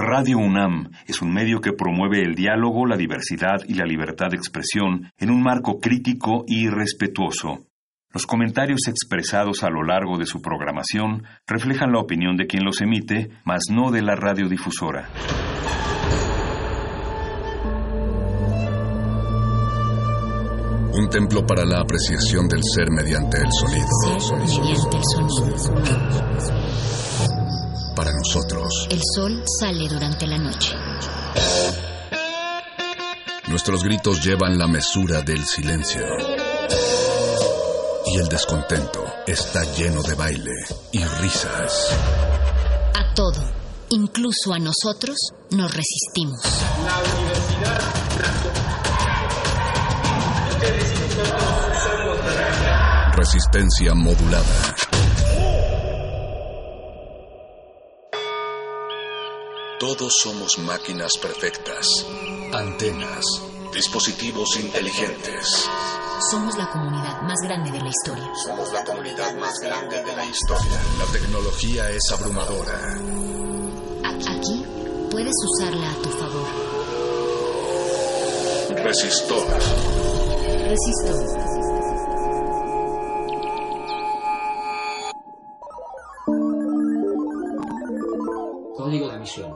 Radio UNAM es un medio que promueve el diálogo, la diversidad y la libertad de expresión en un marco crítico y respetuoso. Los comentarios expresados a lo largo de su programación reflejan la opinión de quien los emite, mas no de la radiodifusora. Un templo para la apreciación del ser mediante el sonido. Mediante el sonido. Para nosotros, el sol sale durante la noche. Nuestros gritos llevan la mesura del silencio. Y el descontento está lleno de baile y risas. A todo, incluso a nosotros, nos resistimos. La Universidad Resistencia modulada. Todos somos máquinas perfectas, antenas, dispositivos inteligentes. Somos la comunidad más grande de la historia. Somos la comunidad más grande de la historia. La tecnología es abrumadora. Aquí puedes usarla a tu favor. Resistor. Resistor. Código de emisión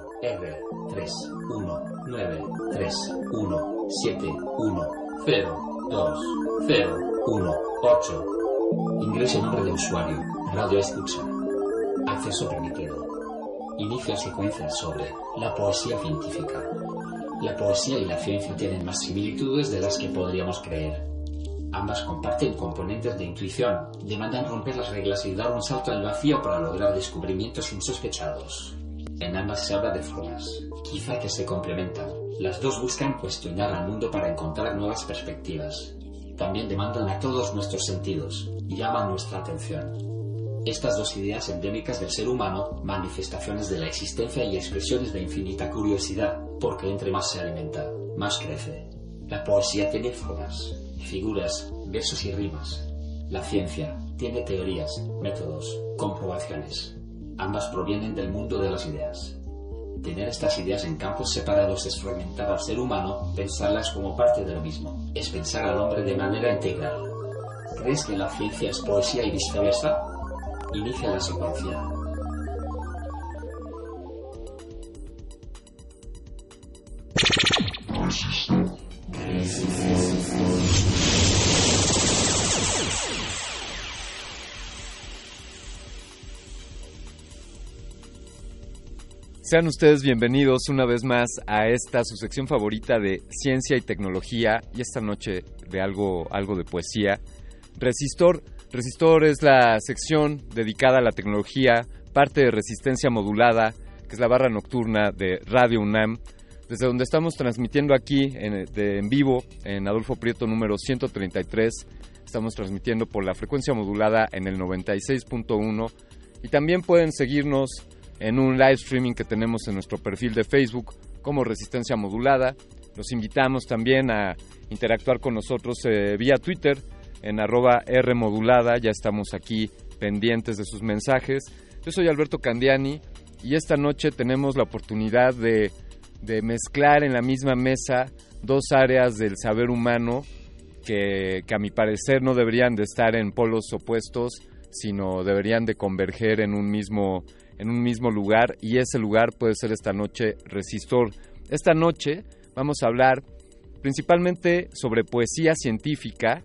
R3193171020118. Ingrese el nombre de usuario. Radio escucha. Acceso permitido. Inicio secuencia sobre la poesía científica. La poesía y la ciencia tienen más similitudes de las que podríamos creer. Ambas comparten componentes de intuición, demandan romper las reglas y dar un salto al vacío para lograr descubrimientos insospechados. En ambas se habla de formas, quizá que se complementan. Las dos buscan cuestionar al mundo para encontrar nuevas perspectivas. También demandan a todos nuestros sentidos y llaman nuestra atención. Estas dos ideas endémicas del ser humano, manifestaciones de la existencia y expresiones de infinita curiosidad, porque entre más se alimenta, más crece. La poesía tiene formas, figuras, versos y rimas. La ciencia tiene teorías, métodos, comprobaciones. Ambas provienen del mundo de las ideas. Tener estas ideas en campos separados es fragmentar al ser humano, pensarlas como parte de lo mismo. Es pensar al hombre de manera integral. ¿Crees que la ciencia es poesía y viceversa? Inicia la secuencia. Sean ustedes bienvenidos una vez más a esta su sección favorita de ciencia y tecnología, y esta noche de algo de poesía. Resistor es la sección dedicada a la tecnología, parte de Resistencia Modulada, que es la barra nocturna de Radio UNAM, desde donde estamos transmitiendo aquí en vivo en Adolfo Prieto número 133. Estamos transmitiendo por la frecuencia modulada en el 96.1, y también pueden seguirnos en un live streaming que tenemos en nuestro perfil de Facebook como Resistencia Modulada. Los invitamos también a interactuar con nosotros vía Twitter en @Rmodulada. Ya estamos aquí pendientes de sus mensajes. Yo soy Alberto Candiani y esta noche tenemos la oportunidad de mezclar en la misma mesa dos áreas del saber humano que a mi parecer no deberían de estar en polos opuestos, sino deberían de converger en un mismo lugar, y ese lugar puede ser esta noche Resistor. Esta noche vamos a hablar principalmente sobre poesía científica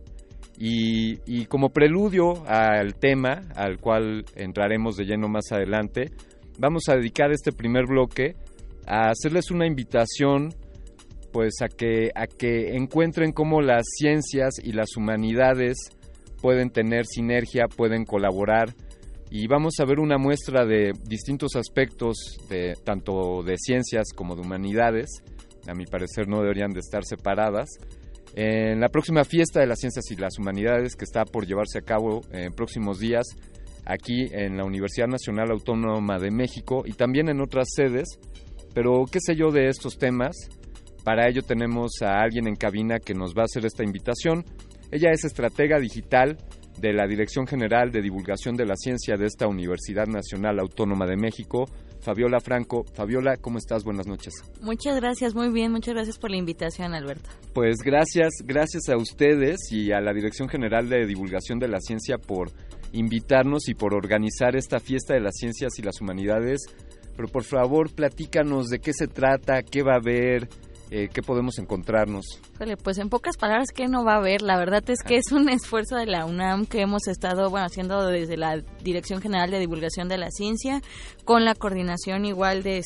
y como preludio al tema, al cual entraremos de lleno más adelante, vamos a dedicar este primer bloque a hacerles una invitación pues a que encuentren cómo las ciencias y las humanidades pueden tener sinergia, pueden colaborar. Y vamos a ver una muestra de distintos aspectos, tanto de ciencias como de humanidades. A mi parecer no deberían de estar separadas. En la próxima fiesta de las ciencias y las humanidades, que está por llevarse a cabo en próximos días, aquí en la Universidad Nacional Autónoma de México y también en otras sedes. Pero, ¿qué sé yo de estos temas? Para ello tenemos a alguien en cabina que nos va a hacer esta invitación. Ella es estratega digital de la Dirección General de Divulgación de la Ciencia de esta Universidad Nacional Autónoma de México, Fabiola Franco. Fabiola, ¿cómo estás? Buenas noches. Muchas gracias, muy bien, muchas gracias por la invitación, Alberto. Pues gracias a ustedes y a la Dirección General de Divulgación de la Ciencia por invitarnos y por organizar esta fiesta de las ciencias y las humanidades. Pero por favor, platícanos de qué se trata, qué va a haber, qué podemos encontrarnos. Pues en pocas palabras, ¿qué no va a haber? La verdad es que es un esfuerzo de la UNAM que hemos estado haciendo desde la Dirección General de Divulgación de la Ciencia, con la coordinación igual de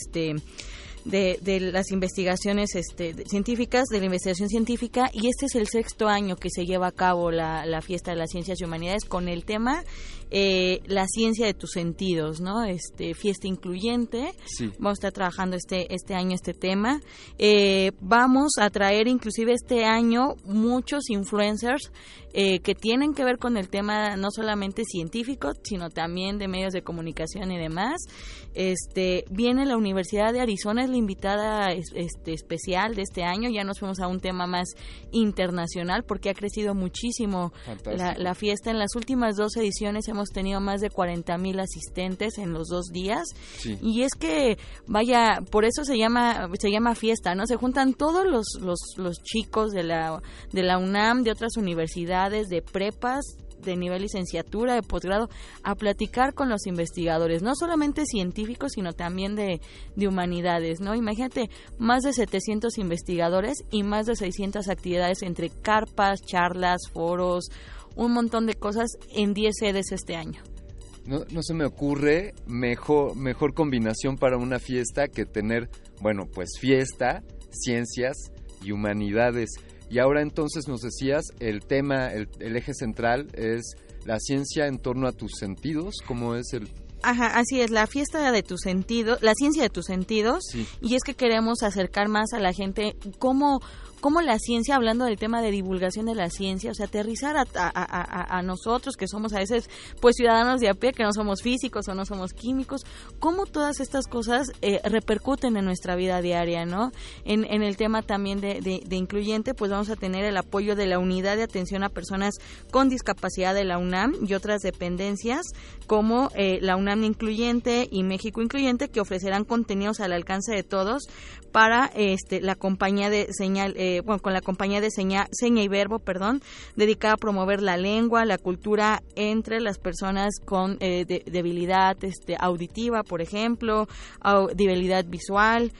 las investigaciones científicas, de la investigación científica, y este es el 6º año que se lleva a cabo la Fiesta de las Ciencias y Humanidades con el tema la ciencia de tus sentidos, ¿no? Fiesta incluyente. Sí. Vamos a estar trabajando este año este tema. Vamos a traer inclusive este año muchos influencers que tienen que ver con el tema no solamente científico, sino también de medios de comunicación y demás. Viene la Universidad de Arizona, es la invitada especial de este año. Ya nos fuimos a un tema más internacional porque ha crecido muchísimo la fiesta. En las últimas 2 ediciones hemos tenido más de 40,000 asistentes en los 2 días. Sí. Y es que, vaya, por eso se llama fiesta, ¿no? Se juntan todos los chicos de la UNAM, de otras universidades, de prepas, de nivel licenciatura, de posgrado, a platicar con los investigadores, no solamente científicos, sino también de humanidades, ¿no? Imagínate, más de 700 investigadores y más de 600 actividades entre carpas, charlas, foros, un montón de cosas en 10 sedes este año. No se me ocurre mejor combinación para una fiesta que tener, fiesta, ciencias y humanidades. Y ahora entonces nos decías, el tema, el eje central es la ciencia en torno a tus sentidos. ¿Cómo es el...? Ajá, así es, la fiesta de tus sentidos, la ciencia de tus sentidos, sí. Y es que queremos acercar más a la gente cómo la ciencia, hablando del tema de divulgación de la ciencia, o sea, aterrizar a nosotros que somos a veces ciudadanos de a pie, que no somos físicos o no somos químicos, cómo todas estas cosas repercuten en nuestra vida diaria, ¿no? En el tema también de incluyente, pues vamos a tener el apoyo de la Unidad de Atención a Personas con Discapacidad de la UNAM y otras dependencias como la UNAM Incluyente y México Incluyente, que ofrecerán contenidos al alcance de todos para la compañía de señal, con la compañía de seña y verbo, dedicada a promover la lengua, la cultura entre las personas con debilidad auditiva, por ejemplo, debilidad visual,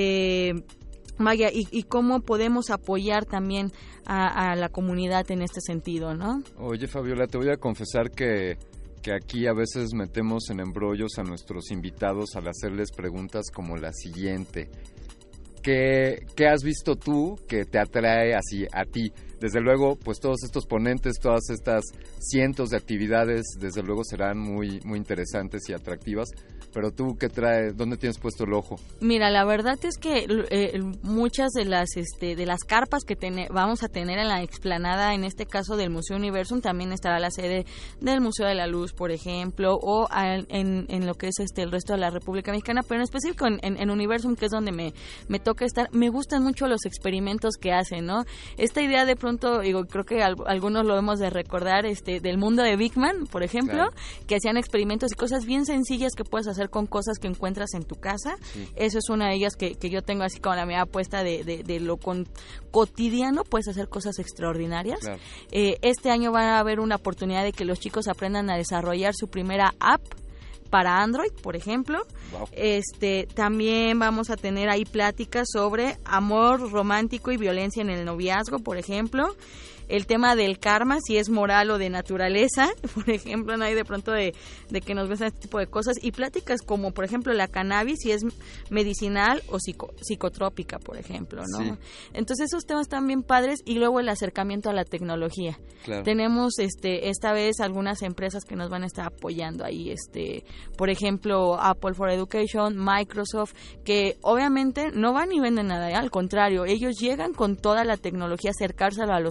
y cómo podemos apoyar también a la comunidad en este sentido, ¿no? Oye, Fabiola, te voy a confesar que aquí a veces metemos en embrollos a nuestros invitados al hacerles preguntas como la siguiente. ¿Qué has visto tú que te atrae así a ti? Desde luego, pues todos estos ponentes, todas estas cientos de actividades, desde luego serán muy, muy interesantes y atractivas. Pero tú, ¿qué trae? ¿Dónde tienes puesto el ojo? Mira, la verdad es que muchas de las carpas que vamos a tener en la explanada, en este caso del Museo Universum, también estará la sede del Museo de la Luz, por ejemplo, o en lo que es el resto de la República Mexicana, pero en específico en Universum, que es donde me toca estar. Me gustan mucho los experimentos que hacen, ¿no? Esta idea de pronto, creo que algunos lo hemos de recordar, del mundo de Big Man, por ejemplo, claro, que hacían experimentos y cosas bien sencillas que puedes hacer con cosas que encuentras en tu casa. Sí. Eso es una de ellas que yo tengo así como la mirada puesta de lo cotidiano, puedes hacer cosas extraordinarias. Claro. Este año va a haber una oportunidad de que los chicos aprendan a desarrollar su primera app para Android, por ejemplo. Wow. También vamos a tener ahí pláticas sobre amor romántico y violencia en el noviazgo, por ejemplo. El tema del karma, si es moral o de naturaleza, por ejemplo, no hay de pronto de que nos ves este tipo de cosas, y pláticas como, por ejemplo, la cannabis, si es medicinal o psicotrópica, por ejemplo, ¿no? Sí. Entonces esos temas están bien padres, y luego el acercamiento a la tecnología. Claro. Tenemos esta vez algunas empresas que nos van a estar apoyando ahí, por ejemplo, Apple for Education, Microsoft, que obviamente no van ni venden nada, al contrario, ellos llegan con toda la tecnología, acercárselo a los jóvenes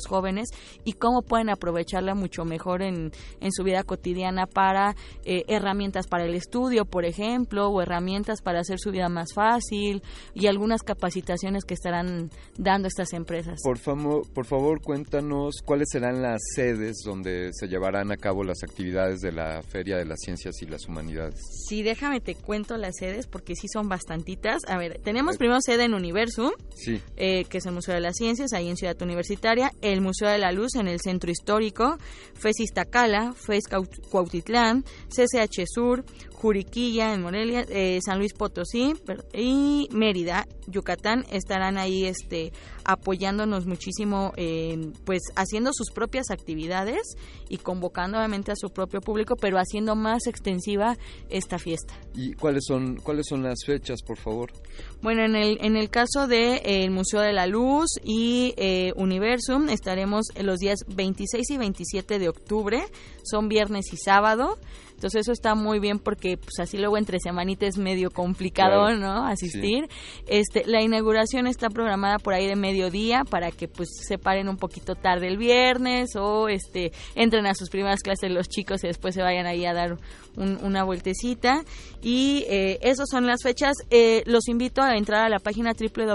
y cómo pueden aprovecharla mucho mejor en su vida cotidiana para herramientas para el estudio, por ejemplo, o herramientas para hacer su vida más fácil, y algunas capacitaciones que estarán dando estas empresas. Por favor, cuéntanos cuáles serán las sedes donde se llevarán a cabo las actividades de la Feria de las Ciencias y las Humanidades. Sí, déjame te cuento las sedes porque sí son bastantitas. A ver, tenemos primero sede en Universum, sí, que es el Museo de las Ciencias, ahí en Ciudad Universitaria, el Museo de la Luz en el Centro Histórico, FES Iztacala, FES Cuautitlán, CCH Sur, Juriquilla en Morelia, San Luis Potosí y Mérida, Yucatán, estarán ahí apoyándonos muchísimo, pues haciendo sus propias actividades y convocando obviamente a su propio público, pero haciendo más extensiva esta fiesta. ¿Y cuáles son las fechas, por favor? Bueno, en el caso de el Museo de la Luz y Universum estaremos los días 26 y 27 de octubre, son viernes y sábado. Entonces eso está muy bien porque pues así luego entre semanita es medio complicado, claro, ¿no? Asistir. Sí. La inauguración está programada por ahí de mediodía para que pues se paren un poquito tarde el viernes o entren a sus primeras clases los chicos y después se vayan ahí a dar una vueltecita. Y esas son las fechas. Los invito a entrar a la página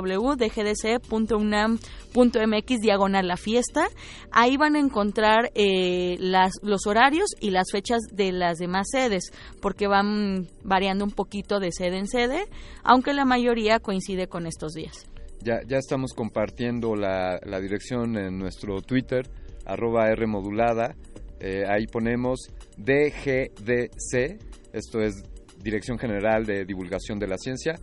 www.dgdc.unam.mx/la fiesta. Ahí van a encontrar los horarios y las fechas de las demás sedes, porque van variando un poquito de sede en sede, aunque la mayoría coincide con estos días. Ya estamos compartiendo la dirección en nuestro Twitter, @Rmodulada. Ahí ponemos DGDC, esto es Dirección General de Divulgación de la Ciencia,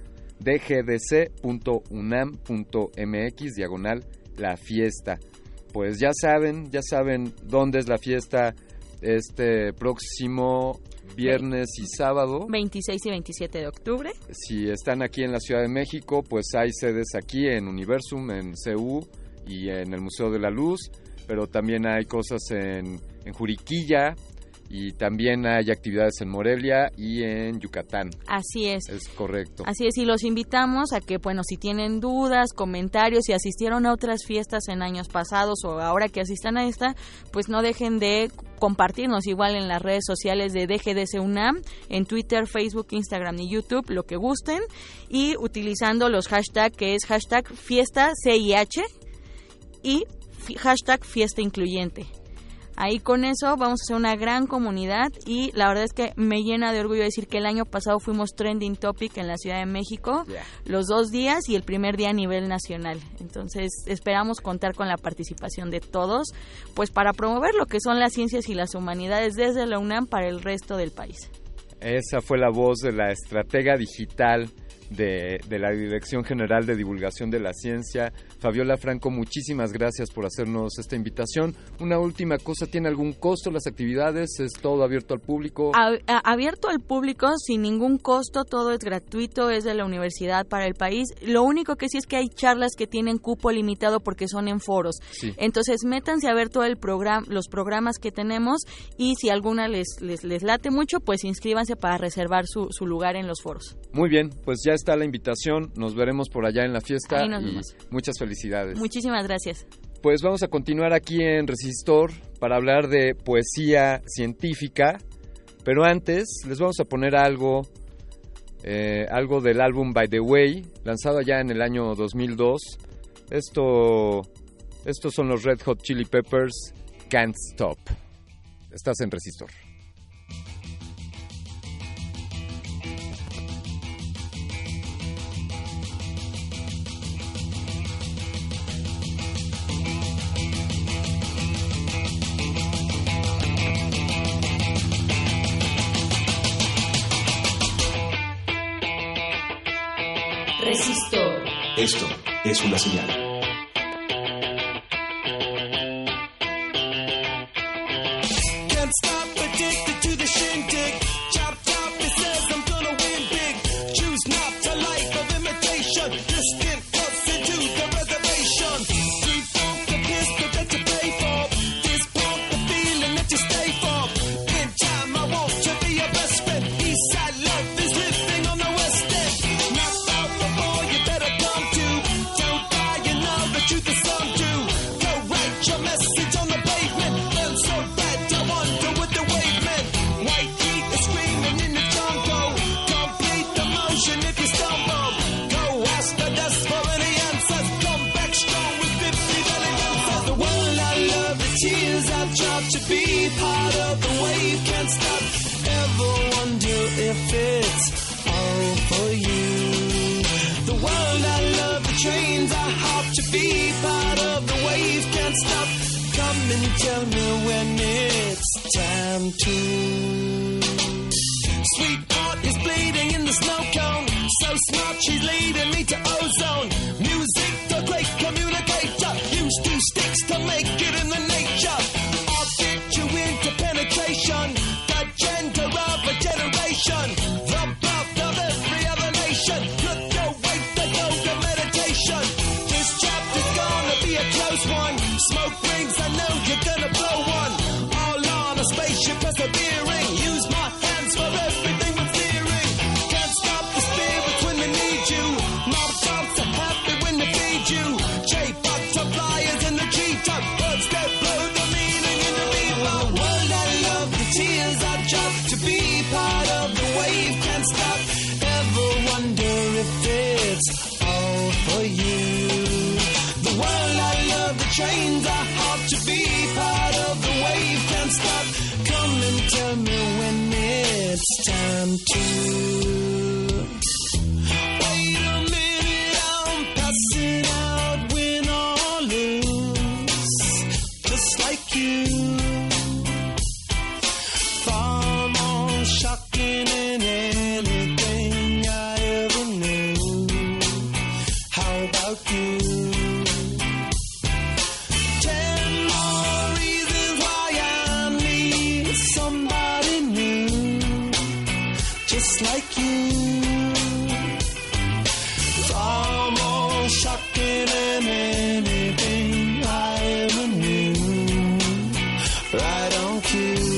dgdc.unam.mx/la fiesta. Pues ya saben dónde es la fiesta este próximo viernes y sábado. 26 y 27 de octubre. Si están aquí en la Ciudad de México, pues hay sedes aquí en Universum, en CU y en el Museo de la Luz, pero también hay cosas en Juriquilla y también hay actividades en Morelia y en Yucatán. Así es. Es correcto. Así es, y los invitamos a que, bueno, si tienen dudas, comentarios, si asistieron a otras fiestas en años pasados o ahora que asistan a esta, pues no dejen de compartirnos igual en las redes sociales de DGDC UNAM, en Twitter, Facebook, Instagram y YouTube, lo que gusten, y utilizando los hashtags que es hashtag fiesta CIH y hashtag fiesta incluyente. Ahí con eso vamos a hacer una gran comunidad y la verdad es que me llena de orgullo decir que el año pasado fuimos trending topic en la Ciudad de México, los 2 días y el primer día a nivel nacional. Entonces esperamos contar con la participación de todos, pues para promover lo que son las ciencias y las humanidades desde la UNAM para el resto del país. Esa fue la voz de la estratega digital de la Dirección General de Divulgación de la Ciencia, Fabiola Franco. Muchísimas gracias por hacernos esta invitación. Una última cosa, ¿tiene algún costo las actividades? ¿Es todo abierto al público? Abierto al público, sin ningún costo, todo es gratuito, es de la universidad para el país. Lo único que sí es que hay charlas que tienen cupo limitado porque son en foros. Sí. Entonces, métanse a ver todo el programa, los programas que tenemos, y si alguna les late mucho, pues inscríbanse para reservar su lugar en los foros. Muy bien, pues ya está la invitación, nos veremos por allá en la fiesta y muchas felicidades. Muchísimas gracias. Pues vamos a continuar aquí en Resistor para hablar de poesía científica, pero antes les vamos a poner algo del álbum By the Way, lanzado ya en el año 2002. Estos son los Red Hot Chili Peppers, Can't Stop. Estás en Resistor. Resistor. Esto es una señal. Can't stop, addicted to the shindig. Chop, chop, it says I'm gonna win big. Choose not a life of imitation. Distant cuts into the reservation. Free from the pistol that you pay for. This pump the feeling that you stay for. In time, I want to be your best friend. Eastside love is living on the west end. Knocked out before you better come to. Don't die, you know the truth is some do. Go write your message on chains are hard to be part of the wave. Can't stop. Come and tell me when it's time to. Sweetheart is bleeding in the snow cone. So smart, she's leading me to ozone. Music, the great communicator. Use 2 sticks to make it in the nature. I'll get you into penetration. The gender of a generation. The birth of every other nation. Look your way to go to meditation. This chapter's gonna be a close one. Smoke rings, I know you're gonna blow one. All on a spaceship persevering. Use my hands for everything we're fearing. Can't stop the spirits when they need you. Mob tops are happy when they feed you. Butterflies in the treetop. Birds that blow the meaning in the bebop. World, I love the tears I drop to be part of the wave. Can't stop. Ever wonder if it's all for you? The world, I love the trains are hard to be part of the wave. Can't stop. Come and tell me when it's time to. Wait a minute, I'm passing out, win or lose, just like you. Far more shocking than anything I ever knew. How about you? 10 more reasons why I need somebody new, just like you. Far more shocking than anything I ever knew. Right on cue.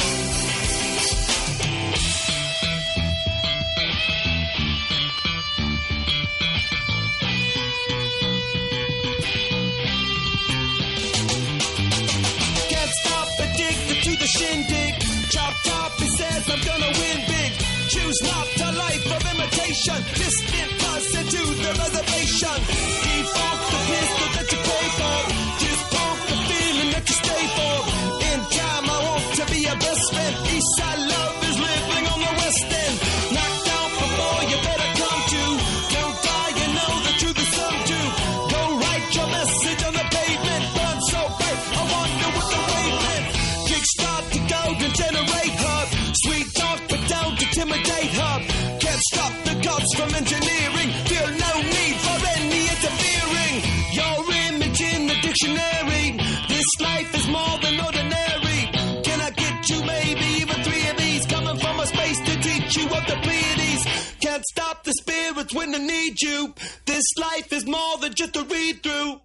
Can't stop, addicted to the shindig. Chop top, he says I'm gonna win big. Choose not to life of imitation. Distant person to the reservation. Default the pistol that you pay for. Just pump the feeling that you stay for. In time I want to be a best friend. Eastside love is living on the west end. Knocked out before you better come to. Don't die, you know the truth is some do. Go write your message on the pavement. Burn so bright, I wonder what the wavelength. Kickstart the golden generate hub. Sweet talk but don't intimidate hub. Can't stop the gods from engineering. Feel no need for any interfering. Your image in the dictionary. This life is more than ordinary. Can I get you maybe even 3 of these? Coming from a space to teach you of the Pleiades. Can't stop the spirits when they need you. This life is more than just a read through.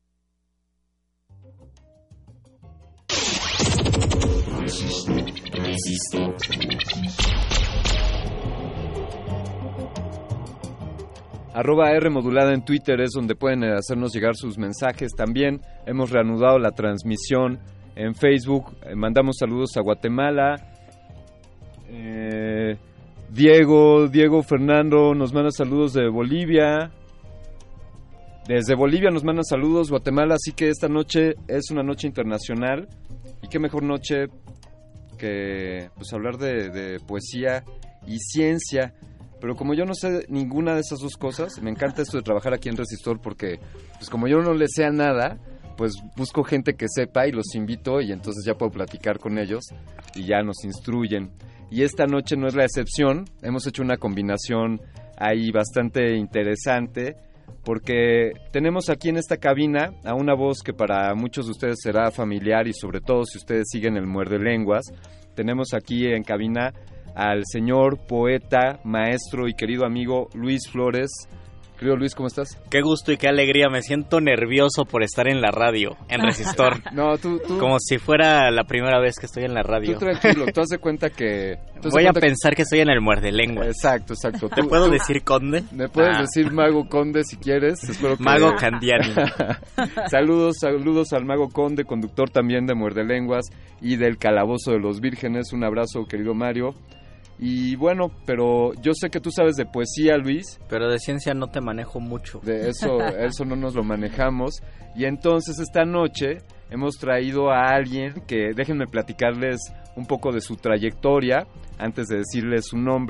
@R modulada en Twitter es donde pueden hacernos llegar sus mensajes. También hemos reanudado la transmisión en Facebook. Mandamos saludos a Guatemala. Diego Fernando nos manda saludos de Bolivia. Desde Bolivia nos mandan saludos, Guatemala, así que esta noche es una noche internacional. Y qué mejor noche que pues hablar de poesía y ciencia. Pero como yo no sé ninguna de esas dos cosas, me encanta esto de trabajar aquí en Resistor porque pues como yo no le sé a nada, pues busco gente que sepa y los invito y entonces ya puedo platicar con ellos y ya nos instruyen. Y esta noche no es la excepción, hemos hecho una combinación ahí bastante interesante porque tenemos aquí en esta cabina a una voz que para muchos de ustedes será familiar y sobre todo si ustedes siguen el Muerde Lenguas. Tenemos aquí en cabina al señor poeta, maestro y querido amigo Luis Flores. Querido Luis, ¿cómo estás? Qué gusto y qué alegría, me siento nervioso por estar en la radio, en Resistor. No, tú... Como si fuera la primera vez que estoy en la radio. Tú tranquilo, tú haz de cuenta que... Voy a pensar que estoy en el Muerde Lenguas. Exacto. ¿Te puedo decir conde? Me puedes decir Mago Conde si quieres. Espero que... Mago Candiani. Saludos al Mago Conde, conductor también de Muerde Lenguas y del Calabozo de los Vírgenes. Un abrazo, querido Mario. Y bueno, pero yo sé que tú sabes de poesía, Luis. Pero de ciencia no te manejo mucho. De eso no nos lo manejamos. Y entonces esta noche hemos traído a alguien que, déjenme platicarles un poco de su trayectoria, antes de decirles su nombre.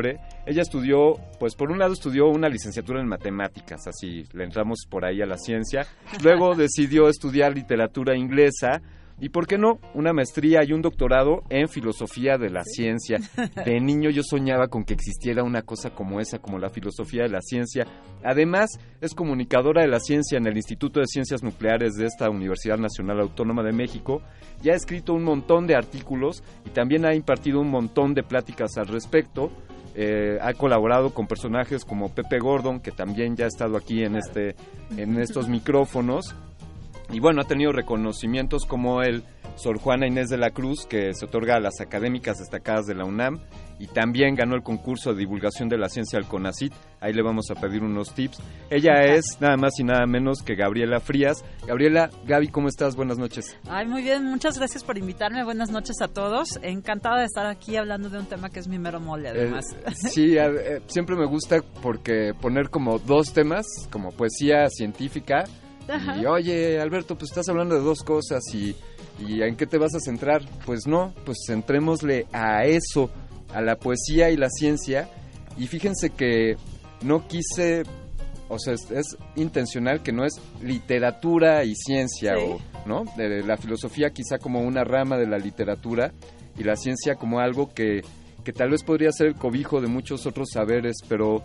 Ella estudió, pues por un lado estudió una licenciatura en matemáticas, así le entramos por ahí a la ciencia. Luego decidió estudiar literatura inglesa y, ¿por qué no?, una maestría y un doctorado en filosofía de la ciencia. De niño yo soñaba con que existiera una cosa como esa, como la filosofía de la ciencia. Además, es comunicadora de la ciencia en el Instituto de Ciencias Nucleares de esta Universidad Nacional Autónoma de México. Ya ha escrito un montón de artículos y también ha impartido un montón de pláticas al respecto. Ha colaborado con personajes como Pepe Gordon, que también ya ha estado aquí en estos micrófonos. Y bueno, ha tenido reconocimientos como el Sor Juana Inés de la Cruz, que se otorga a las académicas destacadas de la UNAM, y también ganó el concurso de divulgación de la ciencia del CONACYT. Ahí le vamos a pedir unos tips. Ella es nada más y nada menos que Gabriela Frías. Gaby, ¿cómo estás? Buenas noches. Ay, muy bien, muchas gracias por invitarme. Buenas noches a todos. Encantada de estar aquí hablando de un tema que es mi mero mole, además. Sí, siempre me gusta porque poner como dos temas, como poesía científica. Ajá. Y oye, Alberto, pues estás hablando de dos cosas y ¿en qué te vas a centrar? Pues no, pues centrémosle a eso, a la poesía y la ciencia. Y fíjense que no quise, o sea, es intencional que no es literatura y ciencia, ¿sí? ¿No? De la filosofía quizá como una rama de la literatura y la ciencia como algo que tal vez podría ser el cobijo de muchos otros saberes, pero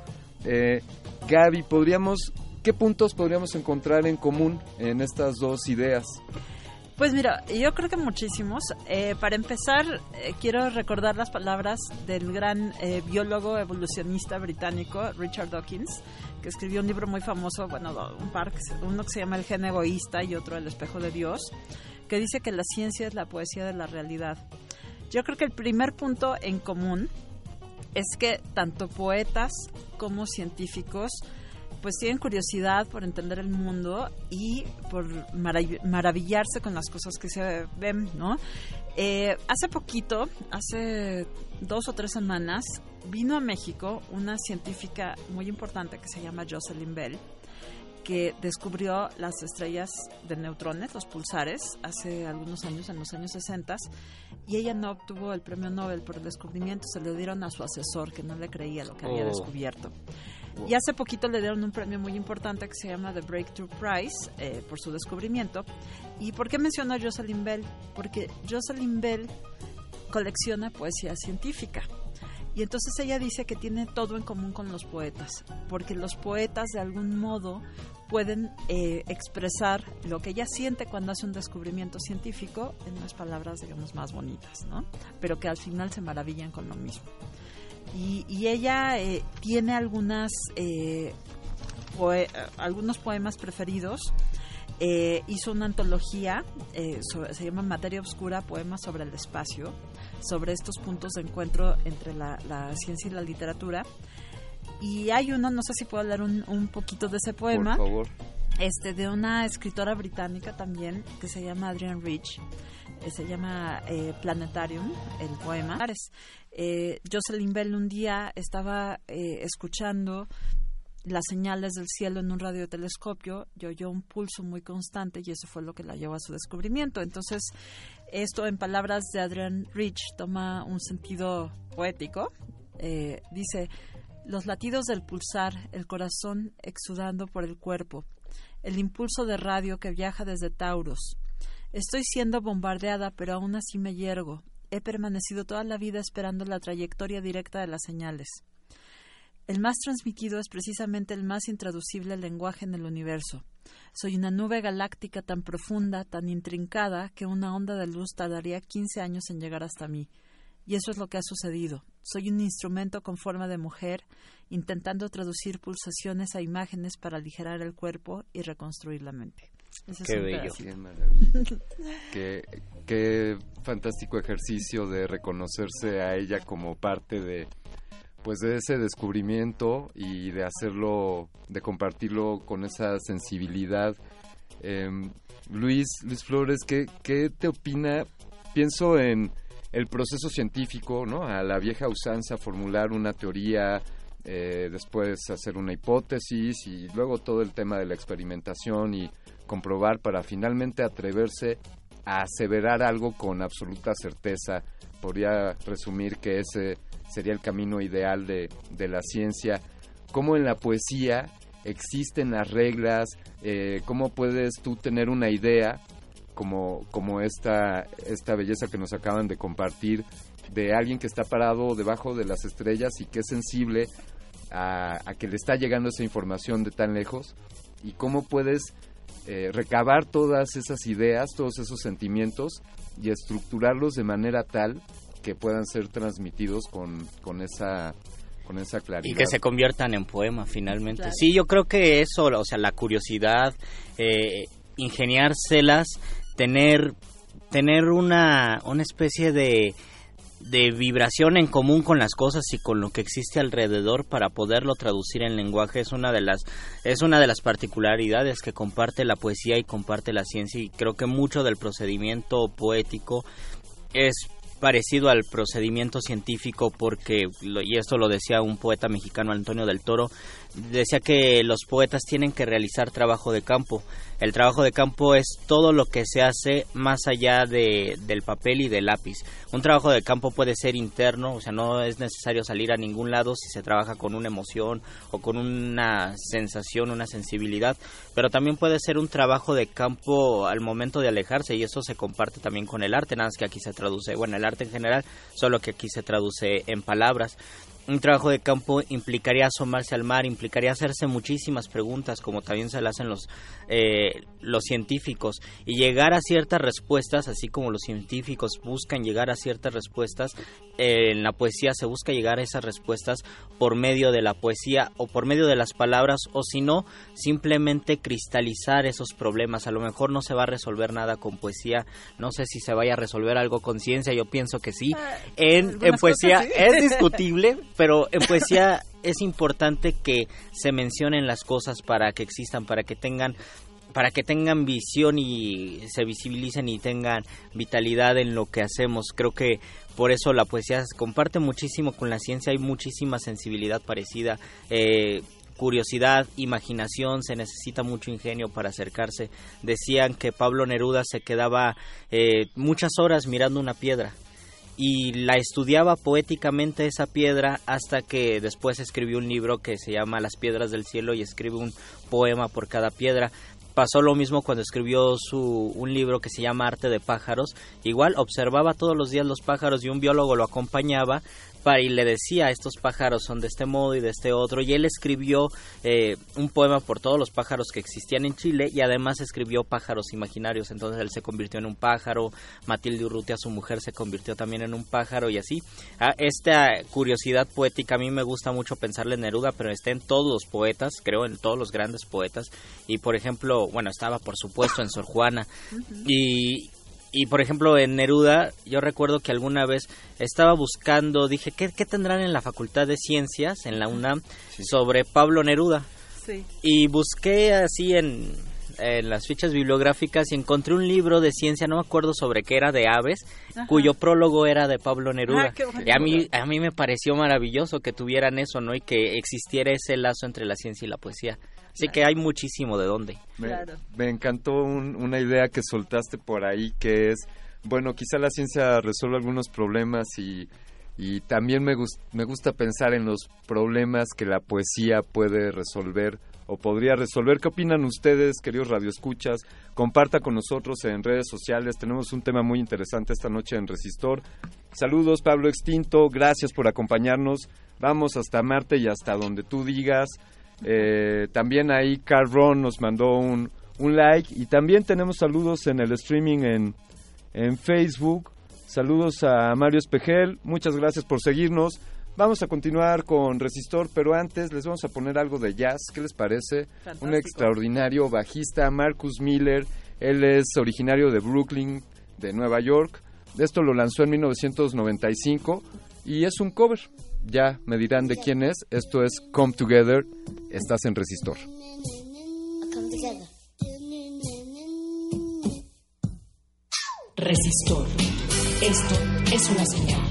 Gaby, ¿qué puntos podríamos encontrar en común en estas dos ideas? Pues mira, yo creo que muchísimos. Para empezar, quiero recordar las palabras del gran biólogo evolucionista británico Richard Dawkins, que escribió un libro muy famoso, bueno, uno que se llama El gen egoísta y otro El espejo de Dios, que dice que la ciencia es la poesía de la realidad. Yo creo que el primer punto en común es que tanto poetas como científicos pues tienen curiosidad por entender el mundo y por maravillarse con las cosas que se ven, ¿no? Hace 2 o 3 semanas, vino a México una científica muy importante que se llama Jocelyn Bell, que descubrió las estrellas de neutrones, los pulsares, hace algunos años, en los años 60, y ella no obtuvo el premio Nobel por el descubrimiento, se lo dieron a su asesor, que no le creía lo que había descubierto. Y hace poquito le dieron un premio muy importante que se llama The Breakthrough Prize por su descubrimiento. ¿Y por qué menciono a Jocelyn Bell? Porque Jocelyn Bell colecciona poesía científica. Y entonces ella dice que tiene todo en común con los poetas, porque los poetas de algún modo pueden expresar lo que ella siente cuando hace un descubrimiento científico en unas palabras, digamos, más bonitas, ¿no? Pero que al final se maravillan con lo mismo. Y ella tiene algunos poemas preferidos. Hizo una antología, se llama Materia Obscura, poemas sobre el espacio, sobre estos puntos de encuentro entre la ciencia y la literatura. Y hay uno, no sé si puedo leer un poquito de ese poema. Por favor. De una escritora británica también, que se llama Adrienne Rich. Se llama Planetarium, el poema. Jocelyn Bell un día estaba escuchando las señales del cielo en un radiotelescopio y oyó un pulso muy constante y eso fue lo que la llevó a su descubrimiento. Entonces, esto en palabras de Adrienne Rich toma un sentido poético. Dice: los latidos del pulsar, el corazón exudando por el cuerpo, el impulso de radio que viaja desde Taurus. Estoy siendo bombardeada, pero aún así me yergo. He permanecido toda la vida esperando la trayectoria directa de las señales. El más transmitido es precisamente el más intraducible lenguaje en el universo. Soy una nube galáctica tan profunda, tan intrincada, que una onda de luz tardaría 15 años en llegar hasta mí. Y eso es lo que ha sucedido. Soy un instrumento con forma de mujer, intentando traducir pulsaciones a imágenes para aligerar el cuerpo y reconstruir la mente. Qué bello. Qué maravilla. Qué fantástico ejercicio de reconocerse a ella como parte de ese descubrimiento y de hacerlo, de compartirlo con esa sensibilidad. Luis Flores, ¿qué te opina? Pienso en el proceso científico, ¿no? A la vieja usanza, formular una teoría, después hacer una hipótesis y luego todo el tema de la experimentación y comprobar para finalmente atreverse a aseverar algo con absoluta certeza. Podría resumir que ese sería el camino ideal de la ciencia. ¿Cómo en la poesía existen las reglas? ¿Cómo puedes tú tener una idea como esta belleza que nos acaban de compartir de alguien que está parado debajo de las estrellas y que es sensible a que le está llegando esa información de tan lejos? ¿Y cómo puedes recabar todas esas ideas, todos esos sentimientos y estructurarlos de manera tal que puedan ser transmitidos con esa claridad? Y que se conviertan en poema finalmente. Claro. Sí, yo creo que eso, o sea, la curiosidad, ingeniárselas, tener una especie de vibración en común con las cosas y con lo que existe alrededor para poderlo traducir en lenguaje es una de las particularidades que comparte la poesía y comparte la ciencia, y creo que mucho del procedimiento poético es parecido al procedimiento científico porque, y esto lo decía un poeta mexicano, Antonio del Toro, decía que los poetas tienen que realizar trabajo de campo. El trabajo de campo es todo lo que se hace más allá del papel y del lápiz. Un trabajo de campo puede ser interno, o sea, no es necesario salir a ningún lado si se trabaja con una emoción o con una sensación, una sensibilidad, pero también puede ser un trabajo de campo al momento de alejarse, y eso se comparte también con el arte, nada más que aquí se traduce, bueno, el arte en general, solo que aquí se traduce en palabras. Un trabajo de campo implicaría asomarse al mar, implicaría hacerse muchísimas preguntas, como también se le hacen los científicos, y llegar a ciertas respuestas, así como los científicos buscan llegar a ciertas respuestas. En la poesía se busca llegar a esas respuestas por medio de la poesía o por medio de las palabras, o si no, simplemente cristalizar esos problemas. A lo mejor no se va a resolver nada con poesía, no sé si se vaya a resolver algo con ciencia, yo pienso que sí. En poesía sí. Es discutible, pero en poesía es importante que se mencionen las cosas para que existan, para que tengan visión y se visibilicen y tengan vitalidad en lo que hacemos. Creo que por eso la poesía se comparte muchísimo con la ciencia, hay muchísima sensibilidad parecida, curiosidad, imaginación, se necesita mucho ingenio para acercarse. Decían que Pablo Neruda se quedaba muchas horas mirando una piedra y la estudiaba poéticamente esa piedra hasta que después escribió un libro que se llama Las piedras del cielo y escribe un poema por cada piedra. Pasó lo mismo cuando escribió un libro que se llama Arte de pájaros. Igual observaba todos los días los pájaros y un biólogo lo acompañaba y le decía, estos pájaros son de este modo y de este otro, y él escribió un poema por todos los pájaros que existían en Chile, y además escribió pájaros imaginarios. Entonces él se convirtió en un pájaro, Matilde Urrutia, su mujer, se convirtió también en un pájaro, y así. Esta curiosidad poética a mí me gusta mucho pensarle en Neruda, pero está en todos los poetas, creo, en todos los grandes poetas, y por ejemplo, bueno, estaba por supuesto en Sor Juana, y por ejemplo en Neruda, yo recuerdo que alguna vez estaba buscando, dije, ¿qué tendrán en la Facultad de Ciencias, en la UNAM, sobre Pablo Neruda? Sí. Y busqué así en las fichas bibliográficas y encontré un libro de ciencia, no me acuerdo sobre qué era, de aves, ajá, cuyo prólogo era de Pablo Neruda. Y a mí me pareció maravilloso que tuvieran eso, ¿no? Y que existiera ese lazo entre la ciencia y la poesía. Así que hay muchísimo de dónde. Me encantó una idea que soltaste por ahí, que es, bueno, quizá la ciencia resuelve algunos problemas y también me gusta pensar en los problemas que la poesía puede resolver o podría resolver. ¿Qué opinan ustedes, queridos radioescuchas? Comparta con nosotros en redes sociales. Tenemos un tema muy interesante esta noche en Resistor. Saludos, Pablo Extinto. Gracias por acompañarnos. Vamos hasta Marte y hasta donde tú digas. También ahí Carl Ron nos mandó un like, y también tenemos saludos en el streaming en Facebook. Saludos a Mario Espejel, muchas gracias por seguirnos. Vamos a continuar con Resistor, pero antes les vamos a poner algo de jazz. ¿Qué les parece? Fantástico. Un extraordinario bajista, Marcus Miller. Él es originario de Brooklyn, de Nueva York. Esto lo lanzó en 1995 y es un cover. Ya me dirán de quién es. Esto es Come Together. Estás en Resistor. Come together. Resistor. Esto es una señal.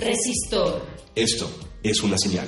Resistor. Esto es una señal.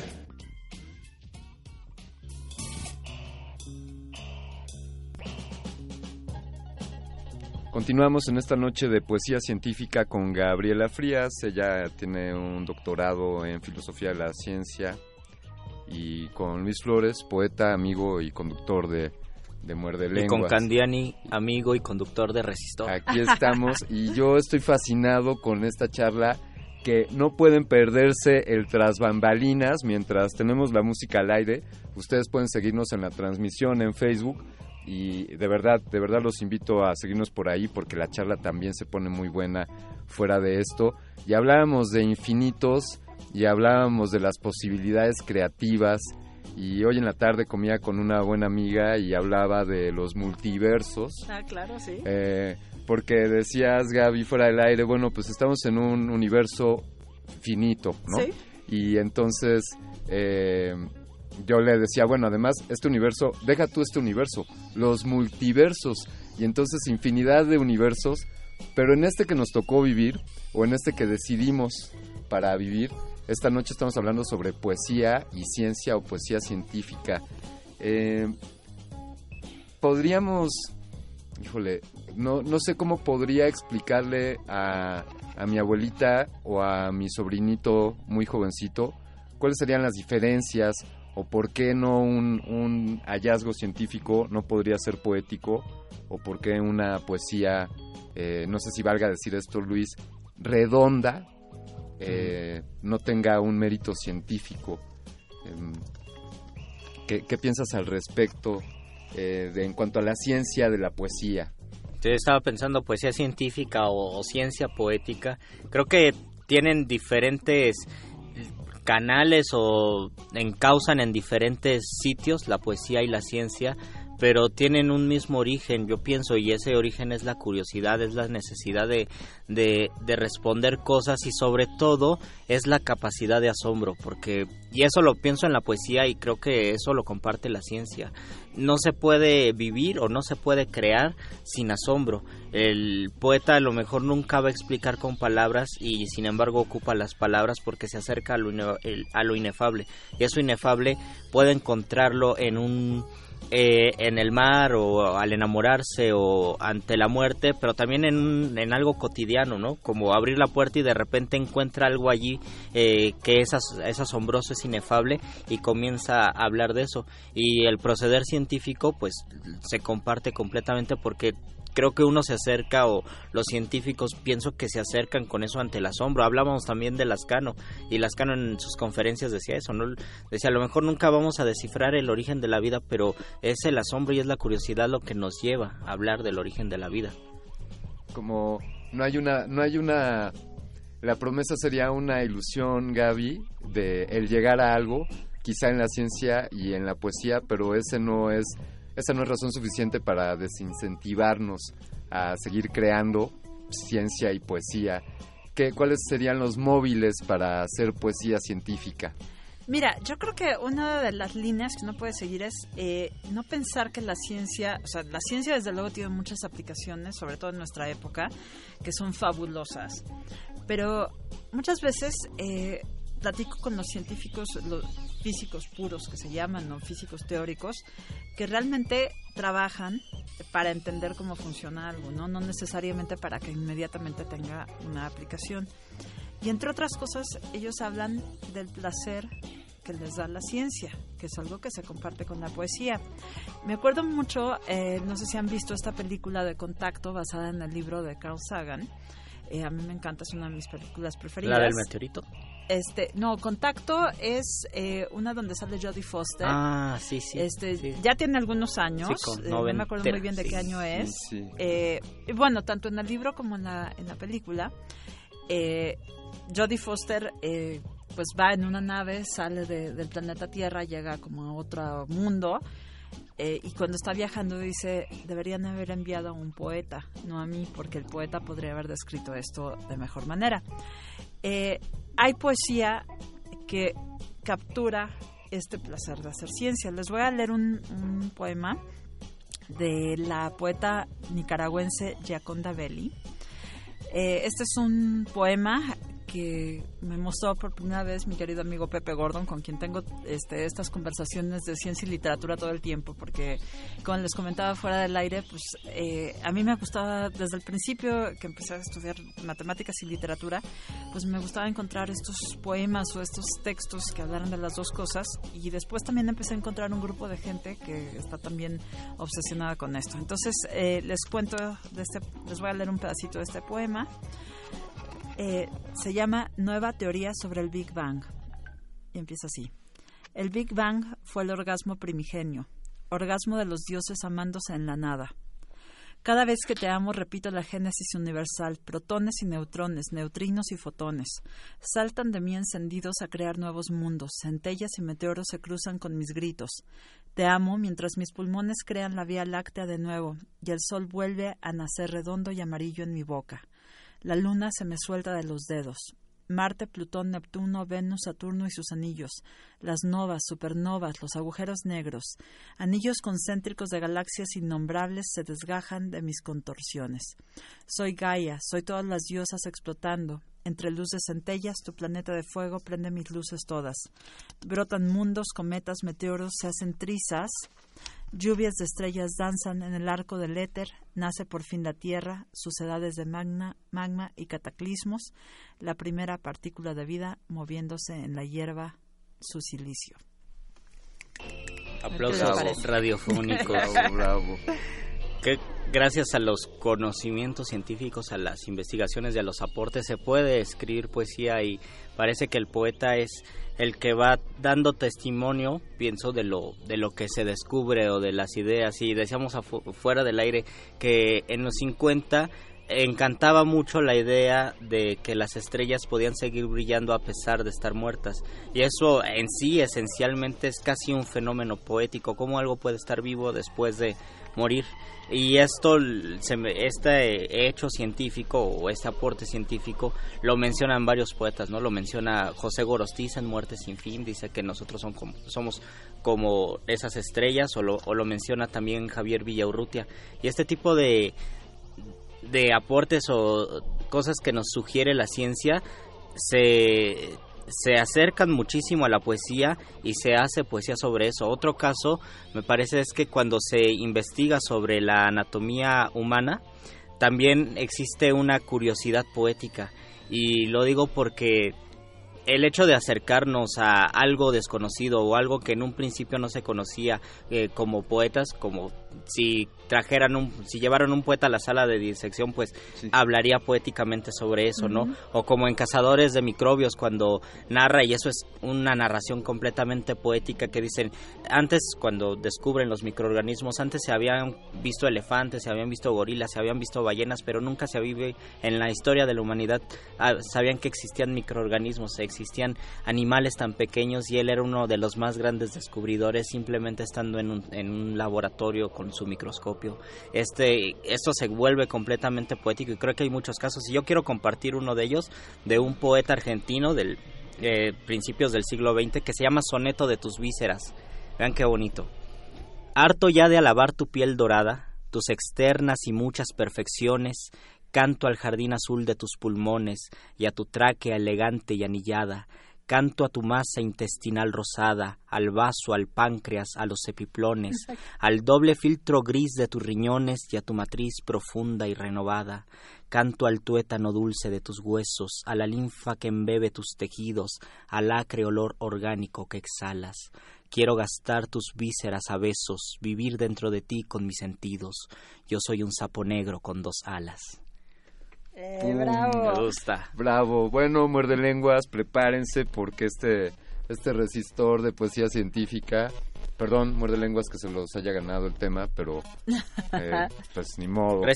Continuamos en esta noche de poesía científica con Gabriela Frías. Ella tiene un doctorado en filosofía de la ciencia. Y con Luis Flores, poeta, amigo y conductor de Muerde Lenguas. Y con Candiani, amigo y conductor de Resistor. Aquí estamos y yo estoy fascinado con esta charla, que no pueden perderse el tras bambalinas mientras tenemos la música al aire. Ustedes pueden seguirnos en la transmisión en Facebook. Y de verdad los invito a seguirnos por ahí, porque la charla también se pone muy buena fuera de esto. Y hablábamos de infinitos y hablábamos de las posibilidades creativas. Y hoy en la tarde comía con una buena amiga y hablaba de los multiversos. Ah, claro, sí. Porque decías, Gaby, fuera del aire, bueno, pues estamos en un universo finito, ¿no? Sí. Y entonces yo le decía, bueno, además, este universo, deja tú este universo, los multiversos, y entonces infinidad de universos, pero en este que nos tocó vivir, o en este que decidimos para vivir, esta noche estamos hablando sobre poesía y ciencia o poesía científica. Podríamos, híjole, no sé cómo podría explicarle a mi abuelita o a mi sobrinito muy jovencito cuáles serían las diferencias, o por qué no un hallazgo científico no podría ser poético, o por qué una poesía, no sé si valga decir esto, Luis, redonda, no tenga un mérito científico. ¿Qué piensas al respecto en cuanto a la ciencia de la poesía? Yo estaba pensando poesía científica o ciencia poética. Creo que tienen diferentes canales o encausan en diferentes sitios la poesía y la ciencia, pero tienen un mismo origen, yo pienso, y ese origen es la curiosidad, es la necesidad de responder cosas, y sobre todo es la capacidad de asombro, y eso lo pienso en la poesía y creo que eso lo comparte la ciencia. No se puede vivir o no se puede crear sin asombro. El poeta a lo mejor nunca va a explicar con palabras, y sin embargo ocupa las palabras porque se acerca a lo inefable, y eso inefable puede encontrarlo en el mar, o al enamorarse, o ante la muerte, pero también en algo cotidiano, ¿no? Como abrir la puerta y de repente encuentra algo allí que es asombroso, es inefable, y comienza a hablar de eso. Y el proceder científico pues se comparte completamente, porque creo que uno se acerca, o los científicos pienso que se acercan con eso ante el asombro. Hablábamos también de Lascano, y Lascano en sus conferencias decía eso, ¿no? Decía, a lo mejor nunca vamos a descifrar el origen de la vida, pero es el asombro y es la curiosidad lo que nos lleva a hablar del origen de la vida. Como no hay una la promesa sería una ilusión, Gaby, de el llegar a algo, quizá en la ciencia y en la poesía, pero esa no es razón suficiente para desincentivarnos a seguir creando ciencia y poesía. ¿Cuáles serían los móviles para hacer poesía científica? Mira, yo creo que una de las líneas que uno puede seguir es no pensar que la ciencia desde luego tiene muchas aplicaciones, sobre todo en nuestra época, que son fabulosas, pero muchas veces platico con los científicos, los físicos puros que se llaman, o físicos teóricos, que realmente trabajan para entender cómo funciona algo, no necesariamente para que inmediatamente tenga una aplicación. Y entre otras cosas, ellos hablan del placer que les da la ciencia, que es algo que se comparte con la poesía. Me acuerdo mucho, no sé si han visto esta película de Contacto, basada en el libro de Carl Sagan. A mí me encanta, es una de mis películas preferidas. ¿La del meteorito? No, Contacto es una donde sale Jodie Foster. Ah, sí. Sí. Ya tiene algunos años, sí, no me acuerdo muy bien de qué año es. Sí. Bueno, tanto en el libro como en la película, Jodie Foster pues va en una nave, sale del planeta Tierra, llega como a otro mundo, y cuando está viajando dice, deberían haber enviado a un poeta, no a mí, porque el poeta podría haber descrito esto de mejor manera. Hay poesía que captura este placer de hacer ciencia. Les voy a leer un poema de la poeta nicaragüense Gioconda Belli. Este es un poema que me mostró por primera vez mi querido amigo Pepe Gordon, con quien tengo estas conversaciones de ciencia y literatura todo el tiempo, porque como les comentaba fuera del aire, pues a mí me gustaba desde el principio que empecé a estudiar matemáticas y literatura, pues me gustaba encontrar estos poemas o estos textos que hablaran de las dos cosas, y después también empecé a encontrar un grupo de gente que está también obsesionada con esto. Entonces les voy a leer un pedacito de este poema. Se llama Nueva teoría sobre el Big Bang, y empieza así. El Big Bang fue el orgasmo primigenio, orgasmo de los dioses amándose en la nada. Cada vez que te amo repito la génesis universal, protones y neutrones, neutrinos y fotones. Saltan de mí encendidos a crear nuevos mundos, centellas y meteoros se cruzan con mis gritos. Te amo mientras mis pulmones crean la Vía Láctea de nuevo, y el sol vuelve a nacer redondo y amarillo en mi boca. La luna se me suelta de los dedos. Marte, Plutón, Neptuno, Venus, Saturno y sus anillos. Las novas, supernovas, los agujeros negros. Anillos concéntricos de galaxias innombrables se desgajan de mis contorsiones. Soy Gaia, soy todas las diosas explotando. Entre luz de centellas, tu planeta de fuego prende mis luces todas. Brotan mundos, cometas, meteoros, se hacen trizas. Lluvias de estrellas danzan en el arco del éter, nace por fin la Tierra, sucedades de magma y cataclismos, la primera partícula de vida moviéndose en la hierba, su silicio. Aplausos radiofónicos. Bravo. Que gracias a los conocimientos científicos, a las investigaciones y a los aportes se puede escribir poesía, y parece que el poeta es el que va dando testimonio, pienso, de lo que se descubre o de las ideas. Y decíamos fuera del aire que en los 50 encantaba mucho la idea de que las estrellas podían seguir brillando a pesar de estar muertas, y eso en sí esencialmente es casi un fenómeno poético, cómo algo puede estar vivo después de morir. Y este hecho científico o este aporte científico lo mencionan varios poetas, ¿no? Lo menciona José Gorostiza en Muerte sin fin, dice que nosotros somos como esas estrellas, o lo menciona también Javier Villaurrutia. Y este tipo de aportes o cosas que nos sugiere la ciencia se acercan muchísimo a la poesía, y se hace poesía sobre eso. Otro caso, me parece, es que cuando se investiga sobre la anatomía humana, también existe una curiosidad poética, y lo digo porque el hecho de acercarnos a algo desconocido o algo que en un principio no se conocía, como poetas, como si llevaran un poeta a la sala de disección, pues sí, hablaría poéticamente sobre eso, ¿no? O como en Cazadores de Microbios, cuando narra, y eso es una narración completamente poética, que dicen, antes, cuando descubren los microorganismos, antes se habían visto elefantes, se habían visto gorilas, se habían visto ballenas, pero nunca se había, en la historia de la humanidad, sabían que existían microorganismos, existían animales tan pequeños, y él era uno de los más grandes descubridores, simplemente estando en un laboratorio con su microscopio. Esto se vuelve completamente poético, y creo que hay muchos casos, y yo quiero compartir uno de ellos, de un poeta argentino del principios del siglo XX, que se llama Soneto de tus vísceras. Vean qué bonito. Harto ya de alabar tu piel dorada, tus externas y muchas perfecciones, canto al jardín azul de tus pulmones y a tu tráquea elegante y anillada. Canto a tu masa intestinal rosada, al vaso, al páncreas, a los epiplones, al doble filtro gris de tus riñones y a tu matriz profunda y renovada. Canto al tuétano dulce de tus huesos, a la linfa que embebe tus tejidos, al acre olor orgánico que exhalas. Quiero gastar tus vísceras a besos, vivir dentro de ti con mis sentidos. Yo soy un sapo negro con 2 alas. ¡Bravo! Me gusta. Bravo. Bueno, muerde lenguas, prepárense, porque este resistor de poesía científica, perdón, muerde lenguas que se los haya ganado el tema, pero pues ni modo.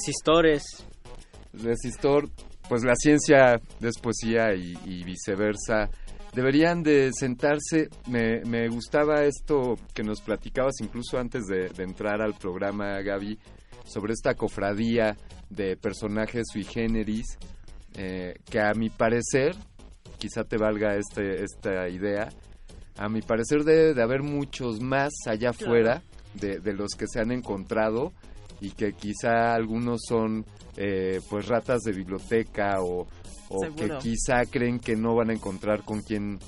Resistor, pues la ciencia es poesía y viceversa. Deberían de sentarse. Me gustaba esto que nos platicabas incluso antes de entrar al programa, Gaby, sobre esta cofradía de personajes sui generis, que a mi parecer, quizá te valga esta idea, a mi parecer debe de haber muchos más allá afuera de los que se han encontrado, y que quizá algunos son pues ratas de biblioteca o o Seguro. que quizá creen que no van a encontrar con quién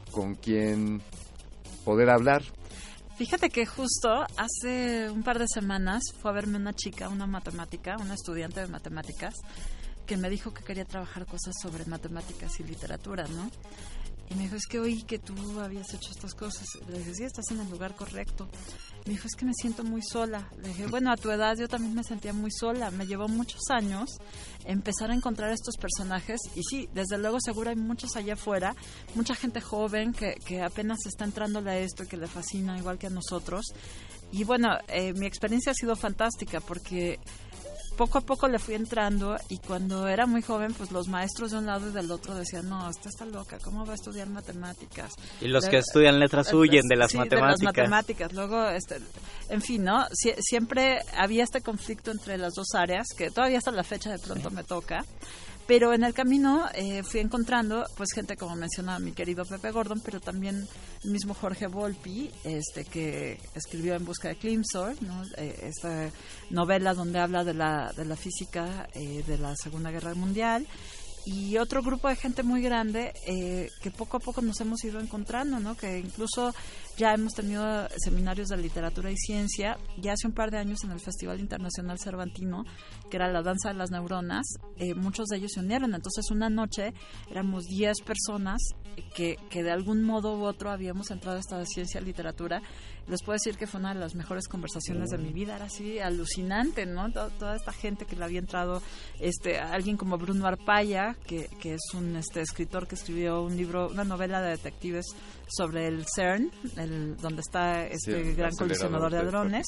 poder hablar. Fíjate que justo hace un par de semanas fue a verme una chica, una estudiante de matemáticas, que me dijo que quería trabajar cosas sobre matemáticas y literatura, ¿no? Y me dijo, es que oí que tú habías hecho estas cosas. Le dije, sí, estás en el lugar correcto. Me dijo, es que me siento muy sola. Le dije, bueno, a tu edad yo también me sentía muy sola. Me llevó muchos años empezar a encontrar estos personajes. Y sí, desde luego seguro hay muchos allá afuera, mucha gente joven que apenas está entrándole a esto y que le fascina igual que a nosotros. Y bueno, mi experiencia ha sido fantástica porque poco a poco le fui entrando, y cuando era muy joven, pues los maestros de un lado y del otro decían, no, esta está loca, ¿cómo va a estudiar matemáticas? Y los que estudian letras huyen de las matemáticas. De las matemáticas. Luego, en fin, ¿no? Siempre había este conflicto entre las dos áreas, que todavía hasta la fecha de pronto me toca. Pero en el camino fui encontrando pues gente como mencionaba mi querido Pepe Gordon, pero también el mismo Jorge Volpi, que escribió En busca de Climsor, ¿no? Esta novela donde habla de la física de la Segunda Guerra Mundial, y otro grupo de gente muy grande que poco a poco nos hemos ido encontrando, ¿no? Que incluso ya hemos tenido seminarios de literatura y ciencia. Ya hace un par de años en el Festival Internacional Cervantino, que era la danza de las neuronas, muchos de ellos se unieron. Entonces una noche éramos 10 personas que de algún modo u otro habíamos entrado a esta ciencia y literatura. Les puedo decir que fue una de las mejores conversaciones de mi vida. Era así alucinante, ¿no? Toda esta gente que le había entrado, alguien como Bruno Arpaya, que es un escritor que escribió un libro, una novela de detectives sobre el CERN, donde está gran colisionador de hadrones.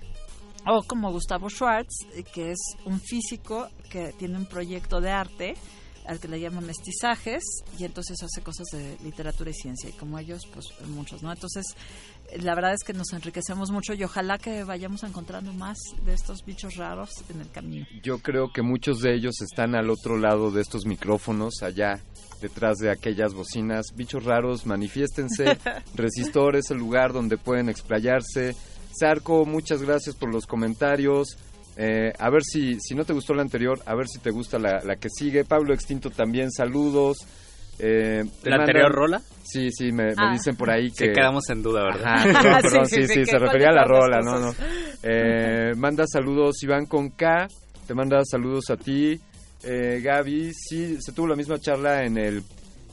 O como Gustavo Schwartz, que es un físico que tiene un proyecto de arte al que le llaman Mestizajes, y entonces hace cosas de literatura y ciencia, y como ellos, pues muchos, ¿no? Entonces, la verdad es que nos enriquecemos mucho, y ojalá que vayamos encontrando más de estos bichos raros en el camino. Yo creo que muchos de ellos están al otro lado de estos micrófonos, allá detrás de aquellas bocinas. Bichos raros, manifiéstense. Resistor es el lugar donde pueden explayarse. Zarco, muchas gracias por los comentarios. A ver si no te gustó la anterior, a ver si te gusta la que sigue. Pablo Extinto también, saludos. ¿La anterior rola? Sí, me dicen por ahí que... Sí, quedamos en duda, ¿verdad? Ajá, perdón, sí, se refería a la rola, no. Manda saludos Iván con K, te manda saludos a ti. Gaby, sí, se tuvo la misma charla en el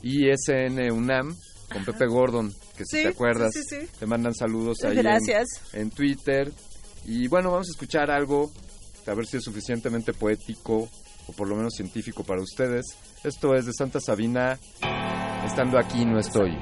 ISN UNAM con Pepe Gordon, que si te acuerdas, sí. Te mandan saludos ahí en Twitter. Y bueno, vamos a escuchar algo, a ver si es suficientemente poético o por lo menos científico para ustedes. Esto es de Santa Sabina, Estando aquí no estoy.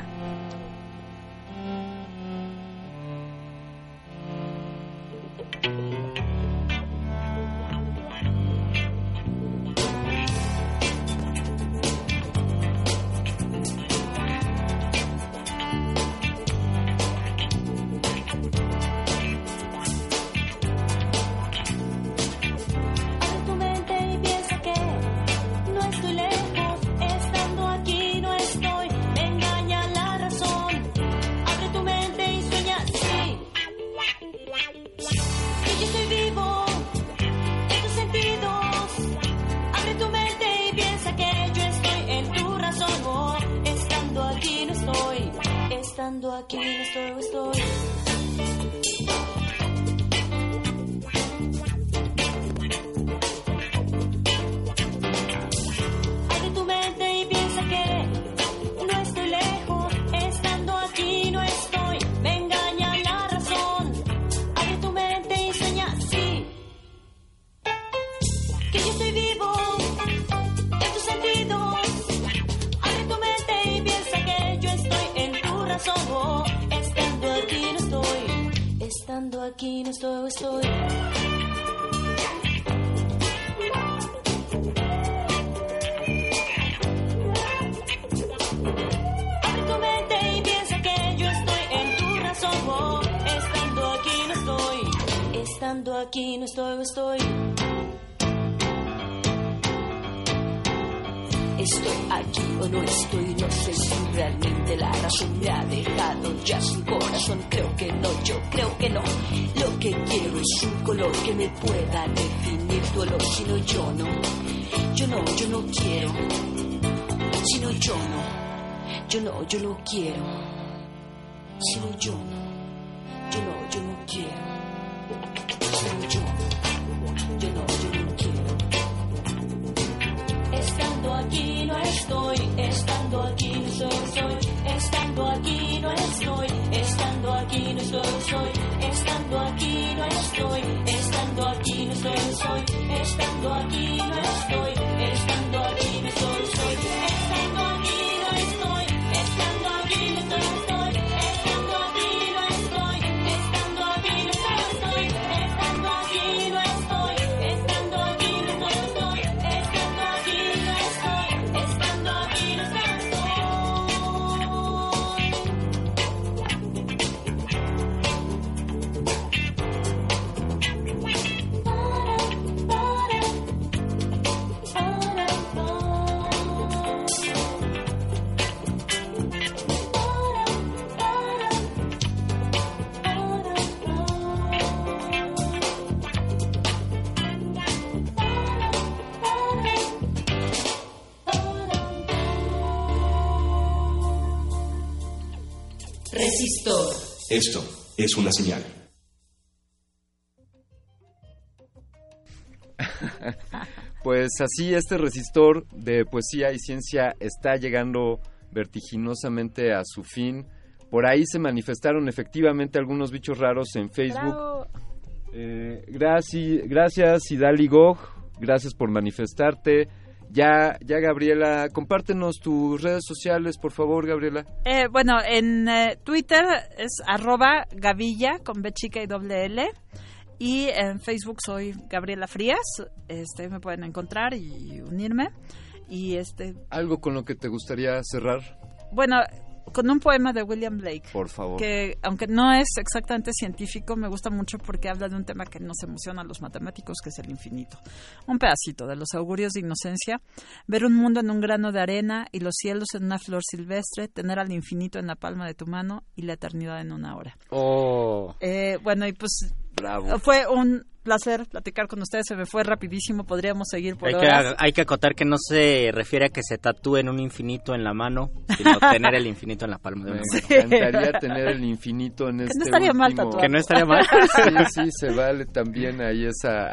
Aquí no estoy. Abre tu mente y piensa que yo estoy en tu razón. Oh, estando aquí no estoy. Estando aquí no estoy. Estoy aquí o no estoy, no sé si realmente la razón me ha dejado ya sin corazón. Creo que no, yo creo que no. Lo que quiero es un color que me pueda definir tu olor, si no yo no quiero. Si no, yo no. Yo no quiero. Si no, yo no. Yo no quiero. Si no, yo no quiero. Estando aquí no estoy, estando aquí no soy, estando aquí no estoy, estando aquí no soy, estando aquí no estoy, estando aquí no soy, estando aquí no estoy, estando aquí no soy, estando aquí no estoy, estando aquí no soy, estando aquí no estoy, estando aquí no soy, estando aquí no estoy, estando aquí no soy, estando aquí no estoy, estando aquí no soy. Resistor. Esto es una señal. Pues así, este resistor de poesía y ciencia está llegando vertiginosamente a su fin. Por ahí se manifestaron efectivamente algunos bichos raros en Facebook. Gracias Idali Gog, gracias por manifestarte. Ya Gabriela, compártenos tus redes sociales, por favor, Gabriela. Bueno, en Twitter es @Gavilla con B chica y doble L. Y en Facebook soy Gabriela Frías. Me pueden encontrar y unirme. Y ¿algo con lo que te gustaría cerrar? Bueno, con un poema de William Blake. Por favor. Que aunque no es exactamente científico, me gusta mucho porque habla de un tema que nos emociona a los matemáticos, que es el infinito. Un pedacito de los augurios de inocencia. Ver un mundo en un grano de arena y los cielos en una flor silvestre, tener al infinito en la palma de tu mano y la eternidad en una hora. Oh. Bueno, y pues bravo. Fue un placer platicar con ustedes, se me fue rapidísimo, podríamos seguir por horas. Hay que acotar que no se refiere a que se tatúen un infinito en la mano, sino tener el infinito en la palma de la mano. Me encantaría tener el infinito en que no estaría mal tatuado. Que no estaría mal. Sí, se vale también ahí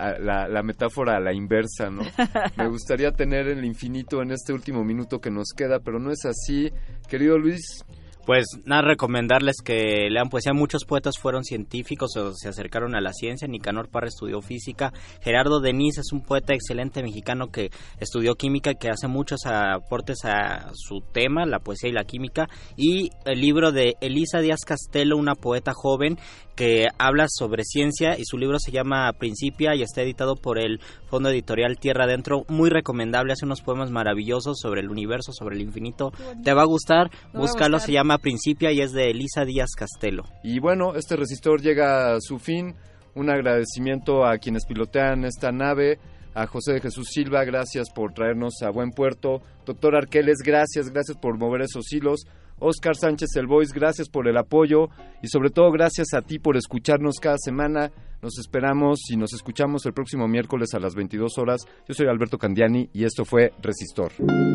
la metáfora a la inversa, ¿no? Me gustaría tener el infinito en este último minuto que nos queda, pero no es así. Querido Luis... Pues nada, recomendarles que lean poesía. Muchos poetas fueron científicos o se acercaron a la ciencia. Nicanor Parra estudió física. Gerardo Denis es un poeta excelente mexicano que estudió química y que hace muchos aportes a su tema, la poesía y la química. Y el libro de Elisa Díaz Castelo, una poeta joven que habla sobre ciencia, y su libro se llama Principia y está editado por el Fondo Editorial Tierra Adentro. Muy recomendable, hace unos poemas maravillosos sobre el universo, sobre el infinito. Te va a gustar, búscalo, se llama Principia y es de Elisa Díaz Castelo. Y bueno, este resistor llega a su fin. Un agradecimiento a quienes pilotean esta nave, a José de Jesús Silva, gracias por traernos a buen puerto. Doctor Arqueles, gracias por mover esos hilos. Oscar Sánchez El Voice, gracias por el apoyo y sobre todo gracias a ti por escucharnos cada semana. Nos esperamos y nos escuchamos el próximo miércoles a las 22 horas. Yo soy Alberto Candiani y esto fue Resistor.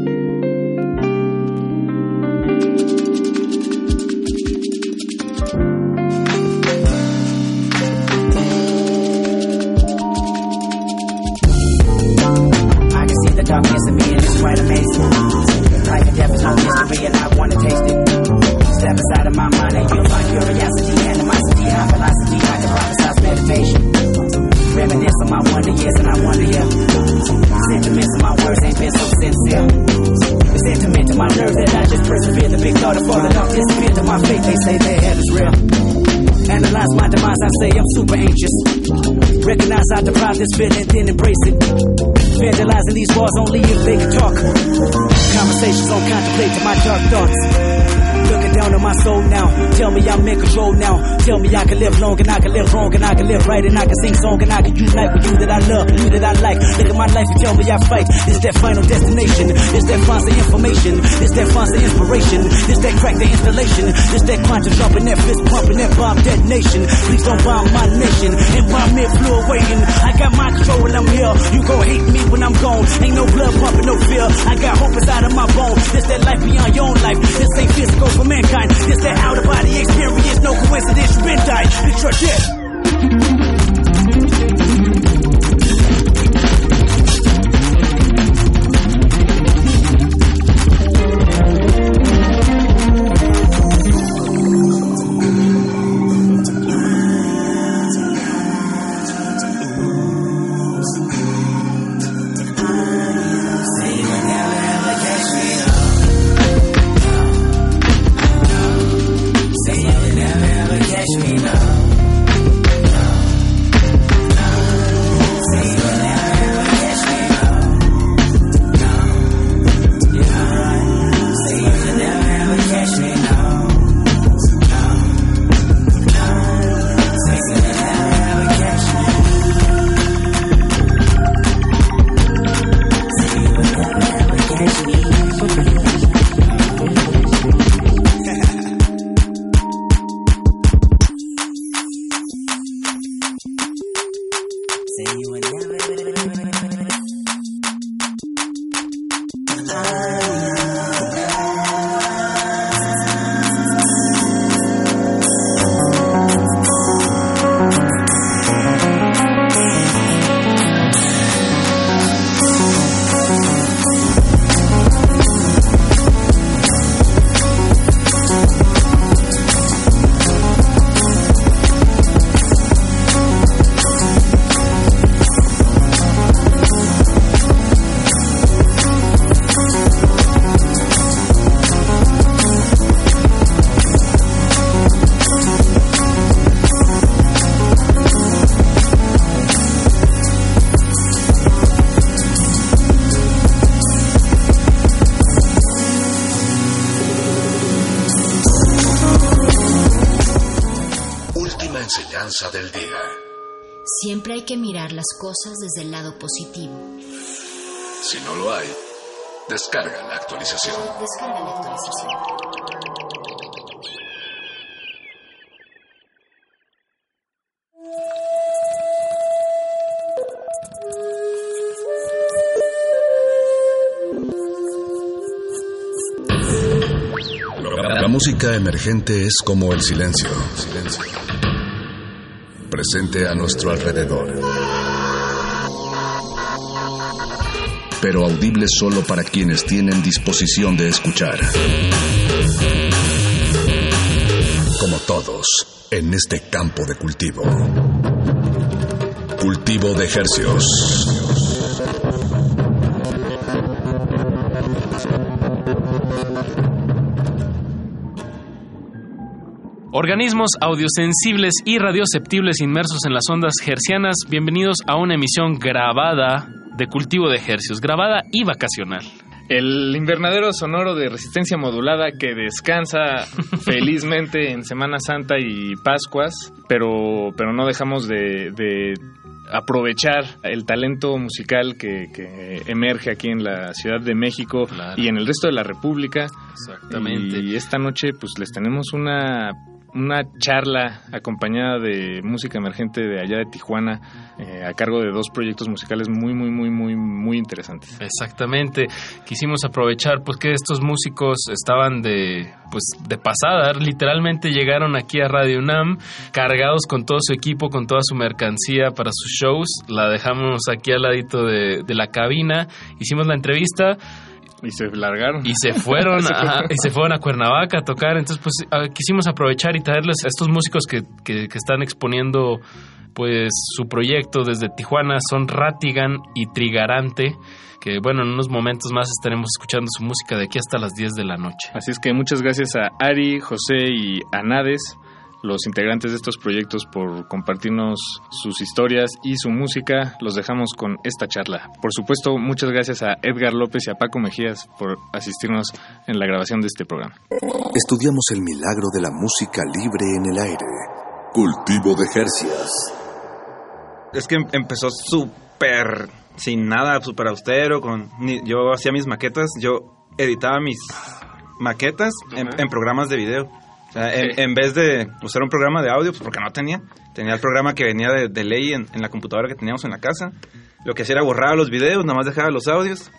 Darkness in me and it's quite amazing. Life and death is no mystery and I want to taste it. Step inside of my mind and you'll find curiosity, animosity, high velocity. I can prophesize meditation. Reminisce on my wonder years and I wonder, yeah. Sentiments of my words ain't been so sincere. It's intimate to my nerves that I just persevere. The big thought of falling off disappeared to my faith. They say their head is real. Analyze my demise, I say I'm super anxious. Recognize I deprive this feeling, then embrace it. Vandalizing these walls only if they can talk. Conversations on contemplate to my dark thoughts. Looking looking down on my soul now. Tell me I'm in control now. Tell me I can live long and I can live wrong and I can live right and I can sing song and I can unite with you that I love, you that I like. Look at my life and tell me I fight. It's that final destination. It's that fancy information. It's that fancy inspiration. It's that crack the installation. It's that quantum jumping, that fist pumping, that bomb detonation. Please don't bomb my nation. And bomb me flew away and I got my control when I'm here. You gon' hate me when I'm gone. Ain't no blood pumping, no fear. I got hope inside of my bones. This that life beyond your own life. This ain't physical for mankind. This that out of body experience. No coincidence, you been died. It's your death. Del día. Siempre hay que mirar las cosas desde el lado positivo. Si no lo hay, descarga la actualización. Descarga la actualización. La música emergente es como el silencio. Presente a nuestro alrededor, pero audible solo para quienes tienen disposición de escuchar. Como todos, en este campo de cultivo. Cultivo de hercios. Organismos audiosensibles y radioceptibles inmersos en las ondas hercianas, bienvenidos a una emisión grabada de Cultivo de Hercios, grabada y vacacional. El invernadero sonoro de resistencia modulada que descansa felizmente en Semana Santa y Pascuas, pero no dejamos de aprovechar el talento musical que emerge aquí en la Ciudad de México, claro, y en el resto de la República. Exactamente. Y esta noche pues les tenemos una charla acompañada de música emergente de allá de Tijuana, a cargo de dos proyectos musicales muy interesantes. Exactamente. Quisimos aprovechar pues que estos músicos estaban de pasada, literalmente llegaron aquí a Radio UNAM cargados con todo su equipo, con toda su mercancía para sus shows. La dejamos aquí al ladito de la cabina, hicimos la entrevista. Y se largaron. Y se fueron a Cuernavaca a tocar. Entonces, pues, quisimos aprovechar y traerles a estos músicos que están exponiendo, pues, su proyecto desde Tijuana. Son Ratigan y Trigarante, que, bueno, en unos momentos más estaremos escuchando su música de aquí hasta las 10 de la noche. Así es que muchas gracias a Ari, José y Anades los integrantes de estos proyectos por compartirnos sus historias y su música. Los dejamos con esta charla. Por supuesto, muchas gracias a Edgar López y a Paco Mejías por asistirnos en la grabación de este programa. Estudiamos el milagro de la música libre en el aire. Cultivo de Jercias. Es que empezó súper sin nada, súper austero. Yo hacía mis maquetas, yo editaba mis maquetas en programas de video. O sea, en vez de usar un programa de audio, pues porque no tenía el programa que venía de ley en la computadora que teníamos en la casa. Lo que hacía era borrar los videos, nada más dejaba los audios.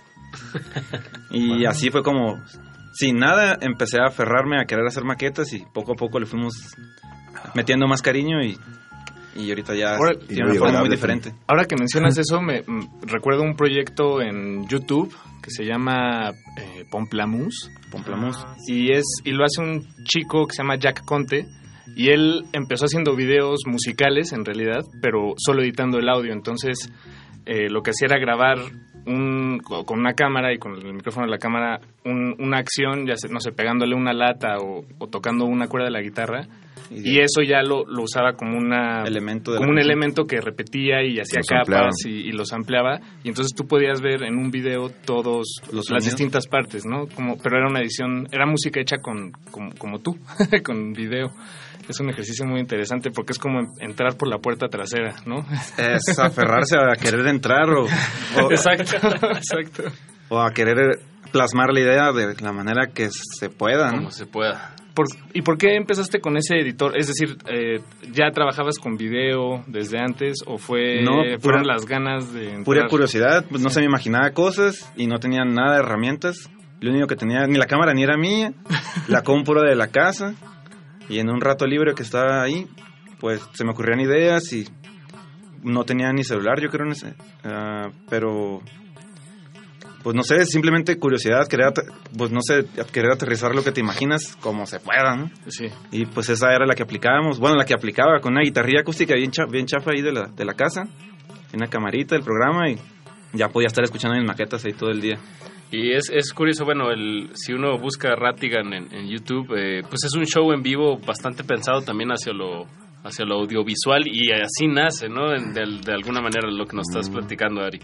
Y así fue como, sin nada, empecé a aferrarme a querer hacer maquetas y poco a poco le fuimos metiendo más cariño y ahorita ya tiene una forma muy diferente. Ahora que mencionas eso, me recuerdo un proyecto en YouTube que se llama Pomplamoose. Y lo hace un chico que se llama Jack Conte. Y él empezó haciendo videos musicales, en realidad, pero solo editando el audio. Entonces, lo que hacía era grabar con una cámara y con el micrófono de la cámara una acción, ya no sé, pegándole una lata o tocando una cuerda de la guitarra. Y eso ya lo usaba como un elemento que repetía y hacía capas y los ampliaba. Y entonces tú podías ver en un video todos las distintas partes, ¿no? Pero era una edición, era música hecha como tú, con video. Es un ejercicio muy interesante porque es como entrar por la puerta trasera, ¿no? Es aferrarse a querer entrar o Exacto. O a querer plasmar la idea de la manera que se pueda, ¿no? Como se pueda. ¿Y por qué empezaste con ese editor? Es decir, ¿ya trabajabas con video desde antes o fueron las ganas de entrar? Pura curiosidad, pues no se me imaginaba cosas y no tenía nada de herramientas. Lo único que tenía, ni la cámara ni era mía, la compu era de la casa. Y en un rato libre que estaba ahí, pues se me ocurrían ideas y no tenía ni celular, yo creo, pero pues no sé, simplemente curiosidad, querer aterrizar lo que te imaginas como se pueda, ¿no? Sí. Y pues esa era la que aplicábamos, la que aplicaba con una guitarrilla acústica bien chafa ahí de la casa, una camarita del programa y ya podía estar escuchando mis maquetas ahí todo el día. Y es curioso, si uno busca Rattigan en YouTube, pues es un show en vivo bastante pensado también hacia lo audiovisual y así nace, ¿no? De alguna manera lo que nos estás platicando, Ari.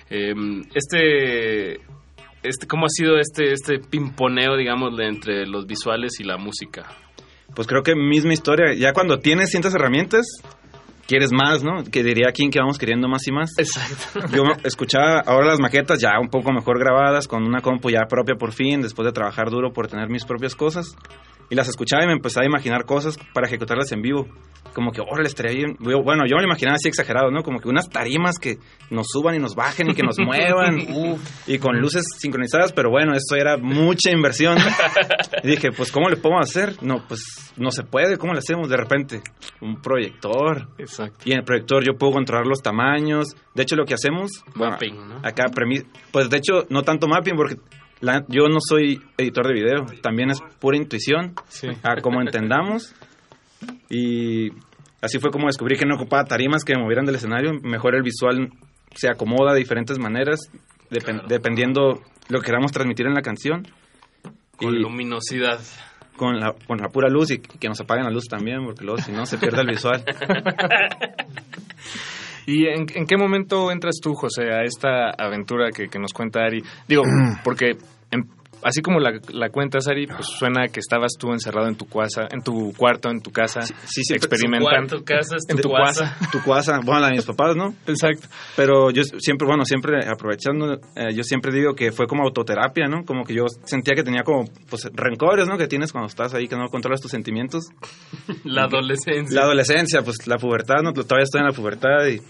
¿Cómo ha sido este pimponeo, digamos, entre los visuales y la música? Pues creo que misma historia. Ya cuando tienes ciertas herramientas, quieres más, ¿no? Que diría King que vamos queriendo más y más. Exacto. Yo escuchaba ahora las maquetas ya un poco mejor grabadas, con una compu ya propia por fin, después de trabajar duro por tener mis propias cosas. Y las escuchaba y me empezaba a imaginar cosas para ejecutarlas en vivo. Como que, órale, estaría bien. Bueno, yo me lo imaginaba así exagerado, ¿no? Como que unas tarimas que nos suban y nos bajen y que nos muevan. Y con luces sincronizadas, pero bueno, esto era mucha inversión, ¿no? Y dije, pues, ¿cómo le podemos hacer? No, pues, no se puede. ¿Cómo le hacemos? De repente, un proyector. Exacto. Y en el proyector yo puedo controlar los tamaños. De hecho, lo que hacemos... Mapping, ¿no? Acá, pues, de hecho, no tanto mapping, porque... yo no soy editor de video, también es pura intuición, a como entendamos. Y así fue como descubrí que no ocupaba tarimas que me movieran del escenario. Mejor el visual se acomoda de diferentes maneras, dependiendo lo que queramos transmitir en la canción. Con luminosidad. Con la pura luz y que nos apaguen la luz también, porque luego si no se pierde el visual. ¿Y en qué momento entras tú, José, a esta aventura que nos cuenta Ari? Digo, porque así como la cuentas, Ari, pues suena que estabas tú encerrado en tu cuarto, en tu casa, sí, experimentando. Tu casa es en tu casa. Tu casa, la de mis papás, ¿no? Exacto. Pero yo siempre aprovechando, yo siempre digo que fue como autoterapia, ¿no? Como que yo sentía que tenía como, pues, rencores, ¿no? Que tienes cuando estás ahí, que no controlas tus sentimientos. La adolescencia. La adolescencia, pues, la pubertad, ¿no? Todavía estoy en la pubertad y...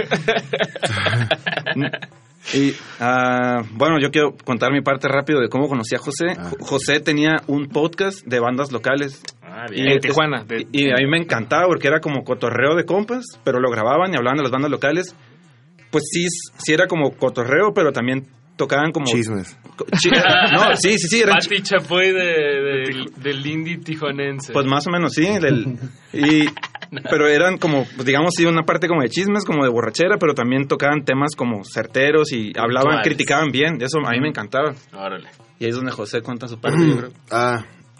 Y yo quiero contar mi parte rápido de cómo conocí a José. José tenía un podcast de bandas locales en Tijuana. Y a mí me encantaba porque era como cotorreo de compas, pero lo grababan y hablaban de las bandas locales. Pues sí era como cotorreo, pero también tocaban como... Chismes. No, sí. Eran Pati Chapoy del indie tijuanense. Pues más o menos, sí. Pero eran como, digamos, sí, una parte como de chismes, como de borrachera, pero también tocaban temas como certeros y hablaban, criticaban bien. Eso a mí me encantaba. Órale. Y ahí es donde José cuenta su parte, yo creo.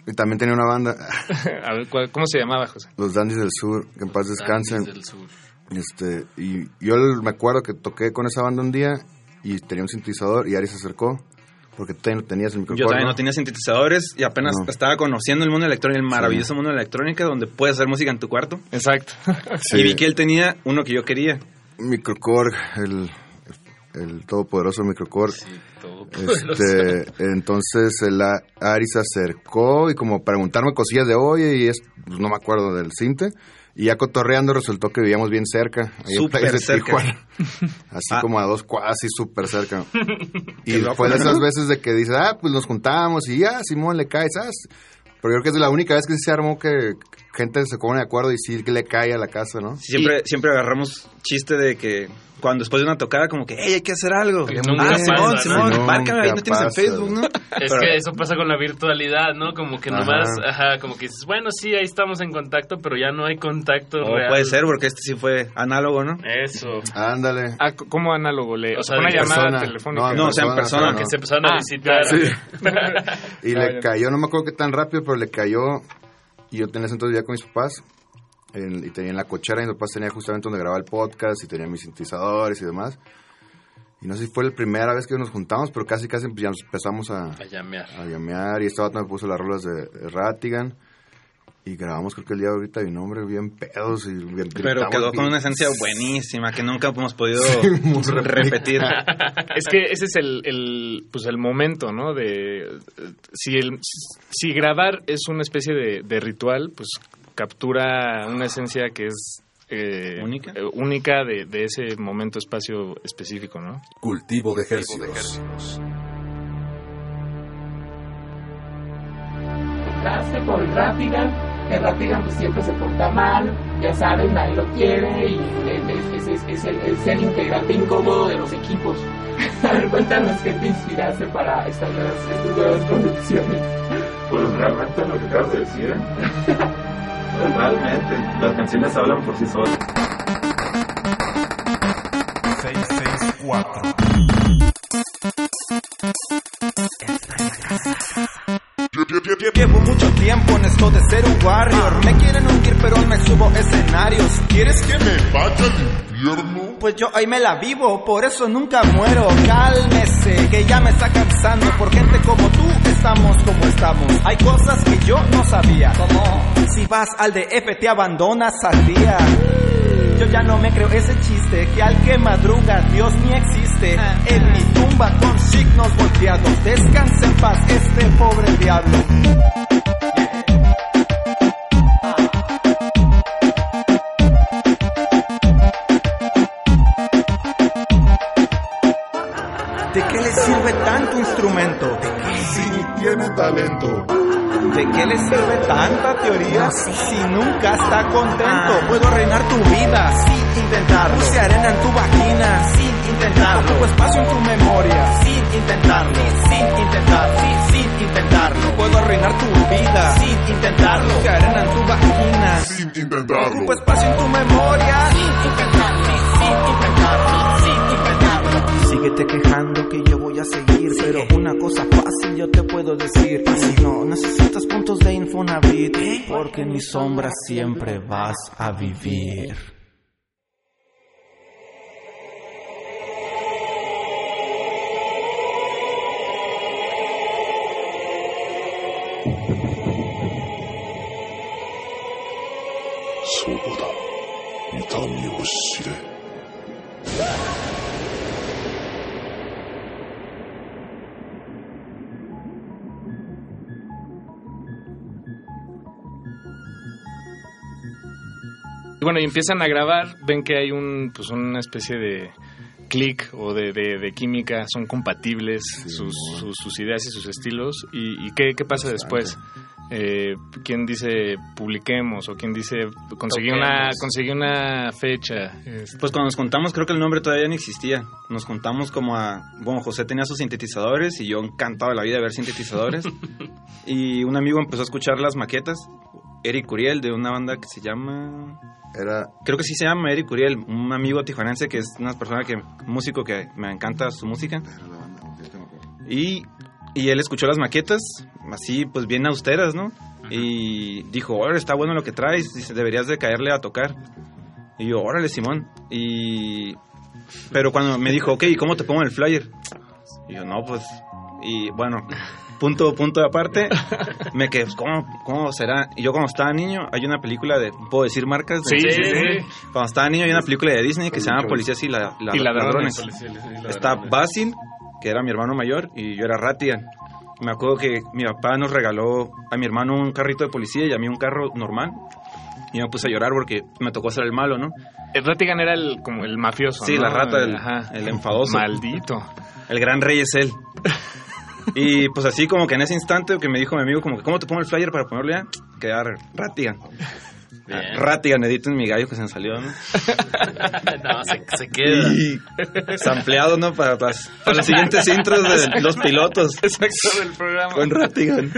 Y también tenía una banda. A ver, ¿cómo se llamaba, José? Los Dandies del Sur, que en paz descansen. Dandies del Sur. Y yo me acuerdo que toqué con esa banda un día y tenía un sintetizador y Ari se acercó porque tú no tenías el micrófono. Yo también no tenía sintetizadores y apenas estaba conociendo el mundo electrónico, el maravilloso mundo de la electrónica donde puedes hacer música en tu cuarto. Exacto. Sí. Y vi que él tenía uno que yo quería. Microcore, el todopoderoso Microcore. Sí, todopoderoso. Entonces Ari se acercó y como preguntarme cosillas de oye y pues no me acuerdo del sinte. Y ya cotorreando resultó que vivíamos bien cerca. Súper cerca. Así como a 2 cuadras, así súper cerca. Y fue de esas veces de que dices, pues nos juntamos y ya, Simón le cae, ¿sabes? Pero yo creo que es la única vez que se armó que gente se pone de acuerdo y sí que le cae a la casa, ¿no? Siempre agarramos chiste de que cuando después de una tocada como que, hey, hay que hacer algo. Simón, márcame, ahí no tienes en Facebook, ¿no? Es que eso pasa con la virtualidad, ¿no? Como que nomás, como que dices, bueno, sí, ahí estamos en contacto, pero ya no hay contacto real. Puede ser, porque este sí fue análogo, ¿no? Eso. Ándale. ¿Cómo análogo? O sea, una llamada persona. Telefónica. No, o sea, en persona. Que se empezaron a visitar. Sí. Y le cayó, no me acuerdo qué tan rápido, pero le cayó. Y yo tenía ese entonces ya con mis papás. Y tenía en la cochera, y mis papás tenía justamente donde grababa el podcast y tenía mis sintetizadores y demás. Y no sé si fue la primera vez que nos juntamos, pero casi pues ya nos empezamos a llamear. Y esta otra me puso las rolas de Ratigan. Y grabamos, creo que el día de ahorita, mi nombre, bien pedos. Pero quedó con una esencia buenísima que nunca hemos podido repetir. Es que ese es el momento, ¿no? Si grabar es una especie de ritual, pues captura una esencia que es única de ese momento, espacio específico, ¿no? Cultivo de hercios. Juntarse con el Ratigan, el Ratigan pues siempre se porta mal, ya sabes, nadie lo quiere y es el ser integrante incómodo de los equipos. A ver, cuéntanos qué te inspiraste para estas nuevas producciones. Pues realmente lo que acabas de decir, realmente, las canciones hablan por sí solas. 664. Llevo mucho tiempo en esto de ser un warrior. Me quieren hundir pero me subo escenarios. ¿Quieres que me vaya al infierno? Pues yo ahí me la vivo, por eso nunca muero. Cálmese, que ya me está cansando. Por gente como tú estamos como estamos. Hay cosas que yo no sabía, como si vas al DF te abandonas al día. Yo ya no me creo ese chiste, que al que madruga Dios ni existe. En mi tumba con signos volteados, descansa en paz este pobre diablo. ¿De qué le sirve tanto instrumento? ¿De qué? Sí, tiene talento. ¿De qué le sirve tanta teoría si nunca está contento? Puedo reinar tu vida sin intentarlo. Puse arena en tu vagina sin intentarlo. Ocupo espacio en tu memoria sin intentarlo. Sin intentarlo. Sin intentarlo. Puedo reinar tu vida sin intentarlo. Puse arena en tu vagina sin intentarlo. Ocupo espacio en tu memoria sin intentarlo. Sin intentarlo. Sin intentarlo. Síguete quejando que yo voy a seguir, pero una cosa fácil yo te puedo decir. Si no necesitas puntos de Infonavit, porque en mi sombra siempre vas a vivir. Y bueno, y empiezan a grabar, ven que hay una especie de click o de química, son compatibles sus ideas y sus estilos. ¿Y qué pasa después? ¿Quién dice publiquemos? ¿O quién dice conseguí una fecha? Pues cuando nos juntamos, creo que el nombre todavía no existía. Nos juntamos bueno, José tenía sus sintetizadores y yo encantado de la vida de ver sintetizadores. Y un amigo empezó a escuchar las maquetas, Eric Uriel, de una banda que se llama... Creo que sí se llama Eric Uriel, un amigo tijuanense que es una persona músico que me encanta su música. Y Y él escuchó las maquetas, así pues bien austeras, ¿no? Y dijo, órale, está bueno lo que traes, dice, deberías de caerle a tocar. Y yo, órale, Simón. Pero cuando me dijo, ok, ¿cómo te pongo el flyer? Y yo, no, pues... Y bueno, punto de aparte, me quedé, ¿cómo será? Y yo cuando estaba niño, hay una película de... ¿Puedo decir marcas? Sí. Cuando estaba niño hay una película de Disney que se llama Policías y Ladrones. Está Basil, que era mi hermano mayor, y yo era Ratigan. Me acuerdo que mi papá nos regaló a mi hermano un carrito de policía y a mí un carro normal. Y me puse a llorar porque me tocó ser el malo, ¿no? El Ratigan era como el mafioso, sí, ¿no? La rata, el enfadoso. Maldito. El gran rey es él. Y pues así como que en ese instante que me dijo mi amigo como que, ¿cómo te pongo el flyer para ponerle ya? Quedar Ratigan. Ratigan, editen mi gallo que se me salió, ¿no? No, se queda. Y sampleado, ¿no? Para los siguientes intros de los pilotos. Exacto, del programa. Con Ratigan.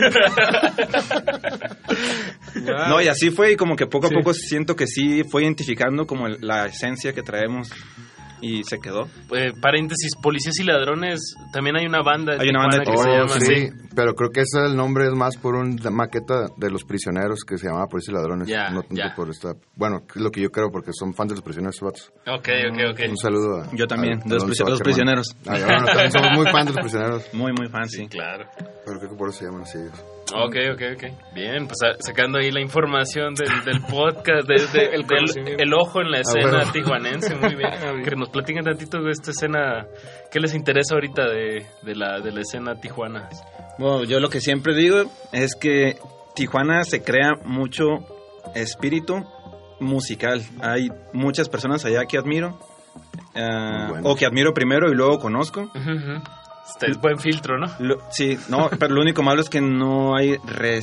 Wow. No, y así fue, y como que poco a poco siento que sí fue identificando como la esencia que traemos. Y se quedó. Paréntesis, Policías y Ladrones, también hay una banda. Hay una banda que se llama sí, pero creo que ese el nombre es más por una maqueta de Los Prisioneros que se llamaba Policías y Ladrones. No tanto por esta. Bueno, es lo que yo creo porque son fans de Los Prisioneros, vatos. Ok. Un saludo a... Yo también, de los Prisioneros. Bueno, también somos muy fans de Los Prisioneros. Muy fans, sí. Claro. Pero creo que por eso se llaman así ellos. Ok. Bien, pues sacando ahí la información del podcast, el ojo en la escena tijuanense, muy bien. Que nos platiquen tantito de esta escena, ¿qué les interesa ahorita de la escena tijuana? Bueno, yo lo que siempre digo es que Tijuana se crea mucho espíritu musical. Hay muchas personas allá que admiro, o que admiro primero y luego conozco. Es buen filtro, ¿no? Sí, no, pero lo único malo es que no hay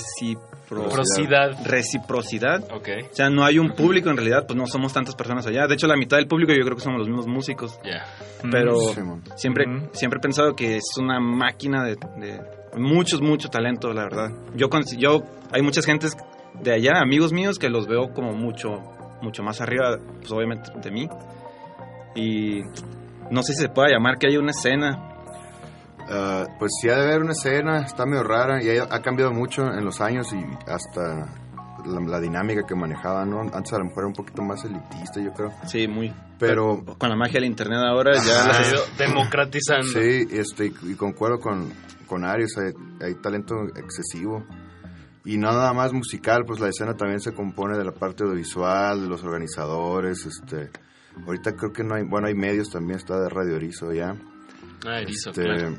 reciprocidad. Okay. O sea, no hay un público en realidad, pues no somos tantas personas allá. De hecho, la mitad del público yo creo que somos los mismos músicos. Pero siempre he pensado que es una máquina de mucho talento, la verdad. Yo hay muchas gentes de allá, amigos míos, que los veo como mucho más arriba, pues obviamente de mí. Y no sé si se pueda llamar que haya una escena. Pues sí ha de haber una escena, está medio rara y ha cambiado mucho en los años y hasta la dinámica que manejaba, ¿no? Antes a lo mejor era un poquito más elitista, yo creo. Sí, muy. Pero con la magia del internet ahora ya ha ido democratizando. Sí, y concuerdo con Aries, hay talento excesivo. Y no nada más musical, pues la escena también se compone de la parte audiovisual, de los organizadores, ahorita creo que no hay, bueno, hay medios también, está de Radio Erizo ya. Erizo, claro.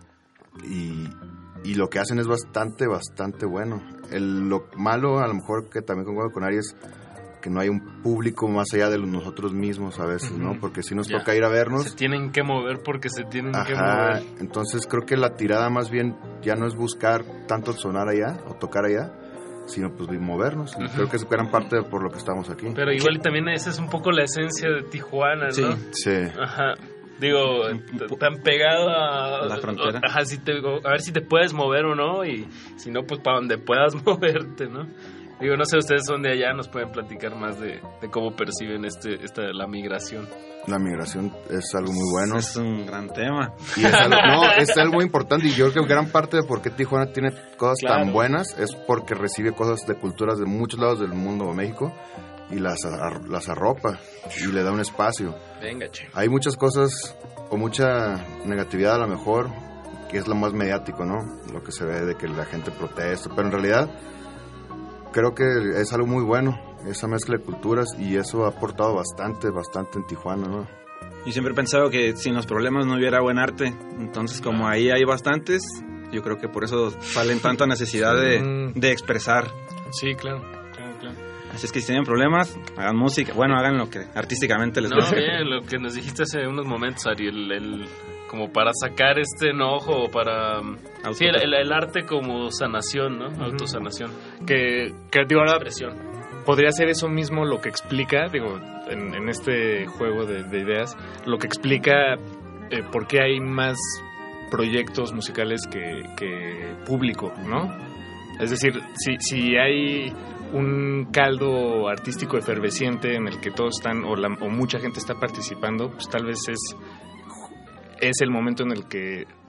Y lo que hacen es bastante bueno. Lo malo, a lo mejor que también concuerdo con Aries, que no hay un público más allá de nosotros mismos a veces, ¿no? Porque si nos toca ir a vernos. Se tienen que mover porque se tienen que mover. Entonces creo que la tirada más bien ya no es buscar tanto sonar allá o tocar allá, sino pues movernos. Y creo que es gran parte por lo que estamos aquí. Pero igual también esa es un poco la esencia de Tijuana, ¿no? Sí. Ajá. Digo, tan pegado a la frontera. Ajá, a ver si te puedes mover o no, y si no, pues para donde puedas moverte, ¿no? Digo, no sé, ustedes son de allá, nos pueden platicar más de cómo perciben la migración. La migración es algo muy bueno. Es un gran tema. Y es algo muy importante, y yo creo que gran parte de por qué Tijuana tiene cosas tan buenas es porque recibe cosas de culturas de muchos lados del mundo o México y las arropa y le da un espacio. Venga, che. Hay muchas cosas o mucha negatividad a lo mejor, que es lo más mediático, ¿no? Lo que se ve de que la gente protesta, pero en realidad creo que es algo muy bueno, esa mezcla de culturas, y eso ha aportado bastante en Tijuana, ¿no? Yo siempre he pensado que sin los problemas no hubiera buen arte, entonces como ahí hay bastantes, yo creo que por eso salen tanta necesidad de expresar. Sí, claro. Así es que si tienen problemas, hagan música, bueno, hagan lo que artísticamente les gusta. No, bien, lo que nos dijiste hace unos momentos, Ari, como para sacar este enojo, para... Sí, el arte como sanación, ¿no? Autosanación. Que digo, ahora podría ser eso mismo lo que explica, digo, en este juego de ideas, lo que explica por qué hay más proyectos musicales que público, ¿no? Es decir, si hay un caldo artístico efervesciente en el que todos están o mucha gente está participando, pues tal vez es el momento en el que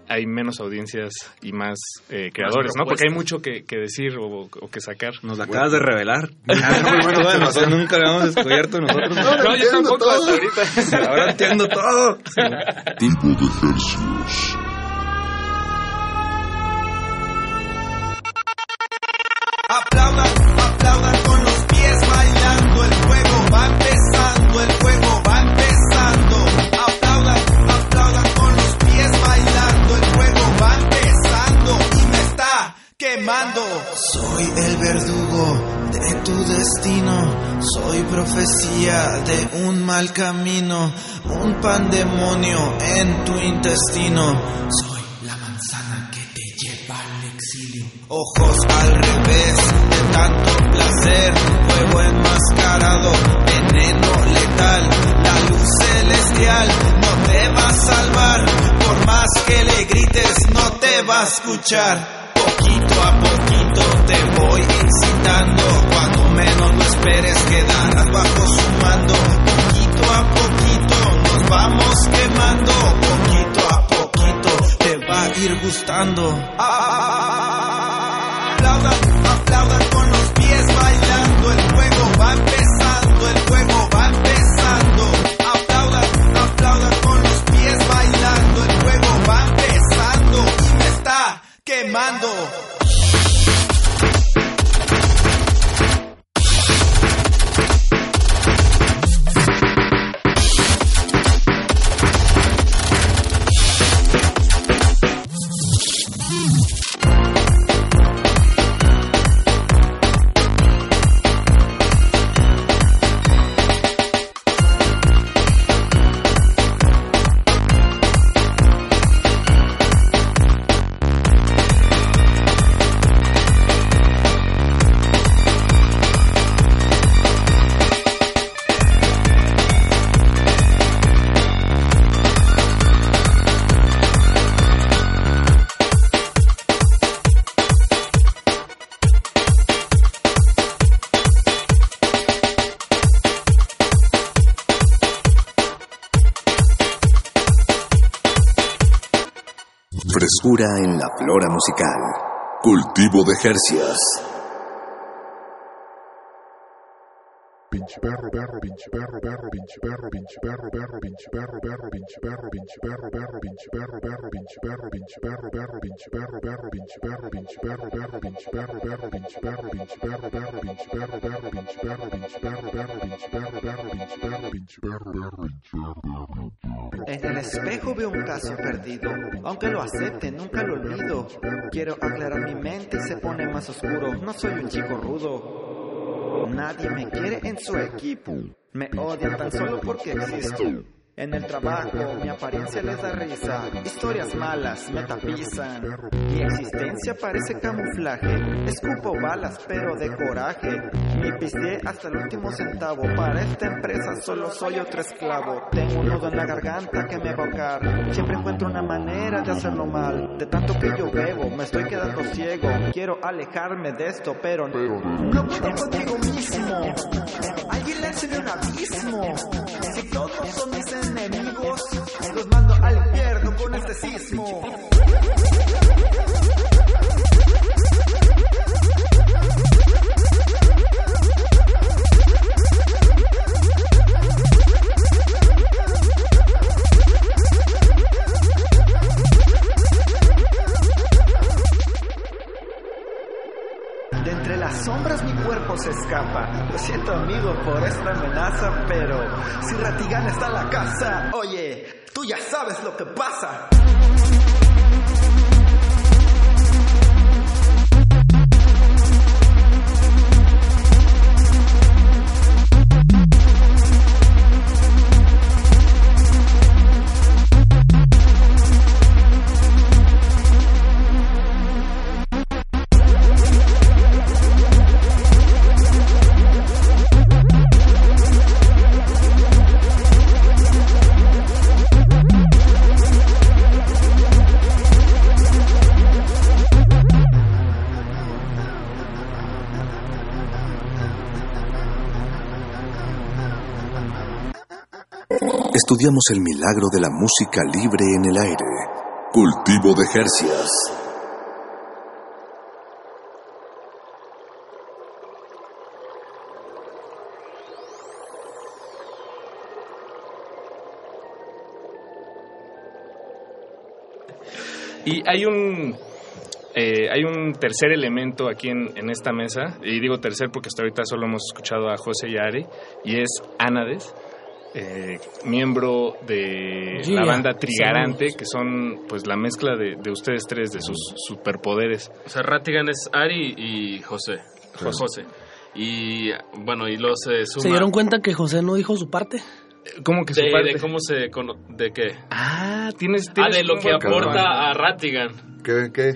hay menos audiencias y más creadores, ¿no? Porque hay mucho que decir o que sacar. Nos la acabas de revelar. Nunca lo habíamos descubierto nosotros. No, yo tampoco hasta ahorita. Ahora entiendo todo. Tiempo de ejercicios. Aplaudan con los pies bailando, el juego va empezando, el juego va empezando. Aplaudan con los pies bailando, el juego va empezando y me está quemando. Soy el verdugo de tu destino, soy profecía de un mal camino, un pandemonio en tu intestino. Soy la manzana que te lleva al exilio. Ojos al revés, de tanto placer, fuego enmascarado, veneno letal, la luz celestial no te va a salvar, por más que le grites no te va a escuchar. Poquito a poquito te voy incitando, cuando menos lo esperes quedarás bajo su mando. Poquito a poquito nos vamos quemando, poquito a poquito te va a ir gustando. Aplaudan con los pies bailando, el juego va empezando, el juego va empezando. Aplaudan con los pies bailando, el juego va empezando y me está quemando. Frescura en la flora musical. Cultivo de hercios. Pinche perro, perro, pinche perro, perro, pinche perro, pinche perro, perro, pinche perro, perro, pinche perro, pinche perro, perro, pinche perro, perro, pinche perro, pinche perro, perro, pinche perro, perro, pinche perro, pinche perro, perro, pinche perro, perro, pinche perro, pinche perro, perro, pinche perro, perro, pinche perro, pinche perro, perro, pinche perro, perro, pinche perro, pinche perro, perro, En el espejo veo un caso perdido, aunque lo acepte, nunca lo olvido. Quiero aclarar mi mente y se pone más oscuro. No soy un chico rudo. Nadie me quiere en su equipo. Me odian tan solo porque existo. En el trabajo mi apariencia les da risa. Historias malas me tapizan. Mi existencia parece camuflaje. Escupo balas pero de coraje. Mi pisteé hasta el último centavo. Para esta empresa solo soy otro esclavo. Tengo un nudo en la garganta que me va a ahogar. Siempre encuentro una manera de hacerlo mal. De tanto que yo bebo me estoy quedando ciego. Quiero alejarme de esto pero no puedo contigo mismo. Alguien le enseñó un abismo. Si todos son mis enemigos, los mando al infierno con este sismo. De entre las sombras mi cuerpo se escapa. Lo siento amigo por esta amenaza, pero si Ratigán está en la casa, oye, tú ya sabes lo que pasa. Estudiamos el milagro de la música libre en el aire, Cultivo de Hercias. Y hay un tercer elemento aquí en esta mesa, y digo tercer porque hasta ahorita solo hemos escuchado a José y a Ari, y es Ánades, miembro de la banda Trigarante, que son pues la mezcla de ustedes tres, de sus superpoderes. O sea, Ratigan es Ari y José. José. Y bueno, y los suma... ¿Se dieron cuenta que José no dijo su parte? ¿Cómo que su parte? ¿De cómo se... ¿De qué? Tienes de lo que aporta a Ratigan. ¿Qué? ¿Qué?